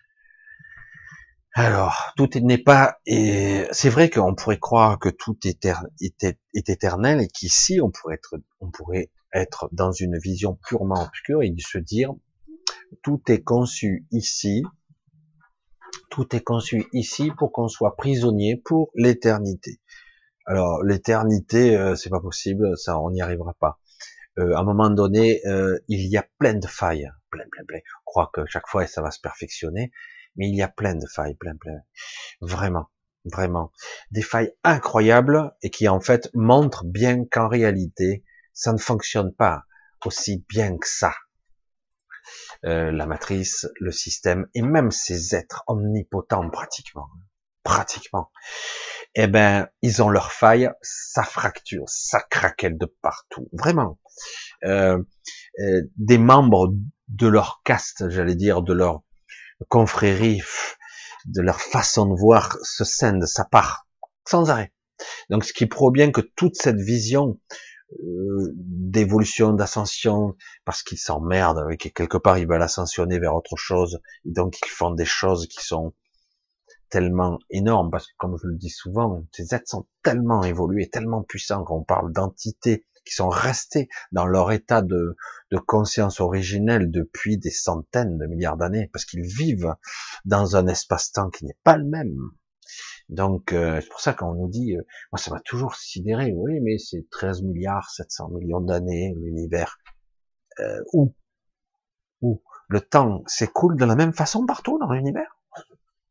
Alors, tout n'est pas... Et c'est vrai qu'on pourrait croire que tout est, est, est éternel et qu'ici, on pourrait être, on pourrait être dans une vision purement obscure et se dire tout est conçu ici, tout est conçu ici pour qu'on soit prisonnier pour l'éternité. Alors l'éternité, euh, c'est pas possible, ça on n'y arrivera pas. Euh, à un moment donné, euh, il y a plein de failles, plein, plein, plein. On croit que chaque fois ça va se perfectionner, mais il y a plein de failles, plein, plein. Vraiment, vraiment, des failles incroyables et qui en fait montrent bien qu'en réalité, ça ne fonctionne pas aussi bien que ça. Euh, la matrice, le système, et même ces êtres omnipotents pratiquement, pratiquement, eh ben, ils ont leurs failles, ça fracture, ça craquelle de partout, vraiment. Euh, euh, des membres de leur caste, j'allais dire, de leur confrérie, de leur façon de voir, se scindent, ça part, sans arrêt. Donc, ce qui prouve bien que toute cette vision Euh, d'évolution, d'ascension, parce qu'ils s'emmerdent, et que quelque part ils veulent ascensionner vers autre chose, et donc ils font des choses qui sont tellement énormes, parce que comme je le dis souvent, ces êtres sont tellement évolués, tellement puissants, qu'on parle d'entités qui sont restées dans leur état de, de conscience originelle depuis des centaines de milliards d'années, parce qu'ils vivent dans un espace-temps qui n'est pas le même. Donc, euh, c'est pour ça qu'on nous dit, euh, moi ça m'a toujours sidéré, oui, mais c'est treize milliards sept cents millions d'années, l'univers. Euh, où Où Le temps s'écoule de la même façon partout dans l'univers?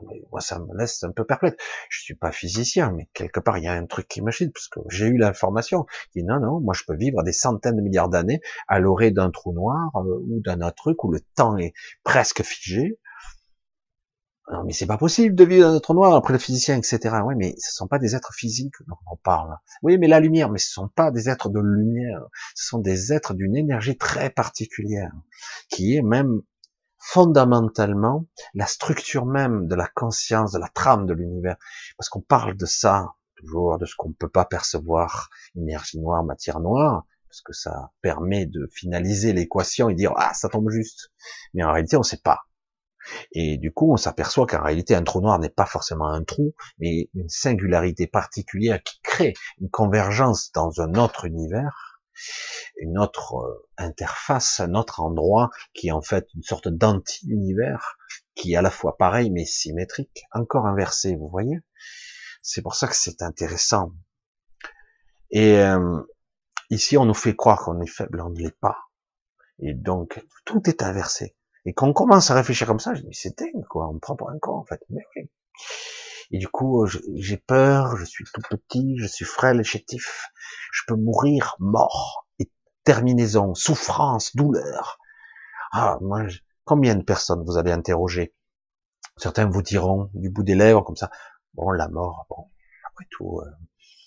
mais moi, ça me laisse un peu perplexe. Je suis pas physicien, mais quelque part, il y a un truc qui m'agite, parce que j'ai eu l'information qui dit non, non, moi, je peux vivre des centaines de milliards d'années à l'orée d'un trou noir, euh, ou d'un autre truc où le temps est presque figé. Non, mais c'est pas possible de vivre dans un trou noir, après le physicien, et cetera. Oui, mais ce sont pas des êtres physiques dont on parle. Oui, mais la lumière, mais ce sont pas des êtres de lumière. Ce sont des êtres d'une énergie très particulière, qui est même fondamentalement la structure même de la conscience, de la trame de l'univers. Parce qu'on parle de ça, toujours, de ce qu'on ne peut pas percevoir, énergie noire, matière noire, parce que ça permet de finaliser l'équation et dire, ah, ça tombe juste. Mais en réalité, on ne sait pas. Et du coup, on s'aperçoit qu'en réalité, un trou noir n'est pas forcément un trou, mais une singularité particulière qui crée une convergence dans un autre univers, une autre euh, interface, un autre endroit qui est en fait une sorte d'anti-univers, qui est à la fois pareil mais symétrique, encore inversé, vous voyez. C'est pour ça que c'est intéressant. Et euh, ici, on nous fait croire qu'on est faible, on ne l'est pas. Et donc, tout est inversé. Et quand on commence à réfléchir comme ça, je me dis, c'est dingue, quoi, on me prend pour un con, en fait. Mais oui. Et du coup, j'ai peur, je suis tout petit, je suis frêle et chétif, je peux mourir mort, et terminaison, souffrance, douleur. Ah, moi, je... combien de personnes vous allez interroger? Certains vous diront du bout des lèvres, comme ça, bon, la mort, bon, après tout, euh...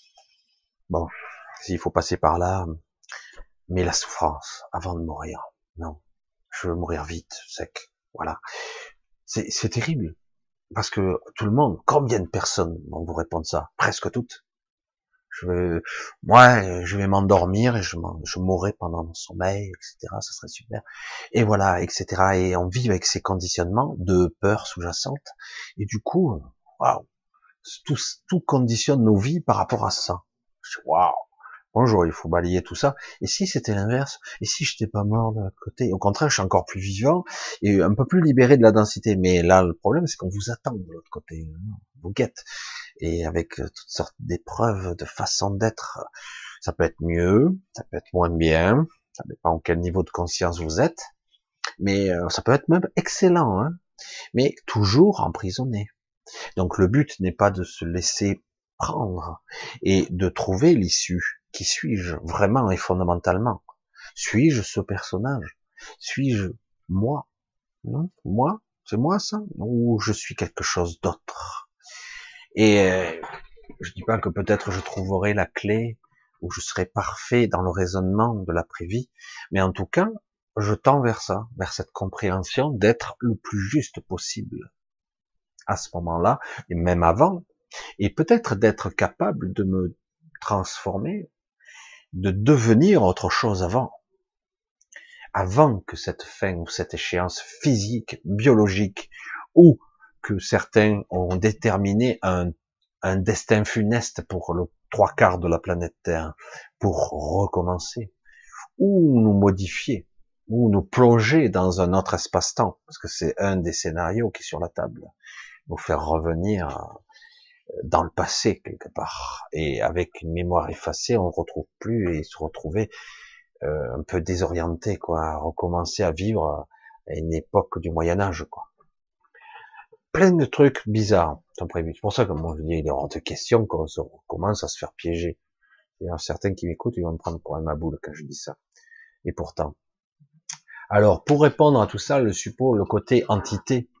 bon, s'il faut passer par là, mais la souffrance, avant de mourir, non. Je veux mourir vite, sec, voilà. C'est terrible, parce que tout le monde, combien de personnes vont vous répondre ça? Presque toutes. Je veux, moi, je vais m'endormir et je, je mourrai pendant mon sommeil, et cetera. Ça serait super. Et voilà, et cetera. Et on vit avec ces conditionnements de peur sous-jacente. Et du coup, waouh, tout, tout conditionne nos vies par rapport à ça. Waouh. Bonjour, il faut balayer tout ça. Et si c'était l'inverse? Et si j'étais pas mort de l'autre côté? Au contraire, je suis encore plus vivant et un peu plus libéré de la densité. Mais là, le problème, c'est qu'on vous attend de l'autre côté. On vous guette. Et avec toutes sortes d'épreuves, de façons d'être. Ça peut être mieux, ça peut être moins bien. Ça dépend quel niveau de conscience vous êtes. Mais ça peut être même excellent. Hein, mais toujours emprisonné. Donc le but n'est pas de se laisser prendre et de trouver l'issue. Qui suis-je vraiment et fondamentalement? Suis-je ce personnage? Suis-je moi? Non, moi? C'est moi ça? Ou je suis quelque chose d'autre? Et euh, je dis pas que peut-être je trouverai la clé ou je serai parfait dans le raisonnement de l'après-vie, mais en tout cas, je tends vers ça, vers cette compréhension d'être le plus juste possible à ce moment-là, et même avant, et peut-être d'être capable de me transformer, de devenir autre chose avant, avant que cette fin ou cette échéance physique, biologique, ou que certains ont déterminé un, un destin funeste pour le trois quarts de la planète Terre, pour recommencer, ou nous modifier, ou nous plonger dans un autre espace-temps, parce que c'est un des scénarios qui est sur la table, nous faire revenir dans le passé quelque part, et avec une mémoire effacée, on ne retrouve plus et se retrouver euh, un peu désorienté, quoi, recommencer à vivre à une époque du Moyen Âge, quoi. Plein de trucs bizarres sont prévus. C'est pour ça que moi je dis, il est hors de question qu'on commence à se faire piéger. Il y a certains qui m'écoutent, ils vont me prendre pour un maboule quand je dis ça. Et pourtant. Alors, pour répondre à tout ça, le suppos, le côté entité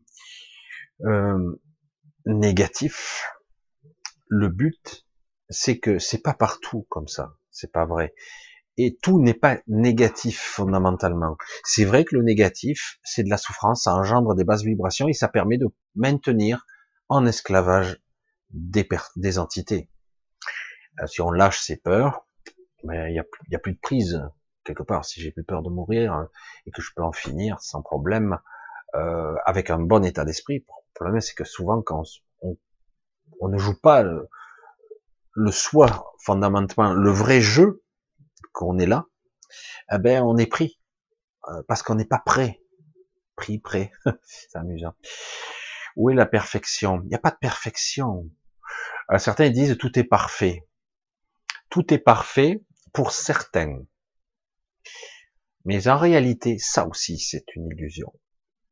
euh, négatif, le but, c'est que c'est pas partout comme ça. C'est pas vrai. Et tout n'est pas négatif fondamentalement. C'est vrai que le négatif, c'est de la souffrance, ça engendre des basses vibrations et ça permet de maintenir en esclavage des, des entités. Si on lâche ses peurs, ben, il n'y a, y a plus de prise quelque part. Si j'ai plus peur de mourir et que je peux en finir sans problème, euh, avec un bon état d'esprit. Le problème, c'est que souvent, quand on, on ne joue pas le, le soi fondamentalement, le vrai jeu, qu'on est là, eh ben on est pris euh, parce qu'on n'est pas prêt. Pris, prêt, c'est amusant. Où est la perfection? Il n'y a pas de perfection. Alors, certains disent tout est parfait. Tout est parfait pour certains. Mais en réalité, ça aussi, c'est une illusion.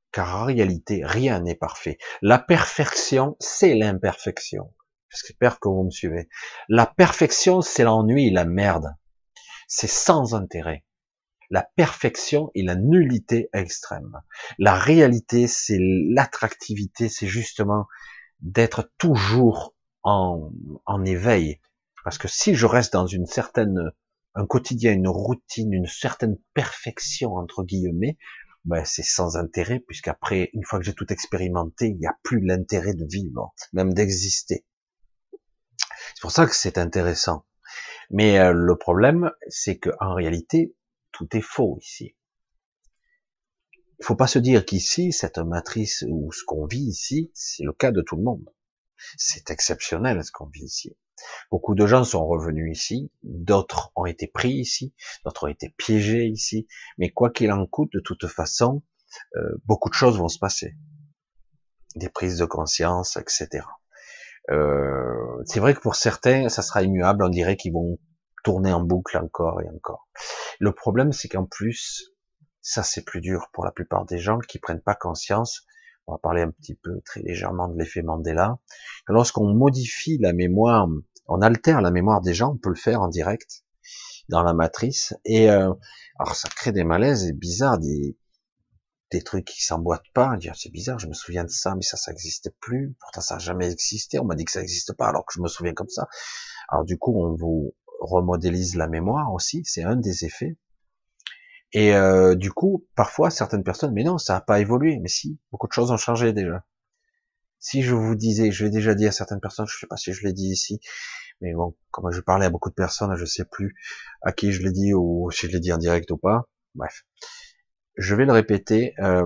Car en réalité, rien n'est parfait. La perfection, c'est l'imperfection. J'espère que vous me suivez. La perfection, c'est l'ennui, la merde. C'est sans intérêt. La perfection et la nullité extrême. La réalité, c'est l'attractivité, c'est justement d'être toujours en, en éveil. Parce que si je reste dans une certaine, un quotidien, une routine, une certaine perfection, entre guillemets, ben c'est sans intérêt, puisqu'après, une fois que j'ai tout expérimenté, il n'y a plus l'intérêt de vivre, même d'exister. C'est pour ça que c'est intéressant. Mais euh, le problème, c'est que en réalité, tout est faux ici. Il faut pas se dire qu'ici, cette matrice ou ce qu'on vit ici, c'est le cas de tout le monde. C'est exceptionnel ce qu'on vit ici. Beaucoup de gens sont revenus ici, d'autres ont été pris ici, d'autres ont été piégés ici, mais quoi qu'il en coûte, de toute façon, euh, beaucoup de choses vont se passer. Des prises de conscience, et cetera. Euh, c'est vrai que pour certains, ça sera immuable, on dirait qu'ils vont tourner en boucle encore et encore. Le problème, c'est qu'en plus, ça c'est plus dur pour la plupart des gens qui prennent pas conscience. On va parler un petit peu très légèrement de l'effet Mandela. Lorsqu'on modifie la mémoire, on altère la mémoire des gens, on peut le faire en direct dans la matrice. Et euh, alors ça crée des malaises bizarres, des, des trucs qui s'emboîtent pas. Dire c'est bizarre, je me souviens de ça, mais ça, ça n'existait plus. Pourtant, ça n'a jamais existé. On m'a dit que ça n'existe pas, alors que je me souviens comme ça. Alors du coup, on vous remodélise la mémoire aussi. C'est un des effets. Et euh, du coup, parfois, certaines personnes, mais non, ça n'a pas évolué. Mais si, beaucoup de choses ont changé déjà. Si je vous disais, je l'ai déjà dit à certaines personnes, je ne sais pas si je l'ai dit ici, mais bon, comme je parlais à beaucoup de personnes, je sais plus à qui je l'ai dit ou si je l'ai dit en direct ou pas. Bref, je vais le répéter. Euh,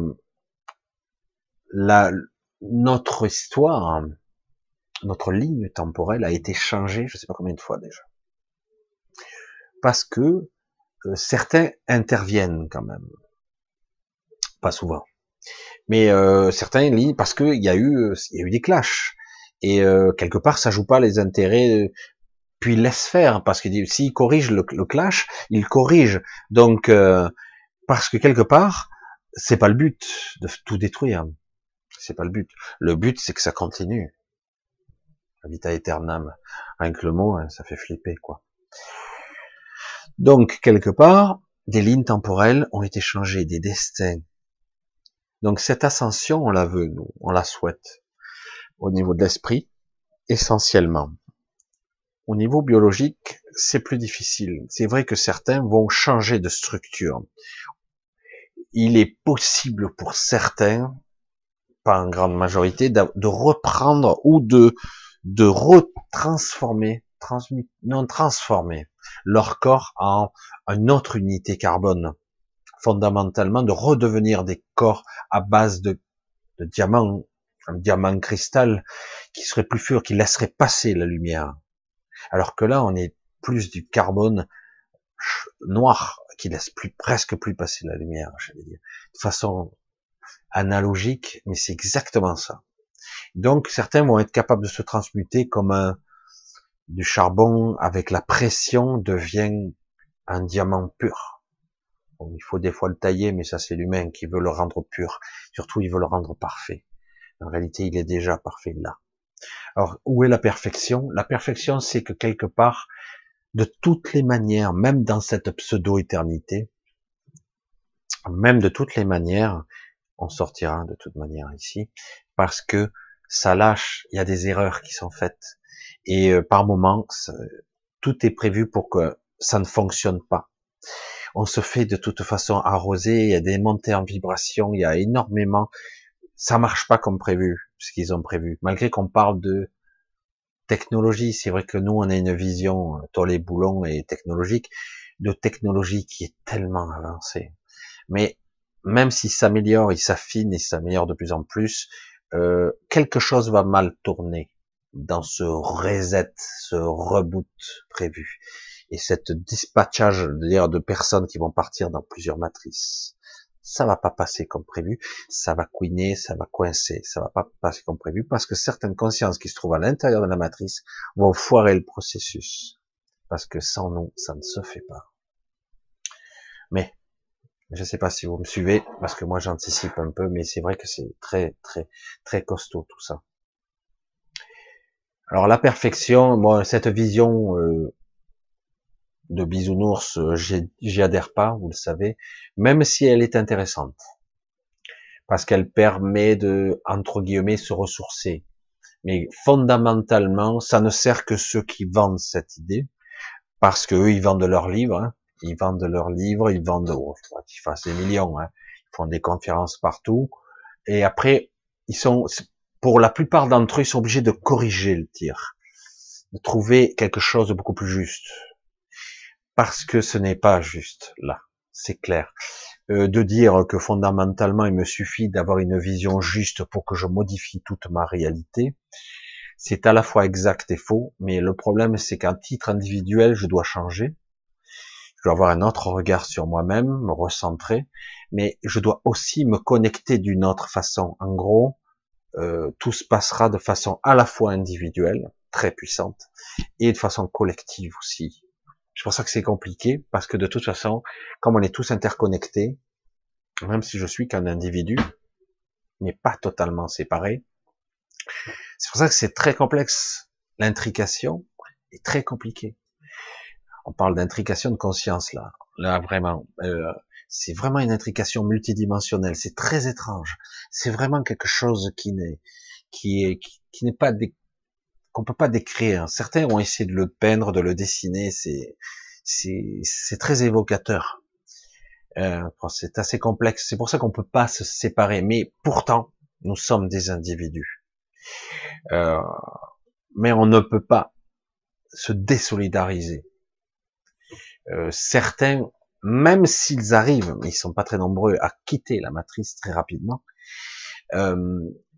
la, notre histoire, notre ligne temporelle a été changée, je ne sais pas combien de fois déjà, parce que euh, certains interviennent quand même, pas souvent. Mais euh, certains lisent parce qu'il y a eu, il y a eu des clashs et euh, quelque part ça joue pas les intérêts. Euh, puis il laisse faire parce qu'il dit s'il corrige le, le clash, il corrige. Donc euh, parce que quelque part c'est pas le but de tout détruire, c'est pas le but. Le but c'est que ça continue. Vita aeternam, rien que le mot, ça fait flipper quoi. Donc quelque part des lignes temporelles ont été changées, des destins. Donc cette ascension, on la veut, nous, on la souhaite. Au niveau de l'esprit, essentiellement. Au niveau biologique, c'est plus difficile. C'est vrai que certains vont changer de structure. Il est possible pour certains, pas en grande majorité, de reprendre ou de, de retransformer, transmuter, non transformer leur corps en une autre unité carbone. Fondamentalement, de redevenir des corps à base de, de diamants, un diamant cristal qui serait plus pur, qui laisserait passer la lumière. Alors que là, on est plus du carbone noir qui laisse plus, presque plus passer la lumière, je vais dire. De façon analogique, mais c'est exactement ça. Donc, certains vont être capables de se transmuter comme un, du charbon avec la pression devient un diamant pur. Bon, il faut des fois le tailler, mais ça c'est l'humain qui veut le rendre pur. Surtout, il veut le rendre parfait. En réalité, il est déjà parfait là. Alors, où est la perfection? La perfection, c'est que quelque part, de toutes les manières, même dans cette pseudo-éternité, même de toutes les manières, on sortira de toute manière ici, parce que ça lâche, il y a des erreurs qui sont faites. Et euh, par moments, tout est prévu pour que ça ne fonctionne pas. On se fait de toute façon arroser, il y a des montées en vibration, il y a énormément, ça marche pas comme prévu, ce qu'ils ont prévu. Malgré qu'on parle de technologie, c'est vrai que nous on a une vision tolle et boulon et technologique, de technologie qui est tellement avancée. Mais même s'il s'améliore, il s'affine et s'améliore de plus en plus, euh, quelque chose va mal tourner dans ce reset, ce reboot prévu. Et cette dispatchage de, de personnes qui vont partir dans plusieurs matrices, ça va pas passer comme prévu, ça va couiner, ça va coincer, ça va pas passer comme prévu, parce que certaines consciences qui se trouvent à l'intérieur de la matrice vont foirer le processus. Parce que sans nous, ça ne se fait pas. Mais Je ne sais pas si vous me suivez, parce que moi j'anticipe un peu, mais c'est vrai que c'est très, très, très costaud tout ça. Alors la perfection, moi cette vision euh, de bisounours, euh, j'y adhère pas, vous le savez, même si elle est intéressante, parce qu'elle permet de, entre guillemets, se ressourcer. Mais fondamentalement, ça ne sert que ceux qui vendent cette idée, parce que eux, ils vendent leurs livres, hein. Ils vendent leurs livres, ils vendent, oh, ils fassent des millions, hein. Ils font des conférences partout, et après, ils sont, pour la plupart d'entre eux, ils sont obligés de corriger le tir, de trouver quelque chose de beaucoup plus juste, parce que ce n'est pas juste là, c'est clair. Euh, de dire que fondamentalement, il me suffit d'avoir une vision juste pour que je modifie toute ma réalité, c'est à la fois exact et faux, mais le problème, c'est qu'à titre individuel, je dois changer, je dois avoir un autre regard sur moi-même, me recentrer, mais je dois aussi me connecter d'une autre façon. En gros, euh, tout se passera de façon à la fois individuelle, très puissante, et de façon collective aussi. C'est pour ça que c'est compliqué, parce que de toute façon, comme on est tous interconnectés, même si je suis qu'un individu, mais pas totalement séparé, c'est pour ça que c'est très complexe. L'intrication est très compliquée. On parle d'intrication de conscience là, là vraiment. Euh, c'est vraiment une intrication multidimensionnelle. C'est très étrange. C'est vraiment quelque chose qui n'est, qui est, qui, qui n'est pas dé, qu'on peut pas décrire. Certains ont essayé de le peindre, de le dessiner. C'est, c'est, c'est très évocateur. Euh, c'est assez complexe. C'est pour ça qu'on peut pas se séparer. Mais pourtant, nous sommes des individus. Euh, mais on ne peut pas se désolidariser. Euh, certains, même s'ils arrivent, mais ils sont pas très nombreux, à quitter la matrice très rapidement, euh,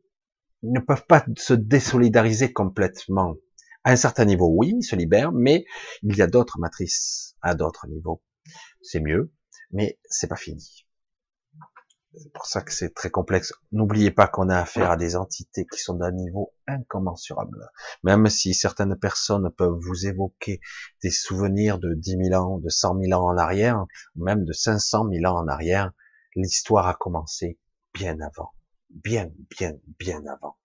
ne peuvent pas se désolidariser complètement. À un certain niveau, oui, ils se libèrent, mais il y a d'autres matrices à d'autres niveaux. C'est mieux, mais c'est pas fini. C'est pour ça que c'est très complexe. N'oubliez pas qu'on a affaire à des entités qui sont d'un niveau incommensurable. Même si certaines personnes peuvent vous évoquer des souvenirs de dix mille ans, de cent mille ans en arrière, même de cinq cent mille ans en arrière, l'histoire a commencé bien avant. Bien, bien, bien avant.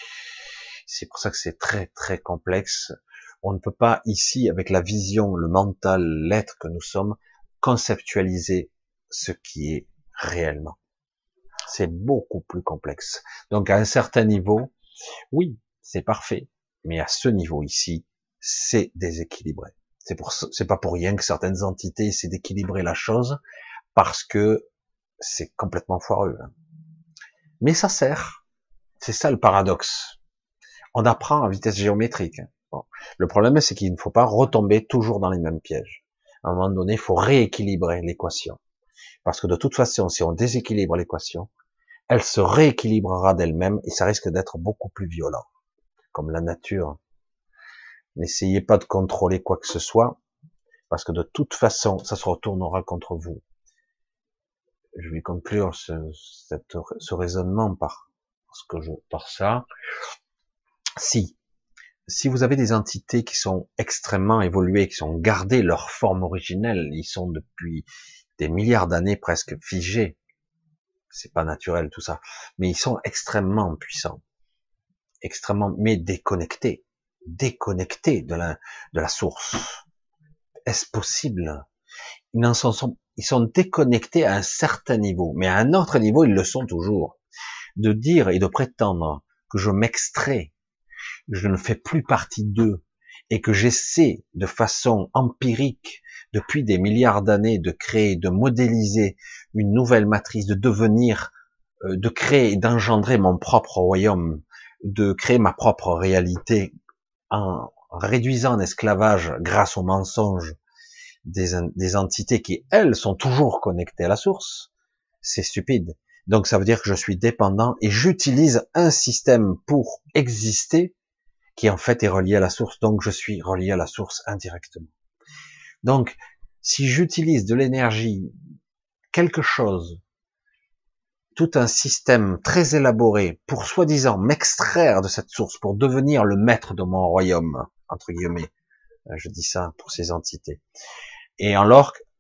C'est pour ça que c'est très, très complexe. On ne peut pas ici, avec la vision, le mental, l'être que nous sommes, conceptualiser ce qui est réellement. C'est beaucoup plus complexe. Donc à un certain niveau, oui, c'est parfait, mais à ce niveau ici, c'est déséquilibré. C'est pour, c'est pas pour rien que certaines entités essaient d'équilibrer la chose, parce que c'est complètement foireux. Hein. Mais ça sert. C'est ça le paradoxe. On apprend à vitesse géométrique. Bon. Le problème, c'est qu'il ne faut pas retomber toujours dans les mêmes pièges. À un moment donné, il faut rééquilibrer l'équation. Parce que de toute façon, si on déséquilibre l'équation, elle se rééquilibrera d'elle-même et ça risque d'être beaucoup plus violent. Comme la nature. N'essayez pas de contrôler quoi que ce soit, parce que de toute façon, ça se retournera contre vous. Je vais conclure ce, cette, ce raisonnement par, parce que je, par ça. Si, si vous avez des entités qui sont extrêmement évoluées, qui ont gardé leur forme originelle, ils sont depuis des milliards d'années presque figés, c'est pas naturel tout ça, mais ils sont extrêmement puissants, extrêmement, mais déconnectés, déconnectés de la, de la source. Est-ce possible? Ils en sont, ils sont déconnectés à un certain niveau, mais à un autre niveau, ils le sont toujours. De dire et de prétendre que je m'extrais, je ne fais plus partie d'eux, et que j'essaie de façon empirique, depuis des milliards d'années, de créer, de modéliser une nouvelle matrice, de devenir, euh, de créer et d'engendrer mon propre royaume, de créer ma propre réalité en réduisant en esclavage grâce au mensonge des, des entités qui, elles, sont toujours connectées à la source, c'est stupide. Donc ça veut dire que je suis dépendant et j'utilise un système pour exister qui en fait est relié à la source, donc je suis relié à la source indirectement. Donc, si j'utilise de l'énergie, quelque chose, tout un système très élaboré pour soi-disant m'extraire de cette source, pour devenir le maître de mon royaume, entre guillemets, je dis ça pour ces entités. Et alors,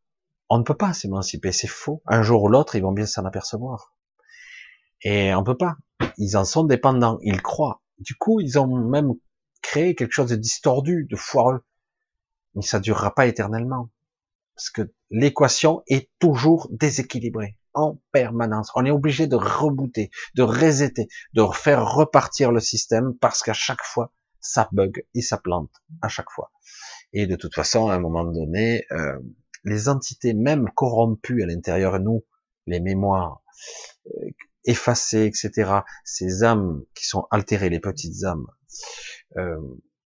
On ne peut pas s'émanciper, c'est faux. Un jour ou l'autre, ils vont bien s'en apercevoir. Et on peut pas. Ils en sont dépendants, ils croient. Du coup, ils ont même créé quelque chose de distordu, de foireux. Mais ça durera pas éternellement. Parce que l'équation est toujours déséquilibrée, en permanence. On est obligé de rebooter, de resetter, de faire repartir le système, parce qu'à chaque fois, ça bug et ça plante, à chaque fois. Et de toute façon, à un moment donné, euh, les entités même corrompues à l'intérieur de nous, les mémoires euh, effacées, et cetera, ces âmes qui sont altérées, les petites âmes, euh,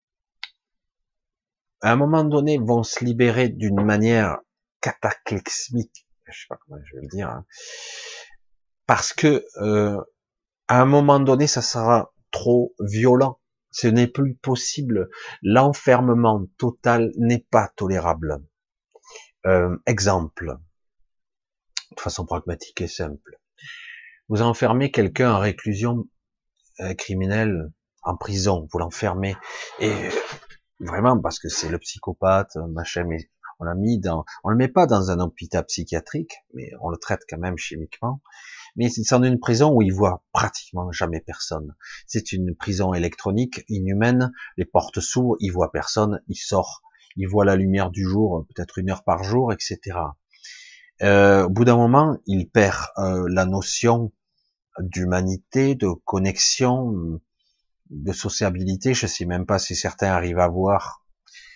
à un moment donné, vont se libérer d'une manière cataclysmique, je sais pas comment je vais le dire, hein, parce que euh, à un moment donné, ça sera trop violent. Ce n'est plus possible. L'enfermement total n'est pas tolérable. Euh, exemple, de façon pragmatique et simple. Vous enfermez quelqu'un en réclusion euh, criminelle, en prison, vous l'enfermez, et vraiment parce que c'est le psychopathe, machin, mais on l'a mis dans, on le met pas dans un hôpital psychiatrique, mais on le traite quand même chimiquement. Mais c'est dans une prison où il voit pratiquement jamais personne. C'est une prison électronique, inhumaine, les portes s'ouvrent, il voit personne, il sort, il voit la lumière du jour, peut-être une heure par jour, et cetera. Euh, au bout d'un moment, il perd euh, la notion d'humanité, de connexion, de sociabilité. Je sais même pas si certains arrivent à voir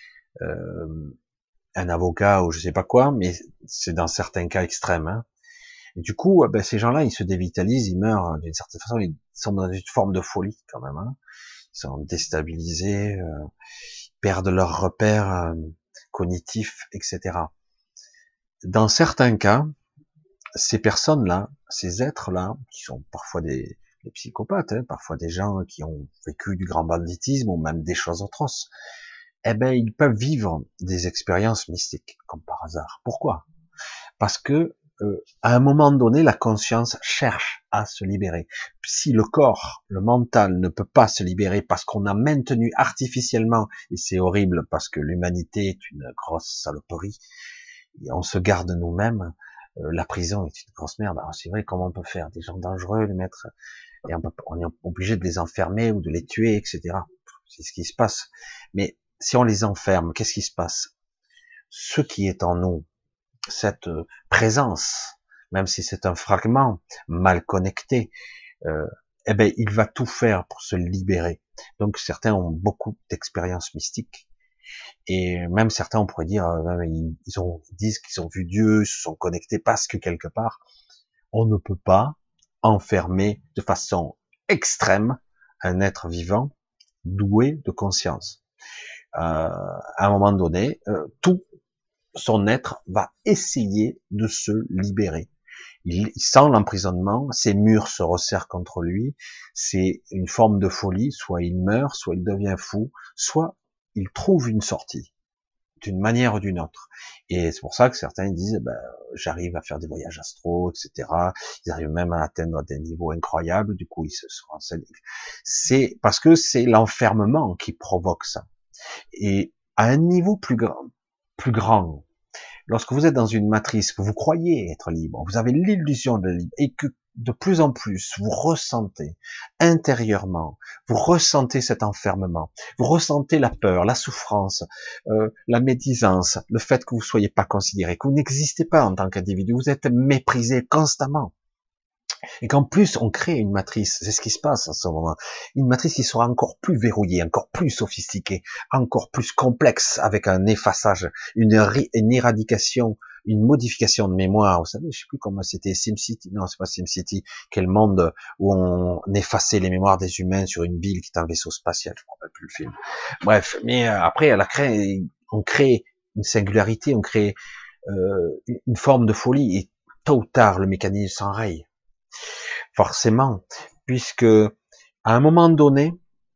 euh, un avocat ou je sais pas quoi, mais c'est dans certains cas extrêmes. Hein. Et du coup, ben, ces gens-là, ils se dévitalisent, ils meurent d'une certaine façon, ils sont dans une forme de folie quand même. Hein. Ils sont déstabilisés, euh, ils perdent leurs repères euh, cognitifs, et cetera. Dans certains cas, ces personnes-là, ces êtres-là, qui sont parfois des, des psychopathes, hein, parfois des gens qui ont vécu du grand banditisme ou même des choses atroces, eh ben ils peuvent vivre des expériences mystiques, comme par hasard. Pourquoi? Parce que euh, à un moment donné, la conscience cherche à se libérer. Si le corps, le mental ne peut pas se libérer parce qu'on a maintenu artificiellement, et c'est horrible parce que l'humanité est une grosse saloperie, et on se garde nous-mêmes, euh, la prison est une grosse merde. Alors c'est vrai, comment on peut faire? Des gens dangereux, les mettre, et on, peut, on est obligé de les enfermer ou de les tuer, et cetera. C'est ce qui se passe. Mais si on les enferme, qu'est-ce qui se passe? Ce qui est en nous, cette présence, même si c'est un fragment mal connecté, euh, eh ben il va tout faire pour se libérer. Donc certains ont beaucoup d'expériences mystiques, et même certains on pourrait dire euh, ils, ils, ont, ils disent qu'ils ont vu Dieu, ils se sont connectés parce que quelque part on ne peut pas enfermer de façon extrême un être vivant doué de conscience. Euh, à un moment donné, euh, tout son être va essayer de se libérer. Il, il sent l'emprisonnement, ses murs se resserrent contre lui, c'est une forme de folie, soit il meurt, soit il devient fou, soit il trouve une sortie, d'une manière ou d'une autre. Et c'est pour ça que certains disent, ben, j'arrive à faire des voyages astraux, et cetera. Ils arrivent même à atteindre des niveaux incroyables, du coup ils se renseignent. C'est parce que c'est l'enfermement qui provoque ça. Et à un niveau plus grand, plus grand, lorsque vous êtes dans une matrice, que vous croyez être libre, vous avez l'illusion de libre, et que de plus en plus vous ressentez intérieurement, vous ressentez cet enfermement, vous ressentez la peur, la souffrance, euh, la médisance, le fait que vous ne soyez pas considéré, que vous n'existez pas en tant qu'individu, vous êtes méprisé constamment. Et qu'en plus, on crée une matrice, c'est ce qui se passe en ce moment, une matrice qui sera encore plus verrouillée, encore plus sophistiquée, encore plus complexe, avec un effaçage, une, une éradication, une modification de mémoire. Vous savez, je sais plus comment c'était, SimCity, non, c'est pas SimCity, quel monde où on effaçait les mémoires des humains sur une ville qui est un vaisseau spatial, je ne me rappelle plus le film. Bref, mais après, elle a créé, on crée une singularité, on crée euh, une forme de folie, et tôt ou tard, le mécanisme s'enraye. Forcément, puisque à un moment donné,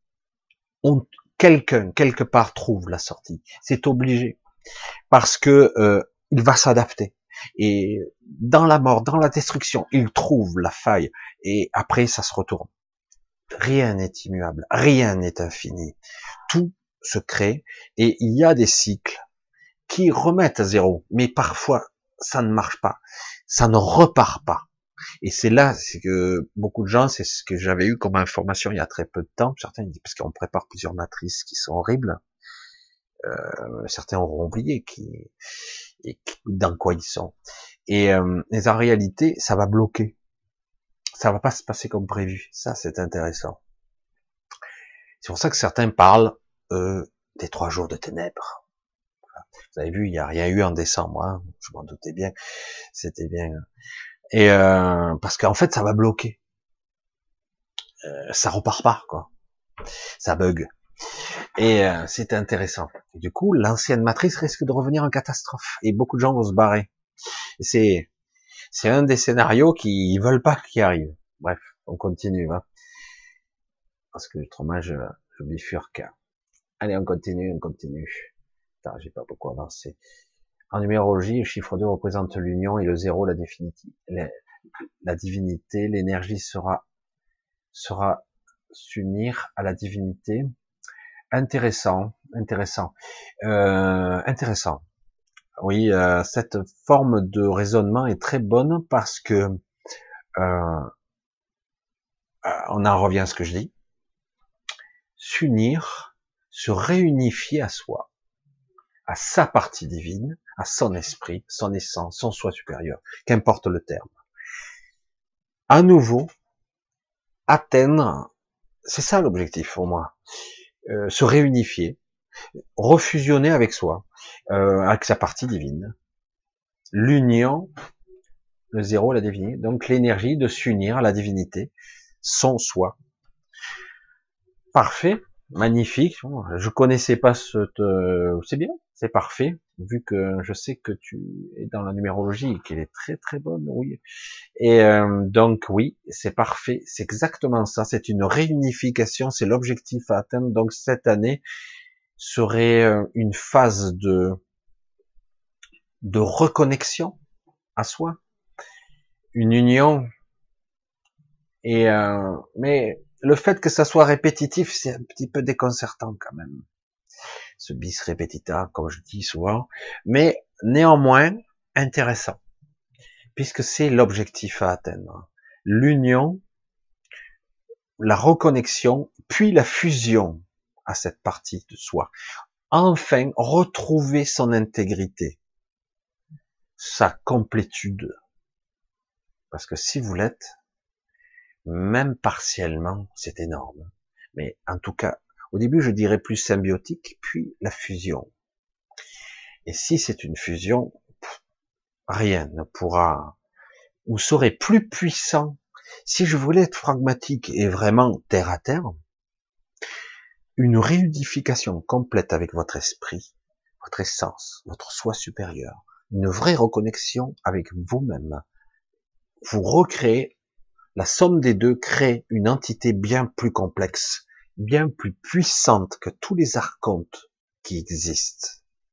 on, quelqu'un quelque part trouve la sortie. C'est obligé, parce que euh, il va s'adapter. Et dans la mort, dans la destruction, il trouve la faille. Et après, ça se retourne. Rien n'est immuable, rien n'est infini. Tout se crée, et il y a des cycles qui remettent à zéro. Mais parfois, ça ne marche pas, ça ne repart pas. Et c'est là, c'est que beaucoup de gens, c'est ce que j'avais eu comme information il y a très peu de temps, certains disent parce qu'on prépare plusieurs matrices qui sont horribles, euh, certains auront oublié qui, et qui, dans quoi ils sont. Et, euh, et en réalité, ça va bloquer, ça va pas se passer comme prévu. Ça, c'est intéressant. C'est pour ça que certains parlent euh, des trois jours de ténèbres. Vous avez vu, il n'y a rien eu en décembre, hein, je m'en doutais bien, c'était bien. Et euh, parce qu'en fait, ça va bloquer, euh, ça repart pas, quoi, ça bug. Et euh, c'est intéressant. Et du coup, l'ancienne matrice risque de revenir en catastrophe, et beaucoup de gens vont se barrer. Et c'est c'est un des scénarios qui veulent pas qu'il arrive. Bref, on continue, hein, parce que autrement, je, je bifurque. Allez, on continue, on continue. Putain, j'ai pas beaucoup avancé. En numérologie, le chiffre deux représente l'union et le zéro la définitive. La, la divinité, l'énergie sera sera s'unir à la divinité. Intéressant, intéressant, euh, intéressant. Oui, euh, cette forme de raisonnement est très bonne parce que euh, on en revient à ce que je dis. S'unir, se réunifier à soi, à sa partie divine, à son esprit, son essence, son soi supérieur, qu'importe le terme. À nouveau, atteindre, c'est ça l'objectif pour moi, euh, se réunifier, refusionner avec soi, euh, avec sa partie divine. L'union, le zéro, la divinité, donc l'énergie de s'unir à la divinité, son soi. Parfait, magnifique. Je connaissais pas cette, euh, c'est bien, c'est parfait, vu que je sais que tu es dans la numérologie et qu'elle est très très bonne, oui. Et euh, donc oui, c'est parfait, c'est exactement ça, c'est une réunification, c'est l'objectif à atteindre. Donc cette année serait une phase de de reconnexion à soi, une union. Et euh, mais le fait que ça soit répétitif, c'est un petit peu déconcertant quand même. Ce bis repetita, comme je dis souvent, mais néanmoins intéressant, puisque c'est l'objectif à atteindre. L'union, la reconnexion, puis la fusion à cette partie de soi. Enfin, retrouver son intégrité, sa complétude. Parce que si vous l'êtes, même partiellement, c'est énorme. Mais en tout cas, au début, je dirais plus symbiotique, puis la fusion. Et si c'est une fusion, rien ne pourra, ou serait plus puissant. Si je voulais être pragmatique et vraiment terre à terre, une réunification complète avec votre esprit, votre essence, votre soi supérieur, une vraie reconnexion avec vous-même. Vous recréez, la somme des deux crée une entité bien plus complexe, bien plus puissante que tous les archontes qui existent.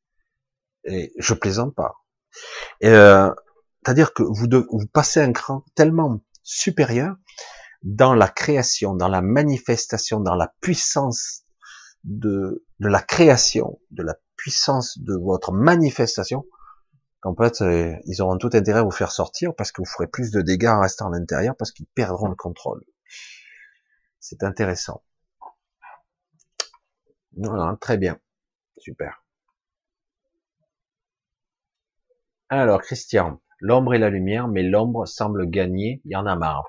Et je plaisante pas. Euh, c'est-à-dire que vous, devez, vous passez un cran tellement supérieur dans la création, dans la manifestation, dans la puissance de, de la création, de la puissance de votre manifestation, qu'en fait, euh, ils auront tout intérêt à vous faire sortir parce que vous ferez plus de dégâts en restant à l'intérieur parce qu'ils perdront le contrôle. C'est intéressant. Voilà, très bien. Super. Alors, Christian, l'ombre et la lumière, mais l'ombre semble gagner, il y en a marre.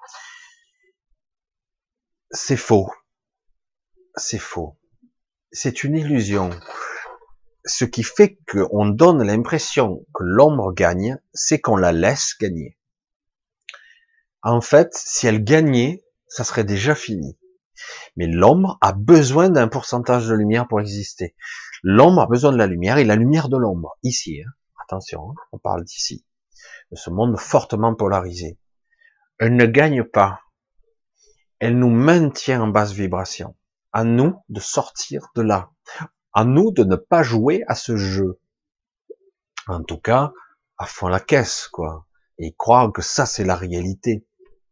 C'est faux. C'est faux. C'est une illusion. Ce qui fait qu'on donne l'impression que l'ombre gagne, c'est qu'on la laisse gagner. En fait, si elle gagnait, ça serait déjà fini. Mais l'ombre a besoin d'un pourcentage de lumière pour exister. L'ombre a besoin de la lumière et la lumière de l'ombre. Ici, hein. Attention, hein, on parle d'ici, de ce monde fortement polarisé. Elle ne gagne pas. Elle nous maintient en basse vibration. À nous de sortir de là. À nous de ne pas jouer à ce jeu. En tout cas, à fond la caisse, quoi. Et croire que ça, c'est la réalité.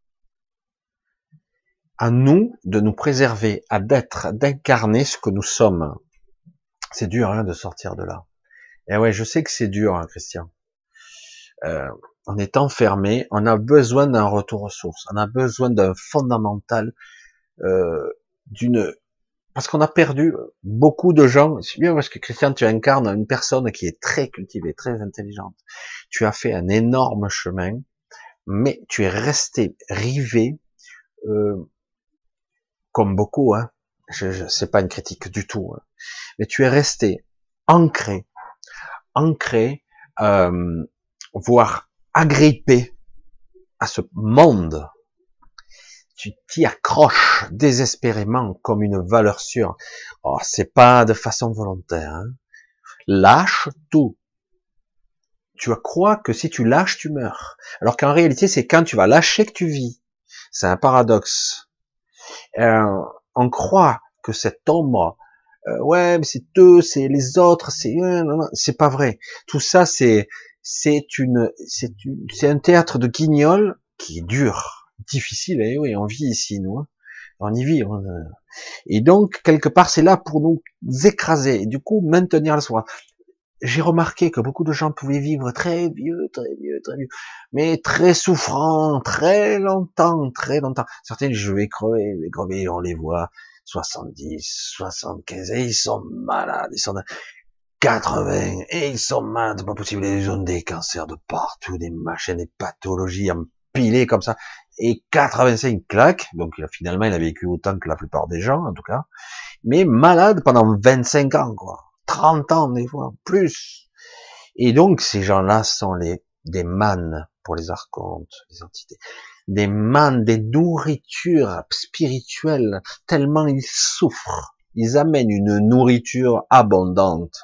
À nous de nous préserver, à d'être, d'incarner ce que nous sommes. C'est dur, hein, de sortir de là. Et ouais, je sais que c'est dur, hein, Christian. Euh, on est enfermé, on a besoin d'un retour aux sources, on a besoin d'un fondamental, euh, d'une, parce qu'on a perdu beaucoup de gens. C'est bien parce que Christian, tu incarnes une personne qui est très cultivée, très intelligente. Tu as fait un énorme chemin, mais tu es resté rivé, euh, comme beaucoup, hein. Je, je c'est pas une critique du tout, hein. Mais tu es resté ancré, ancré, euh, voire agrippé à ce monde. Tu t'y accroches désespérément comme une valeur sûre. Oh, c'est pas de façon volontaire, hein. Lâche tout. Tu crois que si tu lâches, tu meurs. Alors qu'en réalité, c'est quand tu vas lâcher que tu vis. C'est un paradoxe. Euh, on croit que cette ombre, euh, ouais, mais c'est eux, c'est les autres, c'est euh, non, non, c'est pas vrai. Tout ça, c'est c'est une c'est une, c'est un théâtre de guignol qui est dur, difficile. Et oui, on vit ici, nous, hein. On y vit. On, euh, et donc quelque part, c'est là pour nous écraser. Et du coup, maintenir la souffrance. J'ai remarqué que beaucoup de gens pouvaient vivre très vieux, très vieux, très vieux, mais très souffrants, très longtemps, très longtemps. Certains, je vais crever, je vais crever, on les voit, soixante-dix, soixante-quinze, et ils sont malades, ils sont quatre-vingts, et ils sont malades, c'est pas possible, ils ont des cancers de partout, des machins, des pathologies empilées comme ça, et quatre-vingt-cinq claques, donc finalement il a vécu autant que la plupart des gens, en tout cas, mais malade pendant vingt-cinq ans, quoi. trente ans, des fois, plus. Et donc, ces gens-là sont les, des mannes pour les archontes, les entités. Des mannes, des nourritures spirituelles, tellement ils souffrent. Ils amènent une nourriture abondante.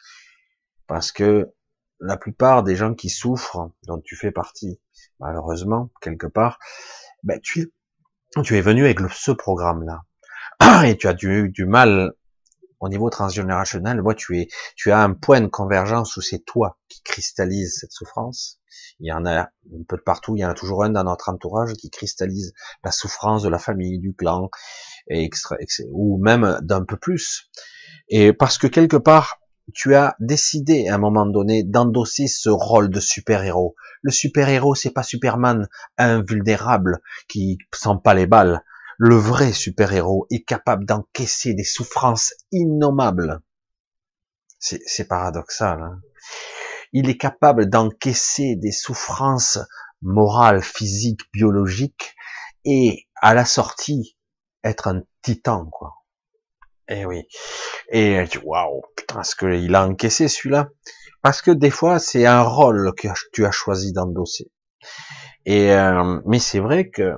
Parce que la plupart des gens qui souffrent, dont tu fais partie, malheureusement, quelque part, ben, tu, tu es venu avec le, ce programme-là. Et tu as du, du mal au niveau transgénérationnel. Moi, tu es, tu as un point de convergence où c'est toi qui cristallise cette souffrance. Il y en a un peu de partout. Il y en a toujours un dans notre entourage qui cristallise la souffrance de la famille, du clan, et extra, ou même d'un peu plus. Et parce que quelque part, tu as décidé à un moment donné d'endosser ce rôle de super-héros. Le super-héros, c'est pas Superman, invulnérable, qui sent pas les balles. Le vrai super-héros est capable d'encaisser des souffrances innommables. C'est paradoxal, hein. Il est capable d'encaisser des souffrances morales, physiques, biologiques, et à la sortie, être un titan, quoi. Eh oui. Et tu waouh, putain, est-ce qu'il a encaissé celui-là? Parce que des fois, c'est un rôle que tu as choisi d'endosser. Et euh, mais c'est vrai que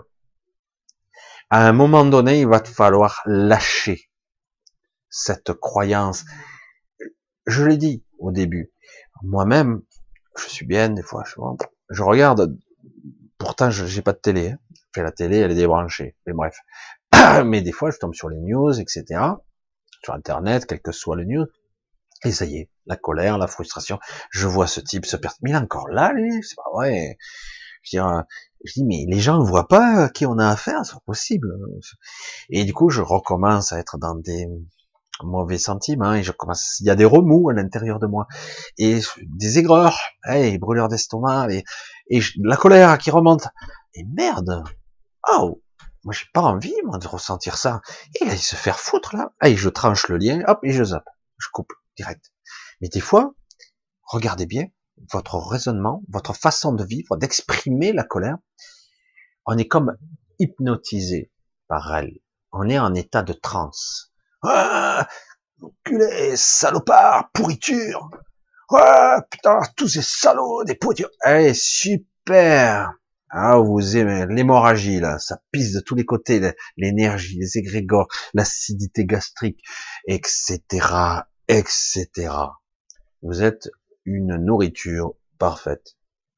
à un moment donné, il va te falloir lâcher cette croyance. Je l'ai dit au début. Moi-même, je suis bien, des fois, je, je regarde, pourtant, je j'ai pas de télé, hein. Je fais la télé, elle est débranchée. Mais bref. Mais des fois, je tombe sur les news, et cetera. Sur Internet, quel que soit le news. Et ça y est, la colère, la frustration. Je vois ce type, ce personne. Mais il est encore là, lui, c'est pas vrai. Je veux dire, je dis, mais les gens ne voient pas à qui on a affaire, c'est pas possible. Et du coup, je recommence à être dans des mauvais sentiments, et je commence, il y a des remous à l'intérieur de moi, et des aigreurs, hey, brûleurs d'estomac, et, et je, la colère qui remonte. Et merde, oh, moi j'ai pas envie, moi, de ressentir ça. Et aller se faire foutre, là. Et je tranche le lien, hop, et je zappe. Je coupe, direct. Mais des fois, regardez bien votre raisonnement, votre façon de vivre, d'exprimer la colère. On est comme hypnotisé par elle. On est en état de transe. Ah, enculé, salopard, pourriture. Ah, putain, tous ces salauds, des pourritures. Allez, super. Ah, vous aimez l'hémorragie, là. Ça pisse de tous les côtés, l'énergie, les égrégores, l'acidité gastrique, et cetera, et cetera. Vous êtes une nourriture parfaite.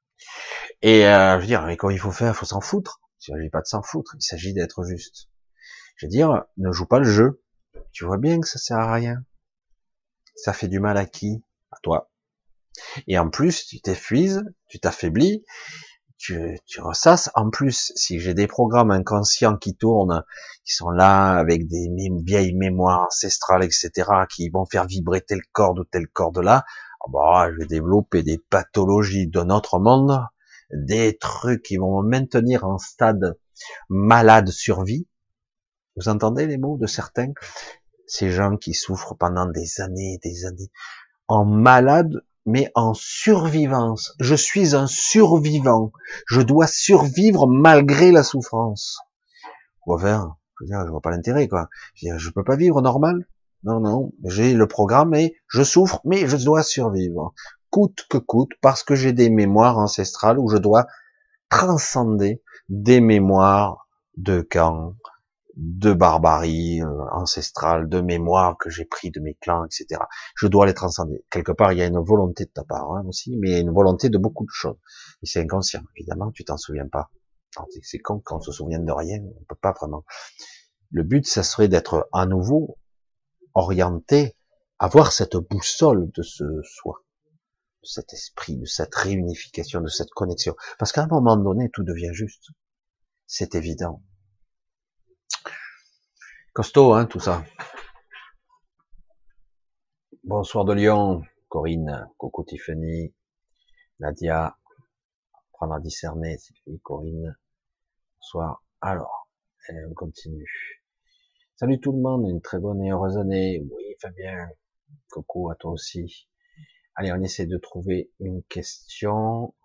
Et euh, je veux dire, mais quand il faut faire, il faut s'en foutre. Il ne s'agit pas de s'en foutre, il s'agit d'être juste. Je veux dire, ne joue pas le jeu. Tu vois bien que ça sert à rien. Ça fait du mal à qui? À toi. Et en plus, tu t'épuises, tu t'affaiblis, tu, tu ressasses. En plus, si j'ai des programmes inconscients qui tournent, qui sont là avec des vieilles mémoires ancestrales, et cetera, qui vont faire vibrer tel corde ou tel corde là, Ah bah, je vais développer des pathologies d'un autre monde, des trucs qui vont me maintenir en stade malade survie. Vous entendez les mots de certains? Ces gens qui souffrent pendant des années et des années, en malade, mais en survivance. Je suis un survivant. Je dois survivre malgré la souffrance. Quoi faire? Je veux dire, je vois pas l'intérêt, quoi. Je veux dire, je peux pas vivre normal? Non, non. J'ai le programme et je souffre, mais je dois survivre. Coûte que coûte, parce que j'ai des mémoires ancestrales où je dois transcender des mémoires de camp, de barbarie euh, ancestrale, de mémoire que j'ai pris de mes clans, et cetera. Je dois les transcender. Quelque part, il y a une volonté de ta part hein, aussi, mais une volonté de beaucoup de choses. Et c'est inconscient, évidemment, tu t'en souviens pas. C'est con quand on se souvient de rien, on peut pas vraiment. Le but, ça serait d'être à nouveau orienté, avoir cette boussole de ce soi, de cet esprit, de cette réunification, de cette connexion. Parce qu'à un moment donné, tout devient juste. C'est évident. Costaud, hein, tout ça. Bonsoir de Lyon, Corinne, coucou Tiffany, Nadia, prendre à discerner, Sylvie, Corinne, bonsoir. Alors, on continue. Salut tout le monde, une très bonne et heureuse année. Oui, Fabien, coucou à toi aussi. Allez, on essaie de trouver une question.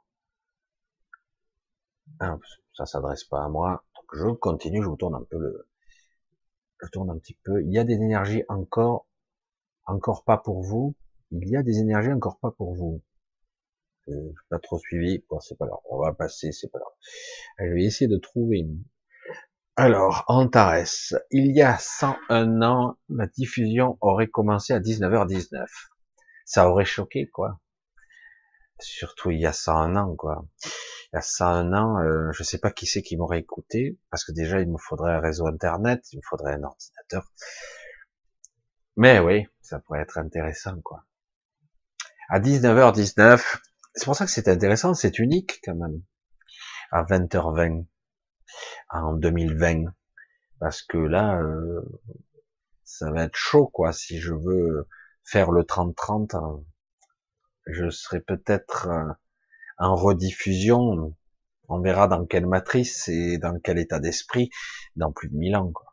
Ah, ça s'adresse pas à moi, donc je continue, je vous tourne un peu le, je tourne un petit peu. Il y a des énergies encore, encore pas pour vous. Il y a des énergies encore pas pour vous. Je n'ai pas trop suivi. Bon, c'est pas grave. On va passer, c'est pas grave. Je vais essayer de trouver une. Alors, Antares. Il y a cent un ans, la diffusion aurait commencé à dix-neuf heures dix-neuf. Ça aurait choqué, quoi. Surtout il y a cent un ans, quoi. Il y a cent un ans, euh, je sais pas qui c'est qui m'aurait écouté, parce que déjà, il me faudrait un réseau internet, il me faudrait un ordinateur. Mais oui, ça pourrait être intéressant, quoi. À dix-neuf heures dix-neuf, c'est pour ça que c'est intéressant, c'est unique, quand même. À vingt heures vingt, en deux mille vingt. Parce que là, euh, ça va être chaud, quoi. Si je veux faire le trente trente, je serai peut-être en rediffusion. On verra dans quelle matrice et dans quel état d'esprit dans plus de mille ans, quoi.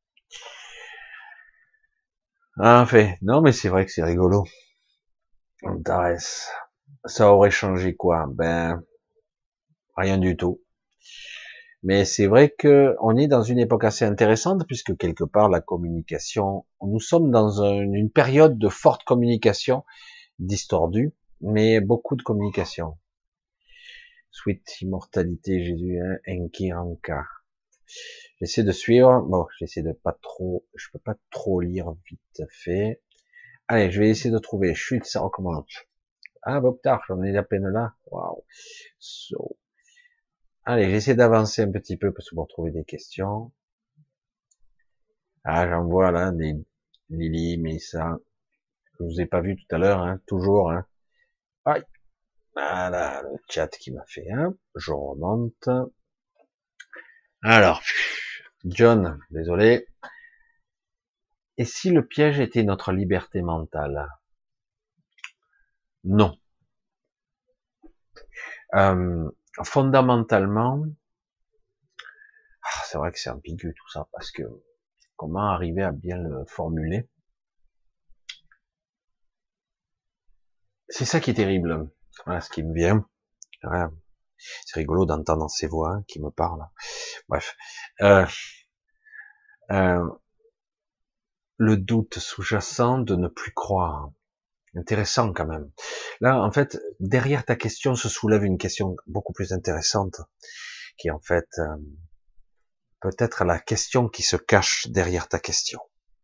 En fait, non, mais c'est vrai que c'est rigolo. Antares. Ça aurait changé quoi? Ben, rien du tout. Mais c'est vrai que on est dans une époque assez intéressante puisque quelque part la communication, nous sommes dans un, une période de forte communication distordue, mais beaucoup de communication. Sweet immortalité Jésus, hein, Enki Ranka. J'essaie de suivre. Bon, j'essaie de pas trop, je peux pas trop lire vite fait. Allez, je vais essayer de trouver. Chute, ça recommence. Ah, bon, tard, j'en ai à peine là. Waouh. So. Allez, j'essaie d'avancer un petit peu parce que pour trouver des questions. Ah, j'en vois là des Lily, Mélissa. Je vous ai pas vu tout à l'heure, hein, toujours. Hein. Aïe. Voilà, le chat qui m'a fait. Hein. Je remonte. Alors, John, désolé. Et si le piège était notre liberté mentale? Non. Euh, fondamentalement, c'est vrai que c'est ambigu tout ça, parce que comment arriver à bien le formuler? C'est ça qui est terrible. Voilà ce qui me vient. Voilà. C'est rigolo d'entendre ces voix hein, qui me parlent. Bref. Euh, euh, le doute sous-jacent de ne plus croire. Intéressant quand même. Là, en fait, derrière ta question se soulève une question beaucoup plus intéressante, qui est en fait euh, peut-être la question qui se cache derrière ta question.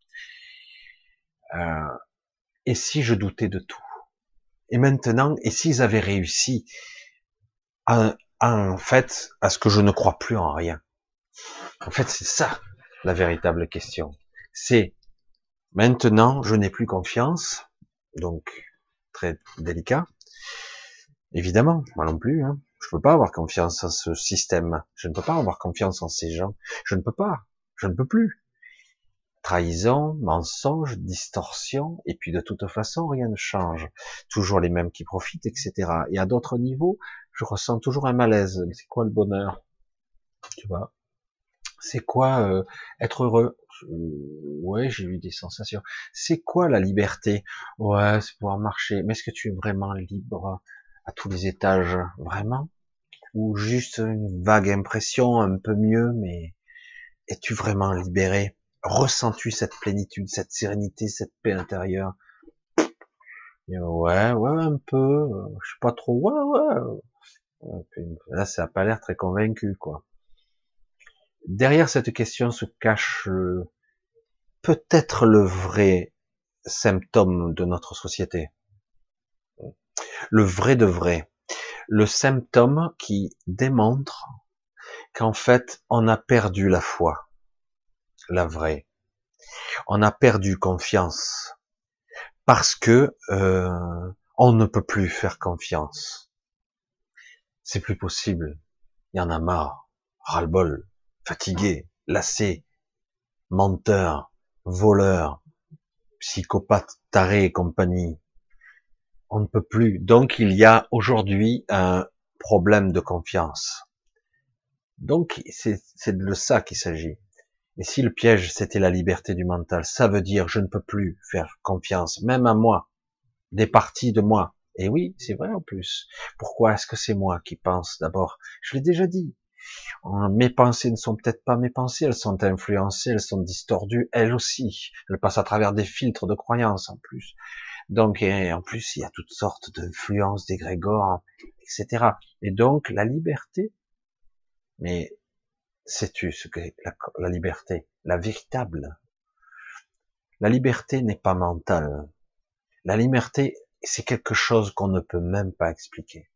Euh, et si je doutais de tout? Et maintenant, et s'ils avaient réussi à, à, en fait, à ce que je ne crois plus en rien? En fait, c'est ça, la véritable question. C'est, maintenant, je n'ai plus confiance, donc, très délicat. Évidemment, moi non plus, hein. Je peux pas avoir confiance en ce système. Je ne peux pas avoir confiance en ces gens. Je ne peux pas. Je ne peux plus. Trahison, mensonge, distorsion, et puis de toute façon, rien ne change. Toujours les mêmes qui profitent, et cetera. Et à d'autres niveaux, je ressens toujours un malaise. C'est quoi le bonheur? Tu vois? C'est quoi euh, être heureux? Euh, Ouais, j'ai eu des sensations. C'est quoi la liberté? Ouais, c'est pouvoir marcher. Mais est-ce que tu es vraiment libre à tous les étages? Vraiment? Ou juste une vague impression, un peu mieux, mais es-tu vraiment libéré? Ressens-tu cette plénitude, cette sérénité, cette paix intérieure? Et ouais, ouais, un peu. euh, Je sais pas trop. Ouais, ouais. Ouais, puis là, ça a pas l'air très convaincu, quoi. Derrière cette question se cache le- peut-être le vrai symptôme de notre société. Le vrai de vrai. Le symptôme qui démontre qu'en fait, on a perdu la foi, la vraie. On a perdu confiance parce que euh, on ne peut plus faire confiance. C'est plus possible. Il y en a marre, ras-le-bol, fatigué, lassé, menteur, voleur, psychopathe, taré et compagnie. On ne peut plus. Donc il y a aujourd'hui un problème de confiance. Donc c'est c'est de ça qu'il s'agit. Et si le piège c'était la liberté du mental, ça veut dire je ne peux plus faire confiance, même à moi, des parties de moi. Et oui, c'est vrai en plus. Pourquoi est-ce que c'est moi qui pense d'abord? Je l'ai déjà dit. Mes pensées ne sont peut-être pas mes pensées, elles sont influencées, elles sont distordues, elles aussi. Elles passent à travers des filtres de croyances en plus. Donc, et en plus, il y a toutes sortes d'influences, d'égrégores, et cetera. Et donc, la liberté, mais sais-tu ce que la, la liberté, la véritable? La liberté n'est pas mentale. La liberté, c'est quelque chose qu'on ne peut même pas expliquer.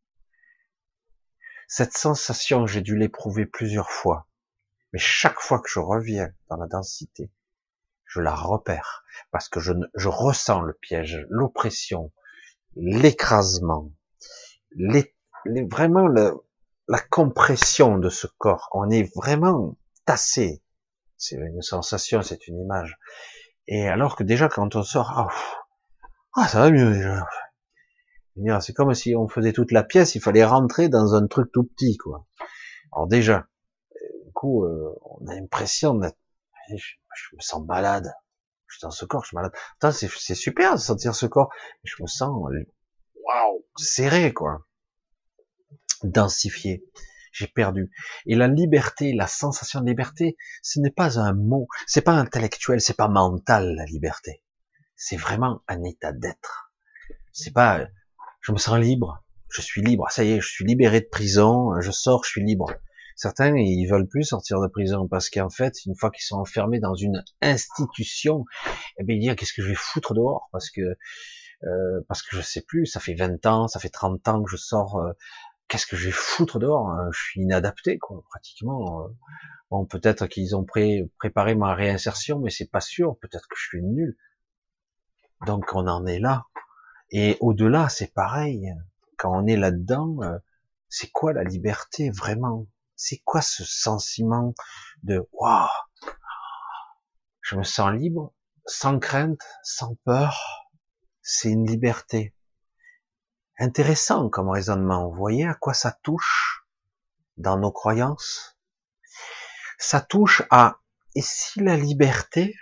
Cette sensation, j'ai dû l'éprouver plusieurs fois. Mais chaque fois que je reviens dans la densité, je la repère. Parce que je, ne, je ressens le piège, l'oppression, l'écrasement, les, les, vraiment le, la compression de ce corps. On est vraiment tassé. C'est une sensation, c'est une image. Et alors que déjà quand on sort, ah, ah ça va mieux déjà. C'est comme si on faisait toute la pièce, il fallait rentrer dans un truc tout petit, quoi. Alors déjà, du coup, euh, on a l'impression d'être, je, je me sens malade. Je suis dans ce corps, je suis malade. Putain, c'est, c'est super de sentir ce corps. Je me sens, waouh, serré, quoi. Densifié. J'ai perdu. Et la liberté, la sensation de liberté, ce n'est pas un mot, c'est pas intellectuel, c'est pas mental, la liberté. C'est vraiment un état d'être. C'est pas, je me sens libre, je suis libre, ça y est, je suis libéré de prison, je sors, je suis libre. Certains, ils veulent plus sortir de prison parce qu'en fait, une fois qu'ils sont enfermés dans une institution, eh bien, ils disent qu'est-ce que je vais foutre dehors parce que euh, parce que je sais plus, ça fait vingt ans, ça fait trente ans que je sors, euh, qu'est-ce que je vais foutre dehors, hein, je suis inadapté, quoi, pratiquement. euh. Bon, peut-être qu'ils ont pré préparé ma réinsertion, mais c'est pas sûr, peut-être que je suis nul. Donc on en est là. Et au-delà, c'est pareil. Quand on est là-dedans, euh, c'est quoi la liberté vraiment? C'est quoi ce sentiment de waouh, je me sens libre, sans crainte, sans peur. C'est une liberté. Intéressant comme raisonnement. Vous voyez à quoi ça touche dans nos croyances? Ça touche à et si la liberté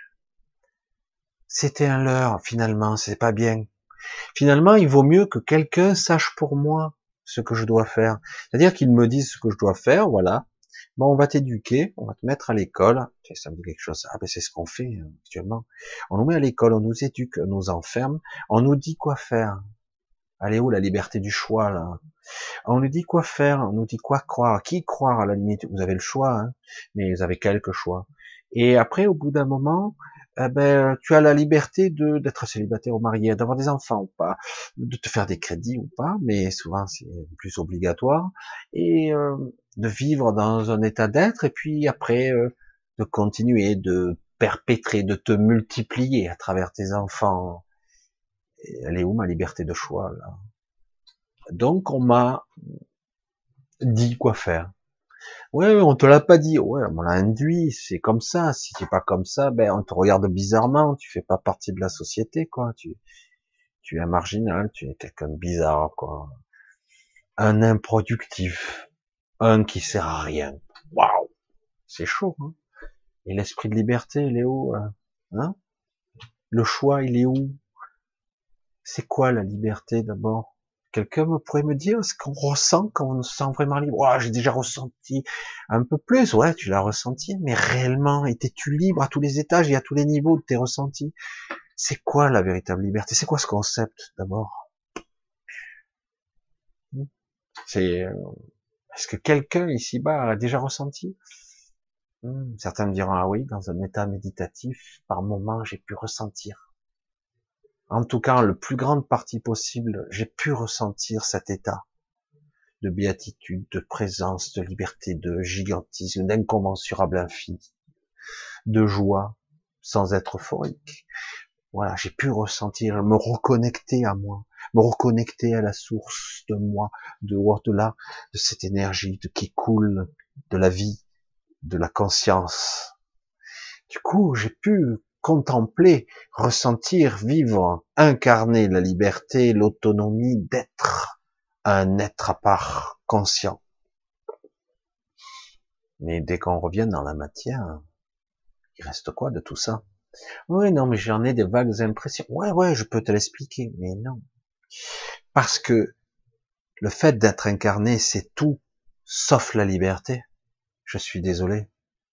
c'était un leurre finalement, c'est pas bien. Finalement, il vaut mieux que quelqu'un sache pour moi ce que je dois faire. C'est-à-dire qu'il me dise ce que je dois faire, voilà. Bon, on va t'éduquer, on va te mettre à l'école. Ça me dit quelque chose. Ah ben c'est ce qu'on fait hein, actuellement. On nous met à l'école, on nous éduque, on nous enferme, on nous dit quoi faire. Allez où la liberté du choix là? On nous dit quoi faire, on nous dit quoi croire, qui croire à la limite. Vous avez le choix, hein, mais vous avez quelques choix. Et après, au bout d'un moment, eh ben, tu as la liberté de d'être célibataire ou marié, d'avoir des enfants ou pas, de te faire des crédits ou pas, mais souvent c'est plus obligatoire, et euh, de vivre dans un état d'être, et puis après euh, de continuer, de perpétrer, de te multiplier à travers tes enfants. Et elle est où ma liberté de choix là? Donc on m'a dit quoi faire. Ouais, on te l'a pas dit. Ouais, on l'a induit. C'est comme ça. Si tu es pas comme ça, ben on te regarde bizarrement. Tu fais pas partie de la société, quoi. Tu, tu es un marginal. Tu es quelqu'un de bizarre, quoi. Un improductif, un qui sert à rien. Waouh, c'est chaud. Hein, et l'esprit de liberté, il est où, hein, hein? Le choix, il est où? C'est quoi la liberté d'abord? Quelqu'un me pourrait me dire ce qu'on ressent quand on se sent vraiment libre? Oh, j'ai déjà ressenti un peu plus. Ouais, tu l'as ressenti, mais réellement, étais-tu libre à tous les étages et à tous les niveaux de tes ressentis? C'est quoi la véritable liberté? C'est quoi ce concept d'abord? C'est, euh, est-ce que quelqu'un ici-bas a déjà ressenti? Hmm, certains me diront, ah oui, dans un état méditatif, par moment, j'ai pu ressentir. En tout cas, le plus grande partie possible, j'ai pu ressentir cet état de béatitude, de présence, de liberté, de gigantisme, d'incommensurable infini, de joie, sans être euphorique. Voilà, j'ai pu ressentir, me reconnecter à moi, me reconnecter à la source de moi, de au-delà de cette énergie de, qui coule de la vie, de la conscience. Du coup, j'ai pu contempler, ressentir, vivre, incarner la liberté, l'autonomie d'être un être à part, conscient. Mais dès qu'on revient dans la matière, il reste quoi de tout ça? Oui, non, mais j'en ai des vagues impressions. Ouais, ouais, je peux te l'expliquer, mais non. Parce que le fait d'être incarné, c'est tout, sauf la liberté. Je suis désolé.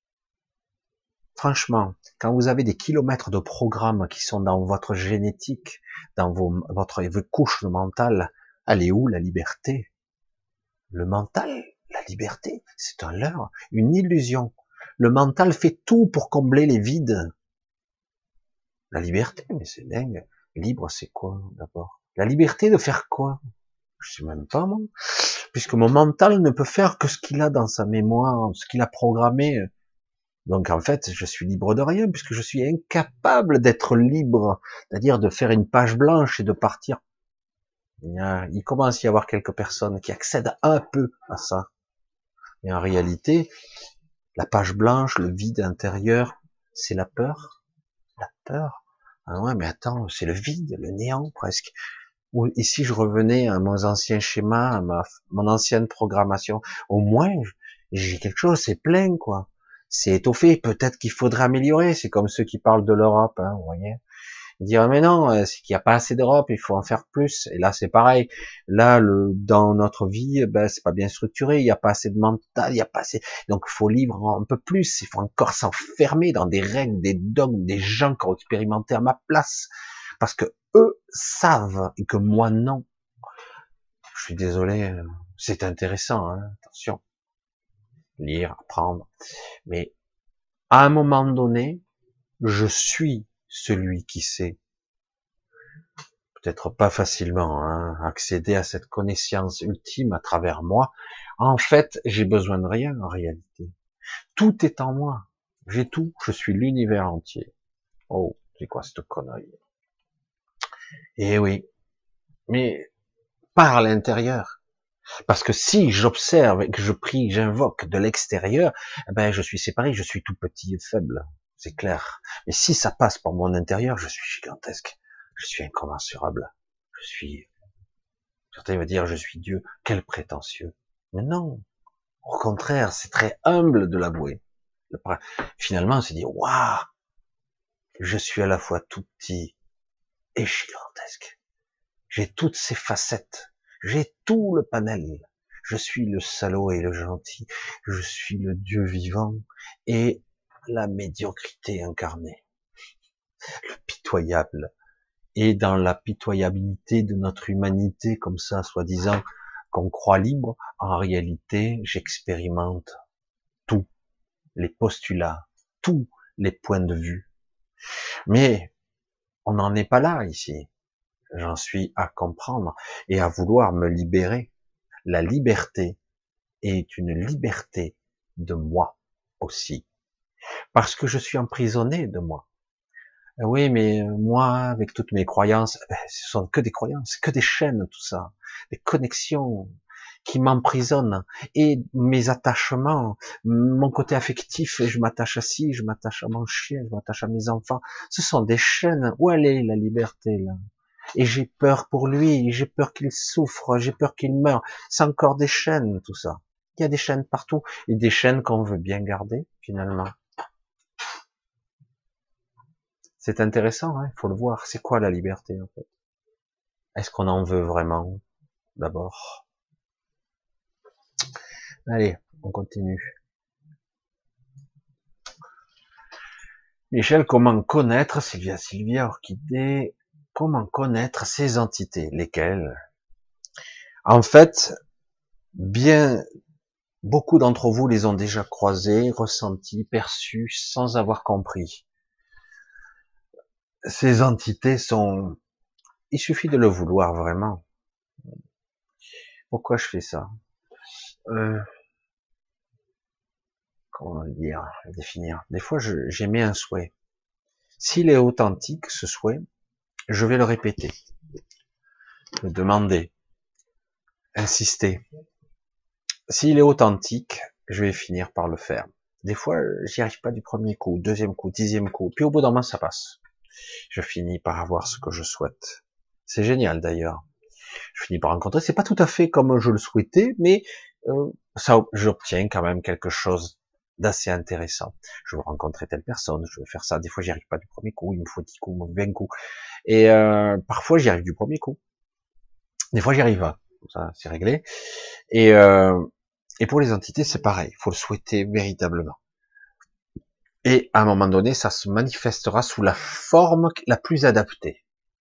Franchement, quand vous avez des kilomètres de programmes qui sont dans votre génétique, dans vos, votre, vos couches mentales, elle est où la liberté? Le mental, la liberté, c'est un leurre, une illusion. Le mental fait tout pour combler les vides. La liberté, mais c'est dingue. Libre, c'est quoi d'abord? La liberté de faire quoi? Je sais même pas, moi. Puisque mon mental ne peut faire que ce qu'il a dans sa mémoire, ce qu'il a programmé. Donc en fait, je suis libre de rien, puisque je suis incapable d'être libre, c'est-à-dire de faire une page blanche et de partir. Il commence à y avoir quelques personnes qui accèdent un peu à ça. Mais en réalité, la page blanche, le vide intérieur, c'est la peur. La peur. Ah ouais, mais attends, c'est le vide, le néant presque. Ou ici, je revenais à mon ancien schéma, à ma, mon ancienne programmation. Au moins, j'ai quelque chose, c'est plein, quoi. C'est étoffé. Peut-être qu'il faudrait améliorer. C'est comme ceux qui parlent de l'Europe, hein, vous voyez. Ils disent, mais non, c'est qu'il n'y a pas assez d'Europe, il faut en faire plus. Et là, c'est pareil. Là, le, dans notre vie, ben, c'est pas bien structuré. Il n'y a pas assez de mental, il n'y a pas assez. Donc, il faut livrer un peu plus. Il faut encore s'enfermer dans des règles, des dogmes, des gens qui ont expérimenté à ma place. Parce que eux savent et que moi non. Je suis désolé, c'est intéressant, hein, attention, lire, apprendre, mais à un moment donné, je suis celui qui sait, peut-être pas facilement, hein, accéder à cette connaissance ultime à travers moi. En fait, j'ai besoin de rien en réalité. Tout est en moi. J'ai tout. Je suis l'univers entier. Oh, c'est quoi cette connerie? Eh oui, mais par l'intérieur. Parce que si j'observe et que je prie, j'invoque de l'extérieur, eh ben je suis séparé, je suis tout petit et faible, c'est clair. Mais si ça passe par mon intérieur, je suis gigantesque, je suis incommensurable, je suis. Certains vont dire je suis Dieu, quel prétentieux. Mais non, au contraire, c'est très humble de l'avouer. Finalement, on se dit waouh, je suis à la fois tout petit et gigantesque. J'ai toutes ces facettes, j'ai tout le panel. Je suis le salaud et le gentil, je suis le Dieu vivant et la médiocrité incarnée, le pitoyable. Et dans la pitoyabilité de notre humanité, comme ça, soi-disant, qu'on croit libre, en réalité, j'expérimente tous les postulats, tous les points de vue. Mais on n'en est pas là ici. J'en suis à comprendre et à vouloir me libérer. La liberté est une liberté de moi aussi. Parce que je suis emprisonné de moi. Oui, mais moi, avec toutes mes croyances, ce sont que des croyances, que des chaînes, tout ça, des connexions. qui m'emprisonnent, et mes attachements, mon côté affectif, et je m'attache à ci, je m'attache à mon chien, je m'attache à mes enfants, ce sont des chaînes. Où elle est la liberté là? Et j'ai peur pour lui, j'ai peur qu'il souffre, j'ai peur qu'il meure. C'est encore des chaînes, tout ça. Il y a des chaînes partout, et des chaînes qu'on veut bien garder, finalement. C'est intéressant, hein, il faut le voir. C'est quoi la liberté, en fait? Est-ce qu'on en veut vraiment, d'abord? Allez, on continue. Michel, comment connaître, Sylvia, Sylvia, Orchidée, comment connaître ces entités? Lesquelles? En fait, bien, beaucoup d'entre vous les ont déjà croisées, ressenties, perçues, sans avoir compris. Ces entités sont, il suffit de le vouloir vraiment. Pourquoi je fais ça? Euh, comment dire, définir? Des fois, j'émets un souhait. S'il est authentique, ce souhait, je vais le répéter, le demander, insister. S'il est authentique, je vais finir par le faire. Des fois, j'y arrive pas du premier coup, deuxième coup, dixième coup, puis au bout d'un moment, ça passe. Je finis par avoir ce que je souhaite. C'est génial d'ailleurs. Je finis par rencontrer. C'est pas tout à fait comme je le souhaitais, mais euh, ça, j'obtiens quand même quelque chose d'assez intéressant. Je veux rencontrer telle personne, je veux faire ça. Des fois, j'y arrive pas du premier coup. Il me faut dix coups, vingt coups. Et euh, parfois, j'y arrive du premier coup. Des fois, j'y arrive pas. Ça, c'est réglé. Et euh, et pour les entités, c'est pareil. Il faut le souhaiter véritablement. Et à un moment donné, ça se manifestera sous la forme la plus adaptée.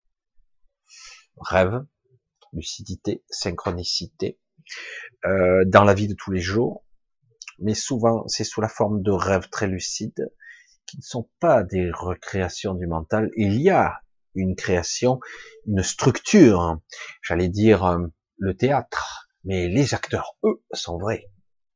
Rêve, lucidité, synchronicité, euh, dans la vie de tous les jours, mais souvent c'est sous la forme de rêves très lucides, qui ne sont pas des recréations du mental. Il y a une création, une structure, j'allais dire euh, le théâtre, mais les acteurs, eux, sont vrais.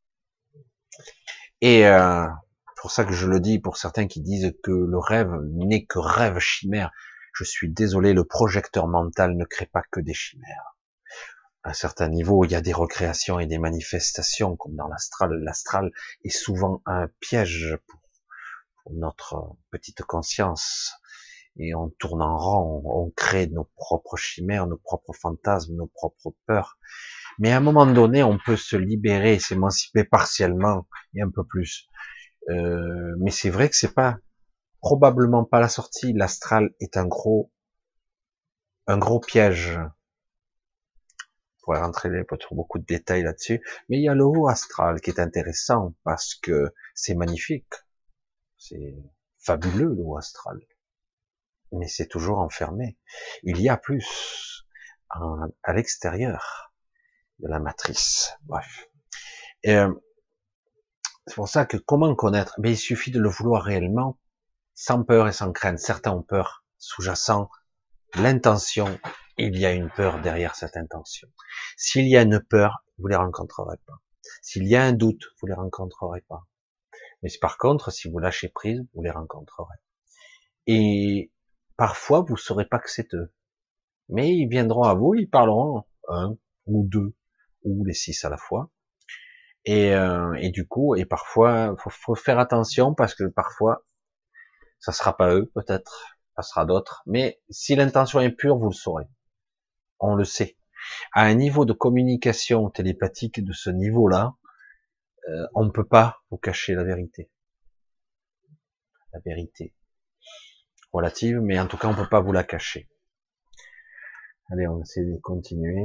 Et euh, pour ça que je le dis, pour certains qui disent que le rêve n'est que rêve chimère, je suis désolé, le projecteur mental ne crée pas que des chimères. À un certain niveau, il y a des recréations et des manifestations, comme dans l'astral. L'astral est souvent un piège pour, pour notre petite conscience. Et on tourne en rond, on crée nos propres chimères, nos propres fantasmes, nos propres peurs. Mais à un moment donné, on peut se libérer et s'émanciper partiellement et un peu plus. Euh, mais c'est vrai que c'est pas, probablement pas la sortie. L'astral est un gros, un gros piège. On pourrait rentrer sur beaucoup de détails là-dessus. Mais il y a le haut astral qui est intéressant parce que c'est magnifique. C'est fabuleux, le haut astral. Mais c'est toujours enfermé. Il y a plus en, à l'extérieur de la matrice. Bref. Et, euh, c'est pour ça que comment connaître? Mais il suffit de le vouloir réellement, sans peur et sans crainte. Certains ont peur, sous-jacent, l'intention, il y a une peur derrière cette intention. S'il y a une peur, vous les rencontrerez pas. S'il y a un doute, vous les rencontrerez pas. Mais par contre, si vous lâchez prise, vous les rencontrerez. Et parfois, vous saurez pas que c'est eux. Mais ils viendront à vous, ils parleront un ou deux ou les six à la fois. Et, euh, et du coup, et parfois, faut, faut faire attention parce que parfois, ça sera pas eux, peut-être, ça sera d'autres. Mais si l'intention est pure, vous le saurez. On le sait. À un niveau de communication télépathique de ce niveau-là, euh, on ne peut pas vous cacher la vérité. La vérité relative, mais en tout cas, on ne peut pas vous la cacher. Allez, on va essayer de continuer.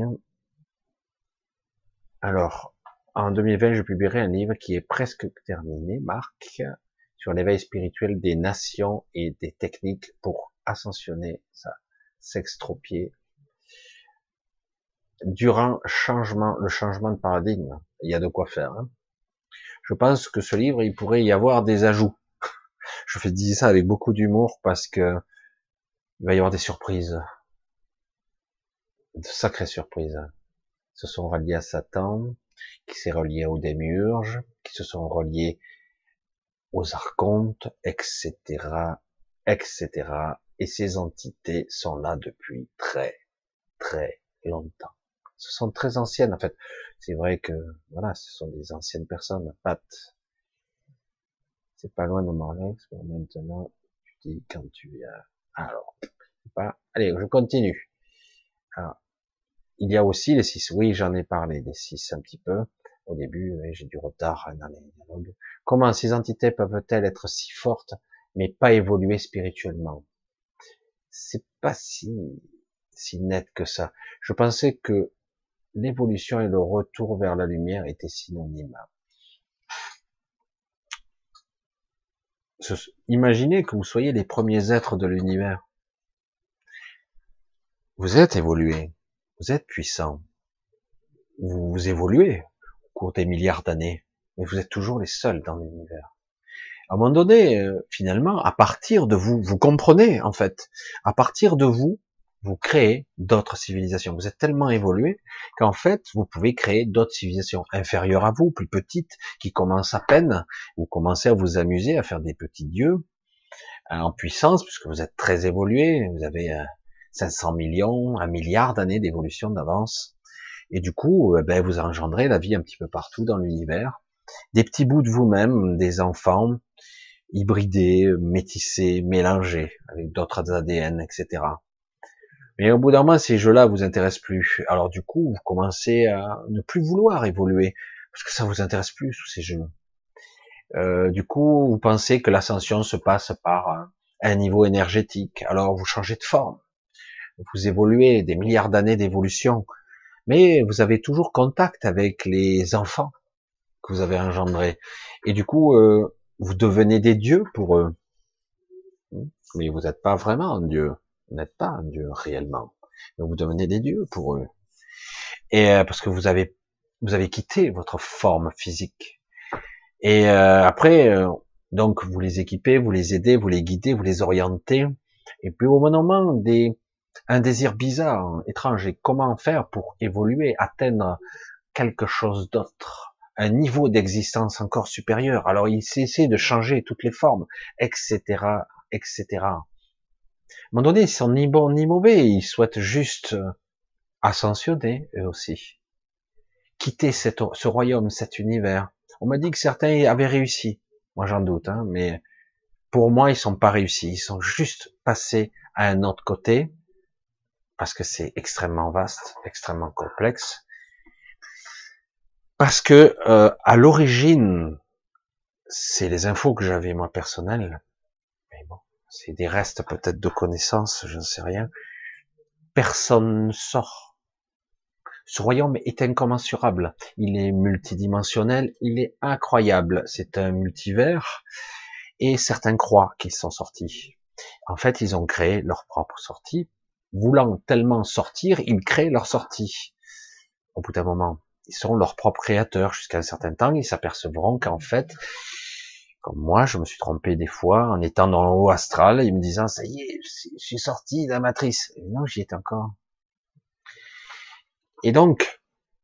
Alors, en deux mille vingt, je publierai un livre qui est presque terminé, Marc, sur l'éveil spirituel des nations et des techniques pour ascensionner, ça, s'extropier. Durant changement, le changement de paradigme, il y a de quoi faire. Hein. Je pense que ce livre, il pourrait y avoir des ajouts. Je fais dire ça avec beaucoup d'humour parce que il va y avoir des surprises, de sacrées surprises. Qui se sont reliés à Satan, qui s'est relié au démiurge, qui se sont reliés aux archontes, et cetera, et cetera. Et ces entités sont là depuis très, très longtemps. ce sont très anciennes en fait. C'est vrai que voilà, ce sont des anciennes personnes. Pat, c'est pas loin de Morlex. Bon, maintenant, tu dis quand tu as. Alors, pas. Allez, je continue. Alors, il y a aussi les six. Oui, j'en ai parlé des six un petit peu. Au début, oui, j'ai du retard dans les dialogues. Comment ces entités peuvent-elles être si fortes, mais pas évoluer spirituellement? C'est pas si, si net que ça. Je pensais que l'évolution et le retour vers la lumière étaient synonymes. Imaginez que vous soyez les premiers êtres de l'univers. Vous êtes évolué, vous êtes puissant, vous, vous évoluez au cours des milliards d'années, mais vous êtes toujours les seuls dans l'univers. À un moment donné, euh, finalement, à partir de vous, vous comprenez en fait, à partir de vous, vous créez d'autres civilisations. Vous êtes tellement évolué qu'en fait, vous pouvez créer d'autres civilisations inférieures à vous, plus petites, qui commencent à peine. Vous commencez à vous amuser à faire des petits dieux euh, en puissance, puisque vous êtes très évolué. Vous avez euh, cinq cents millions, un milliard d'années d'évolution d'avance. Et du coup, euh, ben, vous engendrez la vie un petit peu partout dans l'univers. Des petits bouts de vous-même, des enfants hybridés, métissés, mélangés avec d'autres A D N, et cetera. Mais au bout d'un moment, ces jeux-là vous intéressent plus. Alors du coup, vous commencez à ne plus vouloir évoluer parce que ça vous intéresse plus tous ces jeux. Euh, du coup, vous pensez que l'ascension se passe par un niveau énergétique. Alors vous changez de forme, vous évoluez, des milliards d'années d'évolution, mais vous avez toujours contact avec les enfants que vous avez engendrés. Et du coup, euh, vous devenez des dieux pour eux. Mais vous n'êtes pas vraiment un dieu. Vous n'êtes pas un dieu réellement. Mais vous devenez des dieux pour eux. Et euh, parce que vous avez vous avez quitté votre forme physique. Et euh, après, euh, donc vous les équipez, vous les aidez, vous les guidez, vous les orientez. Et puis au moment des un désir bizarre, étrange. Et comment faire pour évoluer, atteindre quelque chose d'autre, un niveau d'existence encore supérieur. Alors il essaie de changer toutes les formes, et cetera, et cetera. À un moment donné, ils sont ni bons ni mauvais, ils souhaitent juste ascensionner eux aussi, quitter cette, ce royaume, cet univers. On m'a dit que certains avaient réussi, moi j'en doute, hein, mais pour moi ils sont pas réussis, ils sont juste passés à un autre côté, parce que c'est extrêmement vaste, extrêmement complexe, parce que euh, à l'origine, c'est les infos que j'avais moi personnelles, mais bon, c'est des restes peut-être de connaissances, je ne sais rien. Personne ne sort. Ce royaume est incommensurable. Il est multidimensionnel, il est incroyable. C'est un multivers, et certains croient qu'ils sont sortis. En fait, ils ont créé leur propre sortie. Voulant tellement sortir, ils créent leur sortie. Au bout d'un moment, ils seront leurs propres créateurs jusqu'à un certain temps. Ils s'apercevront qu'en fait, comme moi, je me suis trompé des fois en étant dans le haut astral et me disant ça y est, je suis sorti de la matrice. Et non, j'y étais encore. Et donc,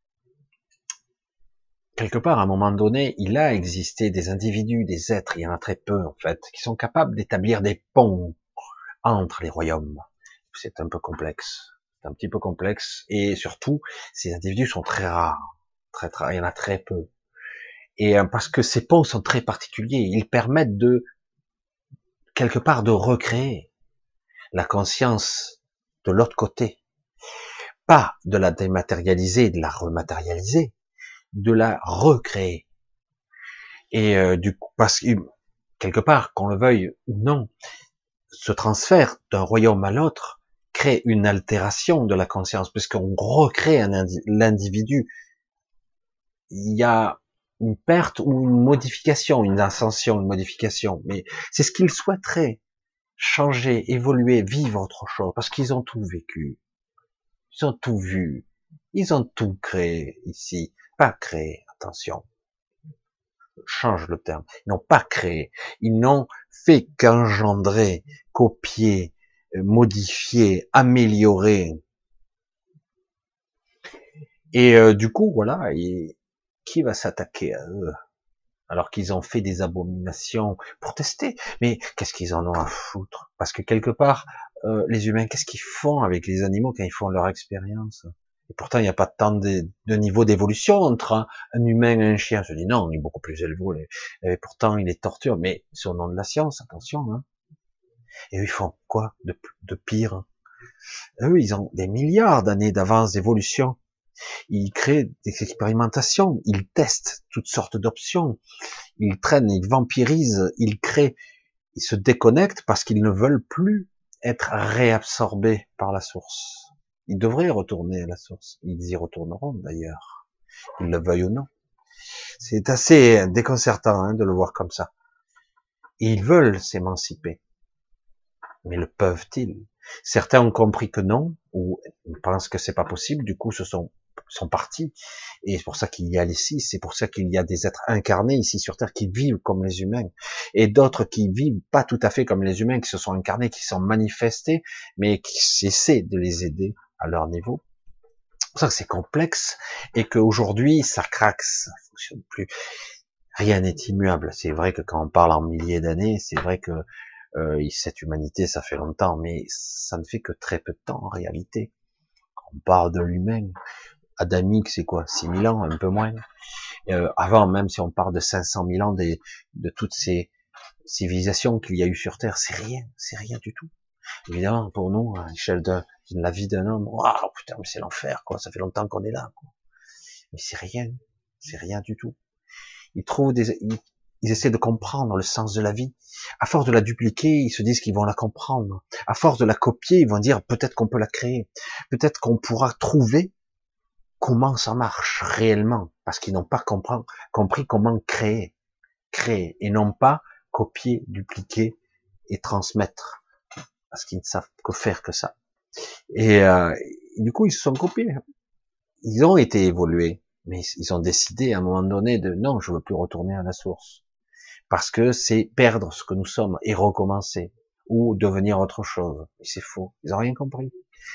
quelque part, à un moment donné, il a existé des individus, des êtres, il y en a très peu en fait, qui sont capables d'établir des ponts entre les royaumes. C'est un peu complexe. C'est un petit peu complexe. Et surtout, ces individus sont très rares. Très, très, il y en a très peu. Et parce que ces ponts sont très particuliers, ils permettent de, quelque part, de recréer la conscience de l'autre côté. Pas de la dématérialiser, de la rematérialiser, de la recréer. Et euh, du coup, parce que, quelque part, qu'on le veuille ou non, ce transfert d'un royaume à l'autre crée une altération de la conscience, puisqu'on recrée un indi- l'individu. Il y a une perte ou une modification, une ascension, une modification, mais c'est ce qu'ils souhaiteraient, changer, évoluer, vivre autre chose, parce qu'ils ont tout vécu, ils ont tout vu, ils ont tout créé ici, pas créé, attention, change le terme, ils n'ont pas créé, ils n'ont fait qu'engendrer, copier, modifier, améliorer, et euh, du coup, voilà, et qui va s'attaquer à eux alors qu'ils ont fait des abominations pour tester? Mais qu'est-ce qu'ils en ont à foutre? Parce que quelque part, euh, les humains, qu'est-ce qu'ils font avec les animaux quand ils font leur expérience? Et pourtant, il n'y a pas tant de, de niveau d'évolution entre un, un humain et un chien. Je dis non, il est beaucoup plus élevé. Et pourtant, il est torture. Mais c'est au nom de la science, attention. Hein. Et eux, ils font quoi de, de pire? Eux, ils ont des milliards d'années d'avance d'évolution. Ils créent des expérimentations. Ils testent toutes sortes d'options. Ils traînent, ils vampirisent, ils créent. Ils se déconnectent parce qu'ils ne veulent plus être réabsorbés par la source. Ils devraient retourner à la source. Ils y retourneront d'ailleurs, qu'ils le veuillent ou non. C'est assez déconcertant hein, de le voir comme ça. Et ils veulent s'émanciper. Mais le peuvent-ils? Certains ont compris que non, ou pensent que c'est pas possible, du coup, ce sont, sont partis. Et c'est pour ça qu'il y a les six, c'est pour ça qu'il y a des êtres incarnés ici sur Terre qui vivent comme les humains, et d'autres qui vivent pas tout à fait comme les humains, qui se sont incarnés, qui sont manifestés, mais qui essaient de les aider à leur niveau. C'est pour ça que c'est complexe, et qu'aujourd'hui, ça craque, ça fonctionne plus. Rien n'est immuable. C'est vrai que quand on parle en milliers d'années, c'est vrai que euh, cette humanité, ça fait longtemps, mais ça ne fait que très peu de temps en réalité. Quand on parle de l'humain, adamique, c'est quoi, six mille ans, un peu moins. Euh, avant, même si on parle de cinq cent mille ans des, de toutes ces civilisations qu'il y a eu sur Terre, c'est rien, c'est rien du tout. Évidemment, pour nous, à l'échelle de, de la vie d'un homme, waouh, putain, mais c'est l'enfer, quoi. Ça fait longtemps qu'on est là, quoi. Mais c'est rien, c'est rien du tout. Ils trouvent des, ils, ils essaient de comprendre le sens de la vie. À force de la dupliquer, ils se disent qu'ils vont la comprendre. À force de la copier, ils vont dire peut-être qu'on peut la créer. Peut-être qu'on pourra trouver comment ça marche réellement. Parce qu'ils n'ont pas compris, compris comment créer. Créer. Et non pas copier, dupliquer et transmettre. Parce qu'ils ne savent que faire que ça. Et, euh, et du coup, ils se sont copiés. Ils ont été évolués. Mais ils ont décidé à un moment donné de non, je veux plus retourner à la source. Parce que c'est perdre ce que nous sommes et recommencer. Ou devenir autre chose. Et c'est faux. Ils ont rien compris.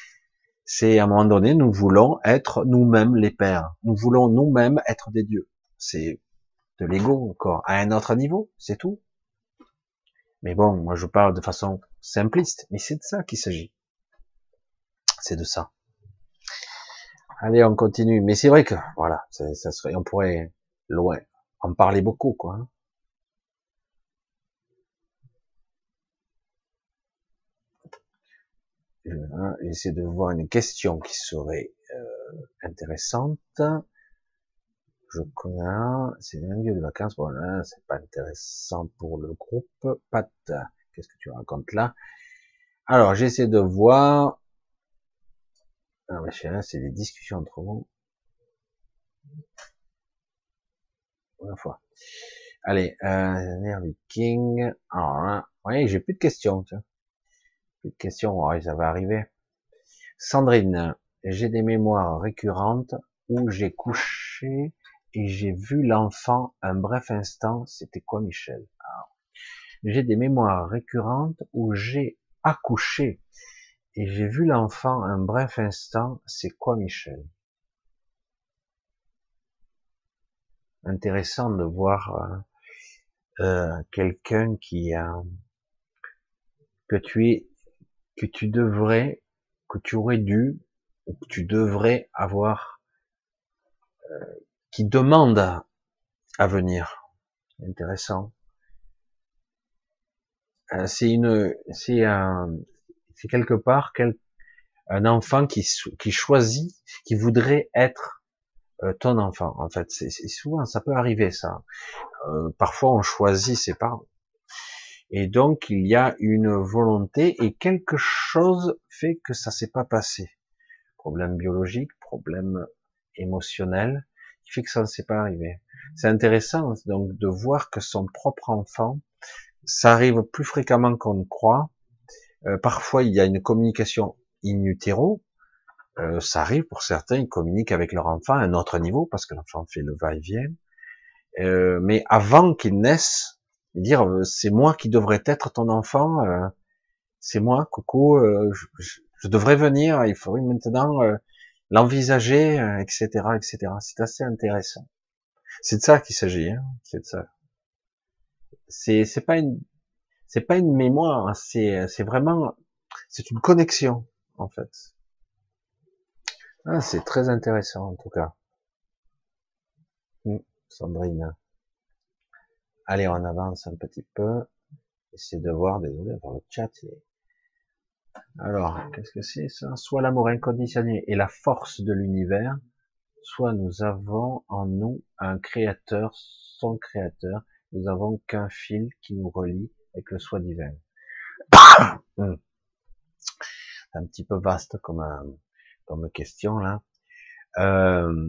C'est à un moment donné, nous voulons être nous-mêmes les pères. Nous voulons nous-mêmes être des dieux. C'est de l'ego encore. À un autre niveau, c'est tout. Mais bon, moi je parle de façon simpliste. Mais c'est de ça qu'il s'agit. C'est de ça. Allez, on continue. Mais c'est vrai que, voilà, ça, ça serait, on pourrait loin en parler beaucoup, quoi. J'essaie de voir une question qui serait euh, intéressante. Je connais, c'est un lieu de vacances. Bon, là, c'est pas intéressant pour le groupe. Pat, qu'est-ce que tu racontes là? Alors, j'essaie de voir. Ah, machin, c'est des discussions entre vous. Une fois. Allez, euh, Air Viking. Alors là, oui, j'ai plus de questions. Tiens. Plus de questions, ouais, ça va arriver. Sandrine, j'ai des mémoires récurrentes où j'ai couché et j'ai vu l'enfant un bref instant. C'était quoi, Michel? J'ai des mémoires récurrentes où j'ai accouché et j'ai vu l'enfant un bref instant. C'est quoi, Michel? Intéressant de voir euh, euh, quelqu'un qui a euh, que tu es, que tu devrais, que tu aurais dû, ou que tu devrais avoir, euh, qui demande à, à venir. Intéressant. Euh, c'est une, c'est un, c'est quelque part quel, un enfant qui, qui choisit, qui voudrait être euh, ton enfant. En fait, c'est souvent ça peut arriver ça. Euh, parfois on choisit ses parents. Et donc il y a une volonté et quelque chose fait que ça s'est pas passé. Problème biologique, problème émotionnel, qui fait que ça ne s'est pas arrivé. C'est intéressant donc de voir que son propre enfant, ça arrive plus fréquemment qu'on ne croit. Euh, parfois il y a une communication in utero. Euh, ça arrive pour certains, ils communiquent avec leur enfant à un autre niveau parce que l'enfant fait le va-et-vient. Euh, mais avant qu'il naisse, dire euh, c'est moi qui devrais être ton enfant, euh, c'est moi, coucou, euh, je, je, devrais venir, il faudrait maintenant euh, l'envisager, euh, et cetera, et cetera. C'est assez intéressant. C'est de ça qu'il s'agit, hein, c'est de ça. C'est c'est pas une c'est pas une mémoire, hein, c'est c'est vraiment c'est une connexion en fait. Ah, c'est très intéressant en tout cas. Hmm, Sandrine. Allez, on avance un petit peu. Essayez de voir, désolé pour le chat. Alors, qu'est-ce que c'est ça? Soit l'amour inconditionnel et la force de l'univers, soit nous avons en nous un créateur, son créateur. Nous avons qu'un fil qui nous relie avec le soi divin. Hmm. C'est un petit peu vaste comme, euh, comme question là. Euh,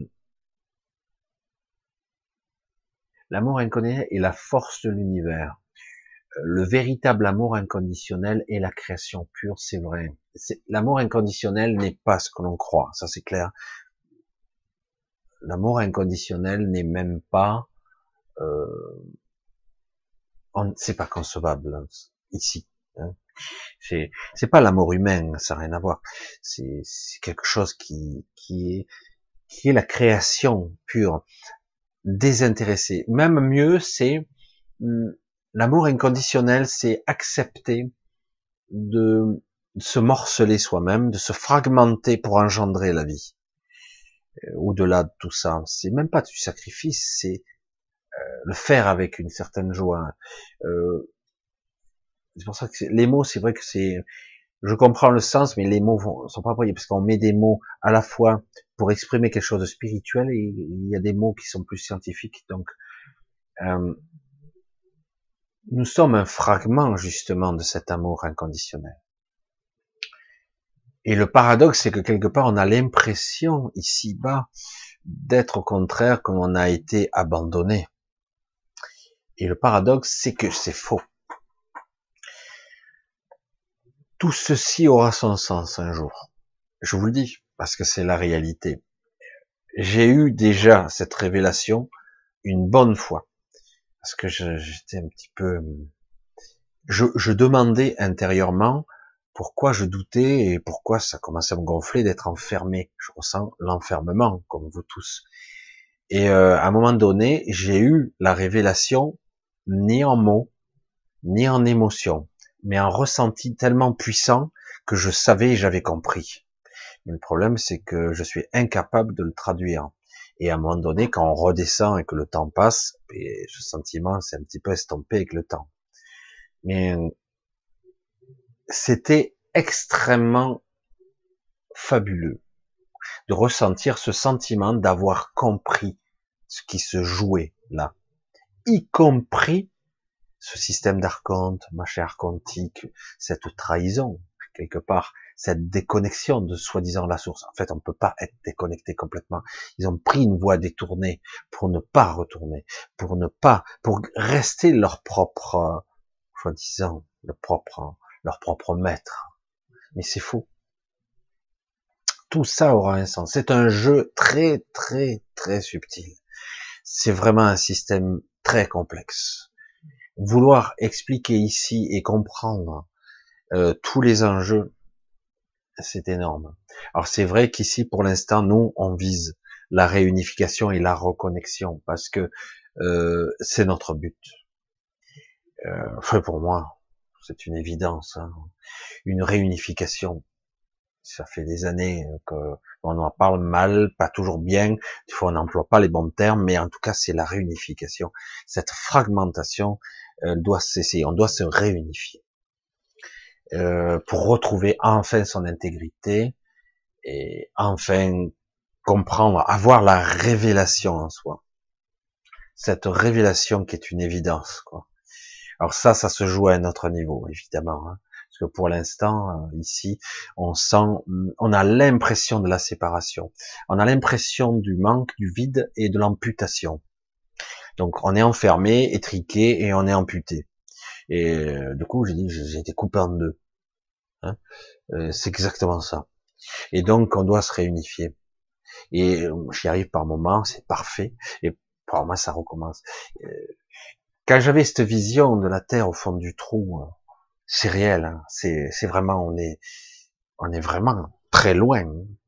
l'amour inconditionnel est la force de l'univers. Le véritable amour inconditionnel est la création pure, c'est vrai. L'amour inconditionnel n'est pas ce que l'on croit, ça c'est clair. L'amour inconditionnel n'est même pas, euh, c'est pas concevable hein, ici. Hein. C'est, c'est pas l'amour humain, ça n'a rien à voir. C'est, c'est quelque chose qui, qui est, qui est la création pure, désintéressée. Même mieux, c'est hum, l'amour inconditionnel, c'est accepter de se morceler soi-même, de se fragmenter pour engendrer la vie. Au-delà de tout ça, c'est même pas du sacrifice, c'est le faire avec une certaine joie. Euh, c'est pour ça que les mots, c'est vrai que c'est, je comprends le sens, mais les mots vont, sont pas employés parce qu'on met des mots à la fois pour exprimer quelque chose de spirituel et il y a des mots qui sont plus scientifiques. Donc, euh, nous sommes un fragment justement de cet amour inconditionnel. Et le paradoxe, c'est que quelque part, on a l'impression ici-bas d'être au contraire comme on a été abandonné. Et le paradoxe, c'est que c'est faux. Tout ceci aura son sens un jour. Je vous le dis, parce que c'est la réalité. J'ai eu déjà cette révélation une bonne fois. Parce que j'étais un petit peu... Je, je demandais intérieurement pourquoi je doutais et pourquoi ça commençait à me gonfler d'être enfermé. Je ressens l'enfermement, comme vous tous. Et euh, à un moment donné, j'ai eu la révélation, ni en mots, ni en émotions, mais un ressenti tellement puissant que je savais et j'avais compris. Mais le problème, c'est que je suis incapable de le traduire. Et à un moment donné, quand on redescend et que le temps passe, et ce sentiment s'est un petit peu estompé avec le temps. Mais c'était extrêmement fabuleux de ressentir ce sentiment d'avoir compris ce qui se jouait là, y compris ce système d'archonte, machin archontique, cette trahison, quelque part, cette déconnexion de soi-disant la source. En fait, on ne peut pas être déconnecté complètement. Ils ont pris une voie détournée pour ne pas retourner, pour ne pas, pour rester leur propre, soi-disant, le propre, leur propre maître. Mais c'est faux. Tout ça aura un sens. C'est un jeu très, très, très subtil. C'est vraiment un système très complexe. Vouloir expliquer ici et comprendre euh, tous les enjeux, c'est énorme. Alors c'est vrai qu'ici, pour l'instant, nous, on vise la réunification et la reconnexion parce que euh, c'est notre but. Euh, enfin, pour moi, c'est une évidence. Hein. Une réunification, ça fait des années qu'on en parle mal, pas toujours bien. Des fois, on n'emploie pas les bons termes, mais en tout cas, c'est la réunification. Cette fragmentation euh, doit cesser. On doit se réunifier. Euh, pour retrouver enfin son intégrité et enfin comprendre, avoir la révélation en soi. Cette révélation qui est une évidence, quoi. Alors ça, ça se joue à un autre niveau, évidemment, hein, parce que pour l'instant, ici, on sent, on a l'impression de la séparation, on a l'impression du manque, du vide et de l'amputation. Donc on est enfermé, étriqué et on est amputé. Et euh, du coup, j'ai dit, j'ai été coupé en deux. Hein, euh, c'est exactement ça. Et donc, on doit se réunifier. Et euh, j'y arrive par moments, c'est parfait. Et par moi, ça recommence. Euh, quand j'avais cette vision de la Terre au fond du trou, euh, c'est réel. Hein, c'est, c'est vraiment, on est, on est vraiment très loin.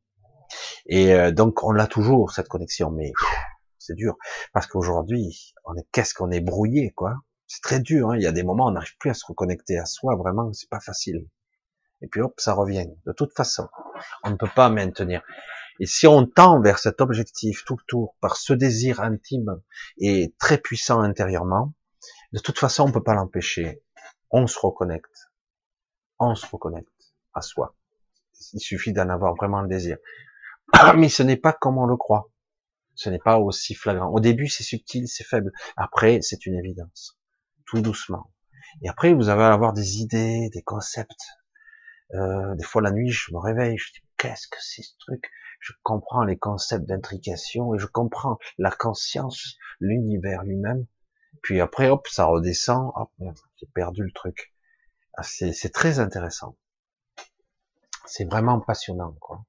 Et euh, donc, on a toujours cette connexion, mais pff, c'est dur parce qu'aujourd'hui, on est, qu'est-ce qu'on est brouillé, quoi. C'est très dur. Hein, il y a des moments, on n'arrive plus à se reconnecter à soi. Vraiment, c'est pas facile. Et puis hop, ça revient. De toute façon, on ne peut pas maintenir. Et si on tend vers cet objectif tout le tour, par ce désir intime et très puissant intérieurement, de toute façon, on peut pas l'empêcher. On se reconnecte. On se reconnecte à soi. Il suffit d'en avoir vraiment le désir. Mais ce n'est pas comme on le croit. Ce n'est pas aussi flagrant. Au début, c'est subtil, c'est faible. Après, c'est une évidence. Tout doucement. Et après, vous allez avoir des idées, des concepts. Euh, des fois, la nuit, je me réveille, je dis, qu'est-ce que c'est ce truc? Je comprends les concepts d'intrication et je comprends la conscience, l'univers lui-même. Puis après, hop, ça redescend. Hop, j'ai perdu le truc. Ah, c'est, c'est très intéressant. C'est vraiment passionnant, quoi.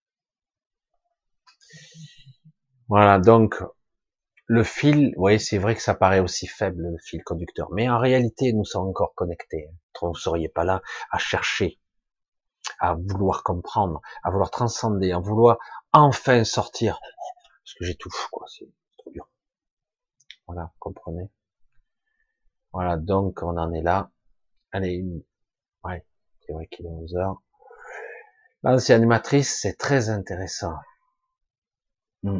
Voilà, donc, le fil, vous voyez, c'est vrai que ça paraît aussi faible, le fil conducteur. Mais en réalité, nous sommes encore connectés. Vous ne seriez pas là à chercher, à vouloir comprendre, à vouloir transcender, à vouloir enfin sortir. Parce que j'étouffe, quoi, c'est trop dur. Voilà, vous comprenez. Voilà, donc, on en est là. Allez, une... ouais, c'est vrai qu'il est onze heures. L'ancienne animatrice, c'est très intéressant. Hmm.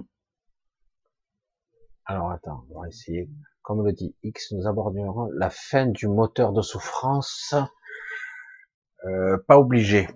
Alors attends, on va essayer. Comme le dit X, nous aborderons la fin du moteur de souffrance. Euh, pas obligé.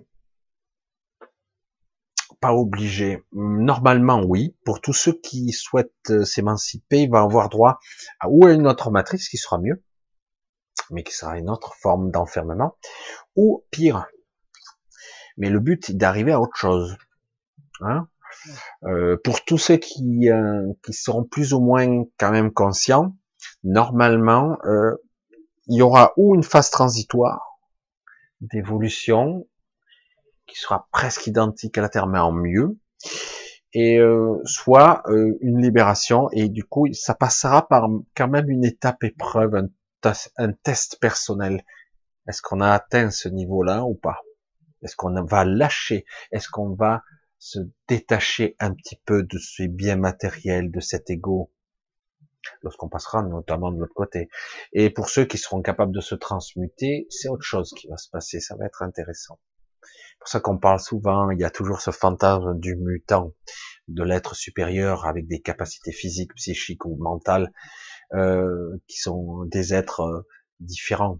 Pas obligé. Normalement, oui. Pour tous ceux qui souhaitent s'émanciper, il va avoir droit à ou à une autre matrice qui sera mieux, mais qui sera une autre forme d'enfermement, ou pire. Mais le but est d'arriver à autre chose. Hein. Euh, pour tous ceux qui, euh, qui seront plus ou moins quand même conscients, normalement, euh, il y aura ou une phase transitoire d'évolution qui sera presque identique à la Terre, mais en mieux, et euh, soit euh, une libération, et du coup, ça passera par quand même une étape épreuve, un, un test personnel. Est-ce qu'on a atteint ce niveau-là ou pas? Est-ce qu'on va lâcher? Est-ce qu'on va se détacher un petit peu de ces biens matériels, de cet ego, lorsqu'on passera notamment de l'autre côté? Et pour ceux qui seront capables de se transmuter, c'est autre chose qui va se passer, ça va être intéressant. C'est pour ça qu'on parle souvent, il y a toujours ce fantasme du mutant, de l'être supérieur avec des capacités physiques, psychiques ou mentales, euh, qui sont des êtres euh, différents.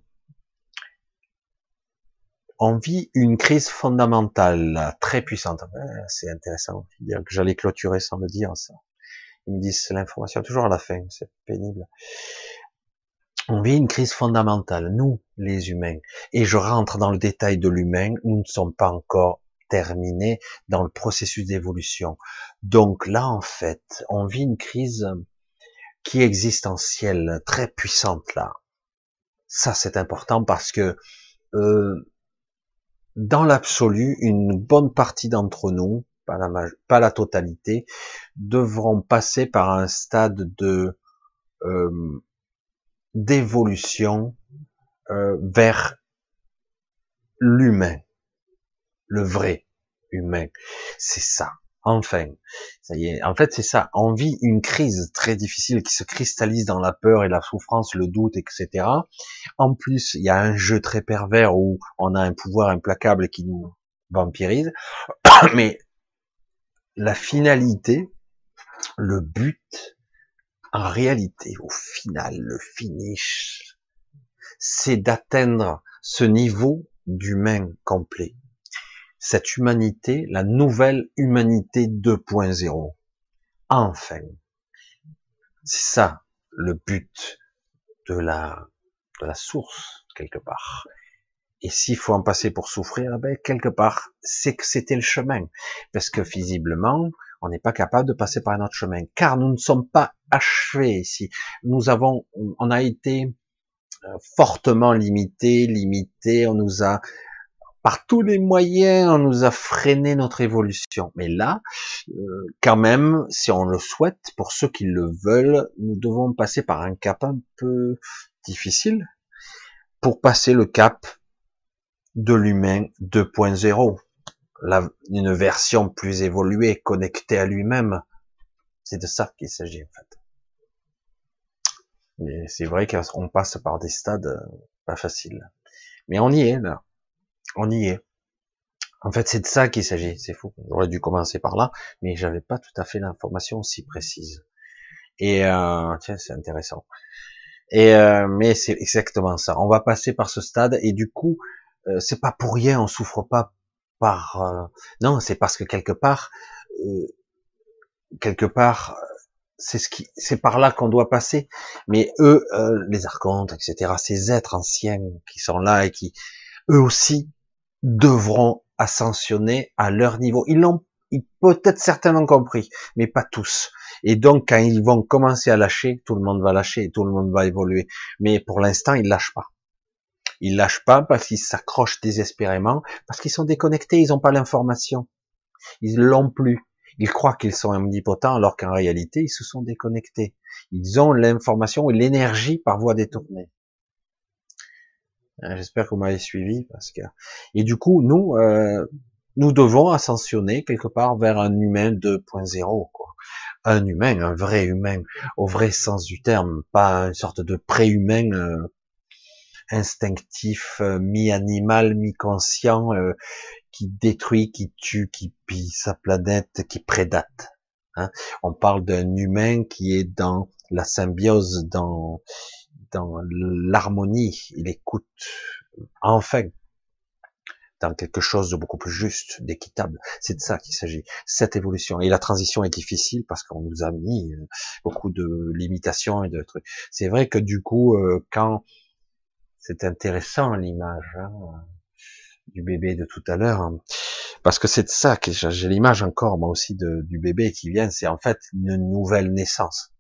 On vit une crise fondamentale très puissante. C'est intéressant. Dire que j'allais clôturer sans le dire, ça. Ils me disent l'information toujours à la fin, c'est pénible. On vit une crise fondamentale, nous, les humains. Et je rentre dans le détail de l'humain, nous ne sommes pas encore terminés dans le processus d'évolution. Donc là, en fait, on vit une crise qui est existentielle, très puissante, là. Ça, c'est important parce que, euh, dans l'absolu, une bonne partie d'entre nous, pas la, pas la totalité, devront passer par un stade de euh, d'évolution euh, vers l'humain, le vrai humain. C'est ça. Enfin, ça y est. En fait, c'est ça. On vit une crise très difficile qui se cristallise dans la peur et la souffrance, le doute, et cetera. En plus, il y a un jeu très pervers où on a un pouvoir implacable qui nous vampirise. Mais la finalité, le but, en réalité, au final, le finish, c'est d'atteindre ce niveau d'humain complet. Cette humanité, la nouvelle humanité deux point zéro. Enfin. C'est ça, le but de la, de la source, quelque part. Et s'il faut en passer pour souffrir, ben, quelque part, c'est que c'était le chemin. Parce que, visiblement, on n'est pas capable de passer par un autre chemin. Car nous ne sommes pas achevés ici. Nous avons, on a été fortement limités, limités, on nous a, par tous les moyens, on nous a freiné notre évolution. Mais là, euh, quand même, si on le souhaite, pour ceux qui le veulent, nous devons passer par un cap un peu difficile pour passer le cap de l'humain deux point zéro. La, une version plus évoluée, connectée à lui-même. C'est de ça qu'il s'agit, en fait. Mais c'est vrai qu'on passe par des stades pas faciles. Mais on y est, là. On y est. En fait, c'est de ça qu'il s'agit. C'est fou. J'aurais dû commencer par là, mais j'avais pas tout à fait l'information aussi précise. Et euh, tiens, c'est intéressant. Et euh, mais c'est exactement ça. On va passer par ce stade, et du coup, euh, c'est pas pour rien. On souffre pas par. Euh, non, c'est parce que quelque part, euh, quelque part, c'est ce qui, c'est par là qu'on doit passer. Mais eux, euh, les archontes, et cetera, ces êtres anciens qui sont là et qui, eux aussi, devront ascensionner à leur niveau. Ils l'ont, ils- peut-être certains l'ont compris, mais pas tous. Et donc, quand ils vont commencer à lâcher, tout le monde va lâcher et tout le monde va évoluer. Mais pour l'instant, ils lâchent pas. Ils lâchent pas parce qu'ils s'accrochent désespérément, parce qu'ils sont déconnectés, ils n'ont pas l'information. Ils l'ont plus. Ils croient qu'ils sont omnipotents alors qu'en réalité, ils se sont déconnectés. Ils ont l'information et l'énergie par voie détournée. J'espère que vous m'avez suivi, parce que, et du coup, nous, euh, nous devons ascensionner quelque part vers un humain deux point zéro, quoi. Un humain, un vrai humain, au vrai sens du terme, pas une sorte de pré-humain euh, instinctif, euh, mi-animal, mi-conscient, euh, qui détruit, qui tue, qui pille sa planète, qui prédate. Hein. On parle d'un humain qui est dans la symbiose, dans dans l'harmonie, il écoute enfin dans quelque chose de beaucoup plus juste, d'équitable. C'est de ça qu'il s'agit, cette évolution. Et la transition est difficile parce qu'on nous a mis euh, beaucoup de limitations et de trucs. C'est vrai que du coup, euh, quand c'est intéressant l'image hein, du bébé de tout à l'heure, hein, parce que c'est de ça que j'ai l'image encore moi aussi de, du bébé qui vient. C'est en fait une nouvelle naissance.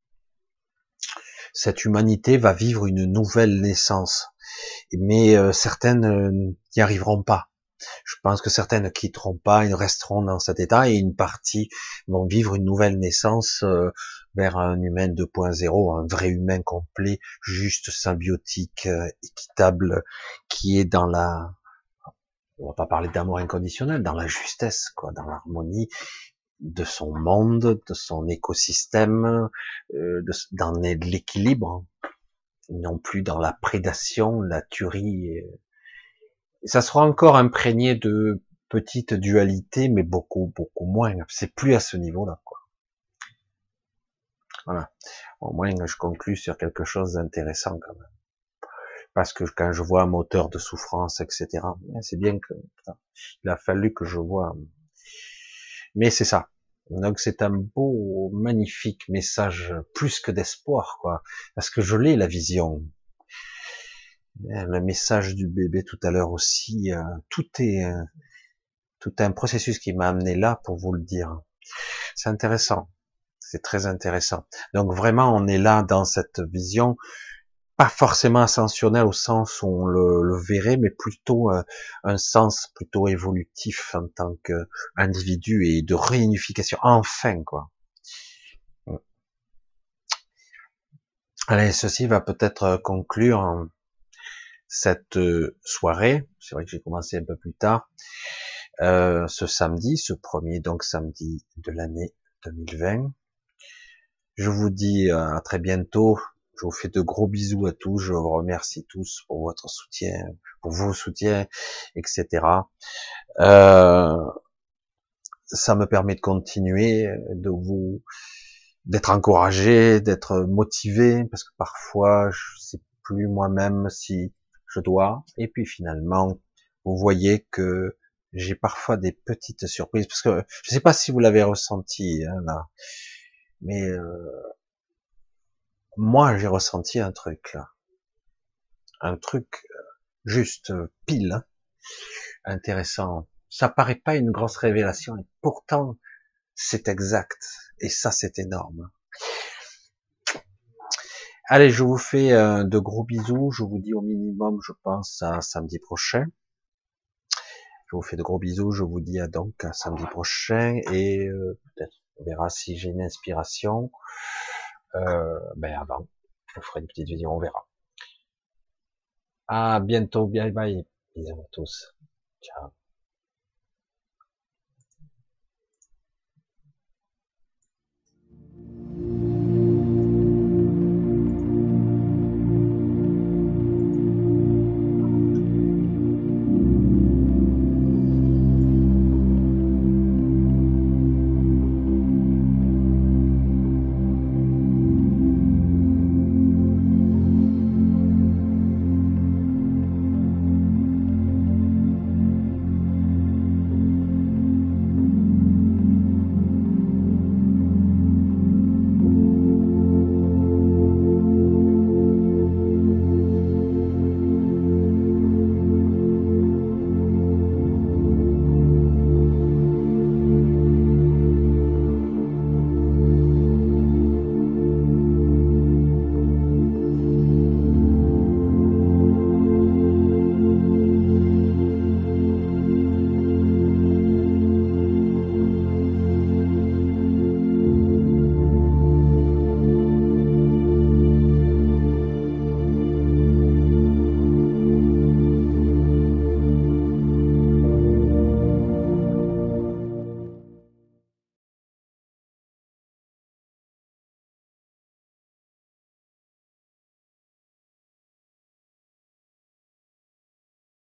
Cette humanité va vivre une nouvelle naissance, mais euh, certaines euh, n'y arriveront pas. Je pense que certaines ne quitteront pas, ils resteront dans cet état, et une partie vont vivre une nouvelle naissance euh, vers un humain deux point zéro, un vrai humain complet, juste, symbiotique, euh, équitable, qui est dans la, on va pas parler d'amour inconditionnel, dans la justesse, quoi, dans l'harmonie de son monde, de son écosystème, euh, de, dans l'équilibre, non plus dans la prédation, la tuerie. Et, ça sera encore imprégné de petites dualités, mais beaucoup, beaucoup moins. C'est plus à ce niveau-là, quoi. Voilà. Au moins, je conclus sur quelque chose d'intéressant, quand même. Parce que quand je vois un moteur de souffrance, et cetera, c'est bien que, putain, il a fallu que je vois. Mais c'est ça. Donc c'est un beau, magnifique message, plus que d'espoir, quoi. Parce que je l'ai, la vision. Le message du bébé tout à l'heure aussi, euh, tout est, euh, tout un processus qui m'a amené là pour vous le dire. C'est intéressant, c'est très intéressant. Donc vraiment, on est là dans cette vision, pas forcément ascensionnelle au sens où on le, le verrait, mais plutôt euh, un sens plutôt évolutif en tant qu'individu et de réunification, enfin quoi. Allez, ceci va peut-être conclure cette soirée. C'est vrai que j'ai commencé un peu plus tard. Euh, ce samedi, ce premier donc samedi de l'année deux mille vingt. Je vous dis à très bientôt. Je vous fais de gros bisous à tous. Je vous remercie tous pour votre soutien, pour vos soutiens, et cetera. Euh, ça me permet de continuer, de vous, d'être encouragé, d'être motivé, parce que parfois je sais plus moi-même si je dois. Et puis finalement, vous voyez que j'ai parfois des petites surprises, parce que je sais pas si vous l'avez ressenti hein, là, mais euh, moi j'ai ressenti un truc là, un truc juste pile, hein, intéressant. Ça paraît pas une grosse révélation, et pourtant c'est exact, et ça c'est énorme. Allez, je vous fais euh, de gros bisous, je vous dis au minimum, je pense, à samedi prochain. Je vous fais de gros bisous, je vous dis à donc à samedi prochain, et euh, peut-être on verra si j'ai une inspiration. Euh, ben avant, je ferai une petite vidéo, on verra. À bientôt, bye bye, bisous à tous, ciao.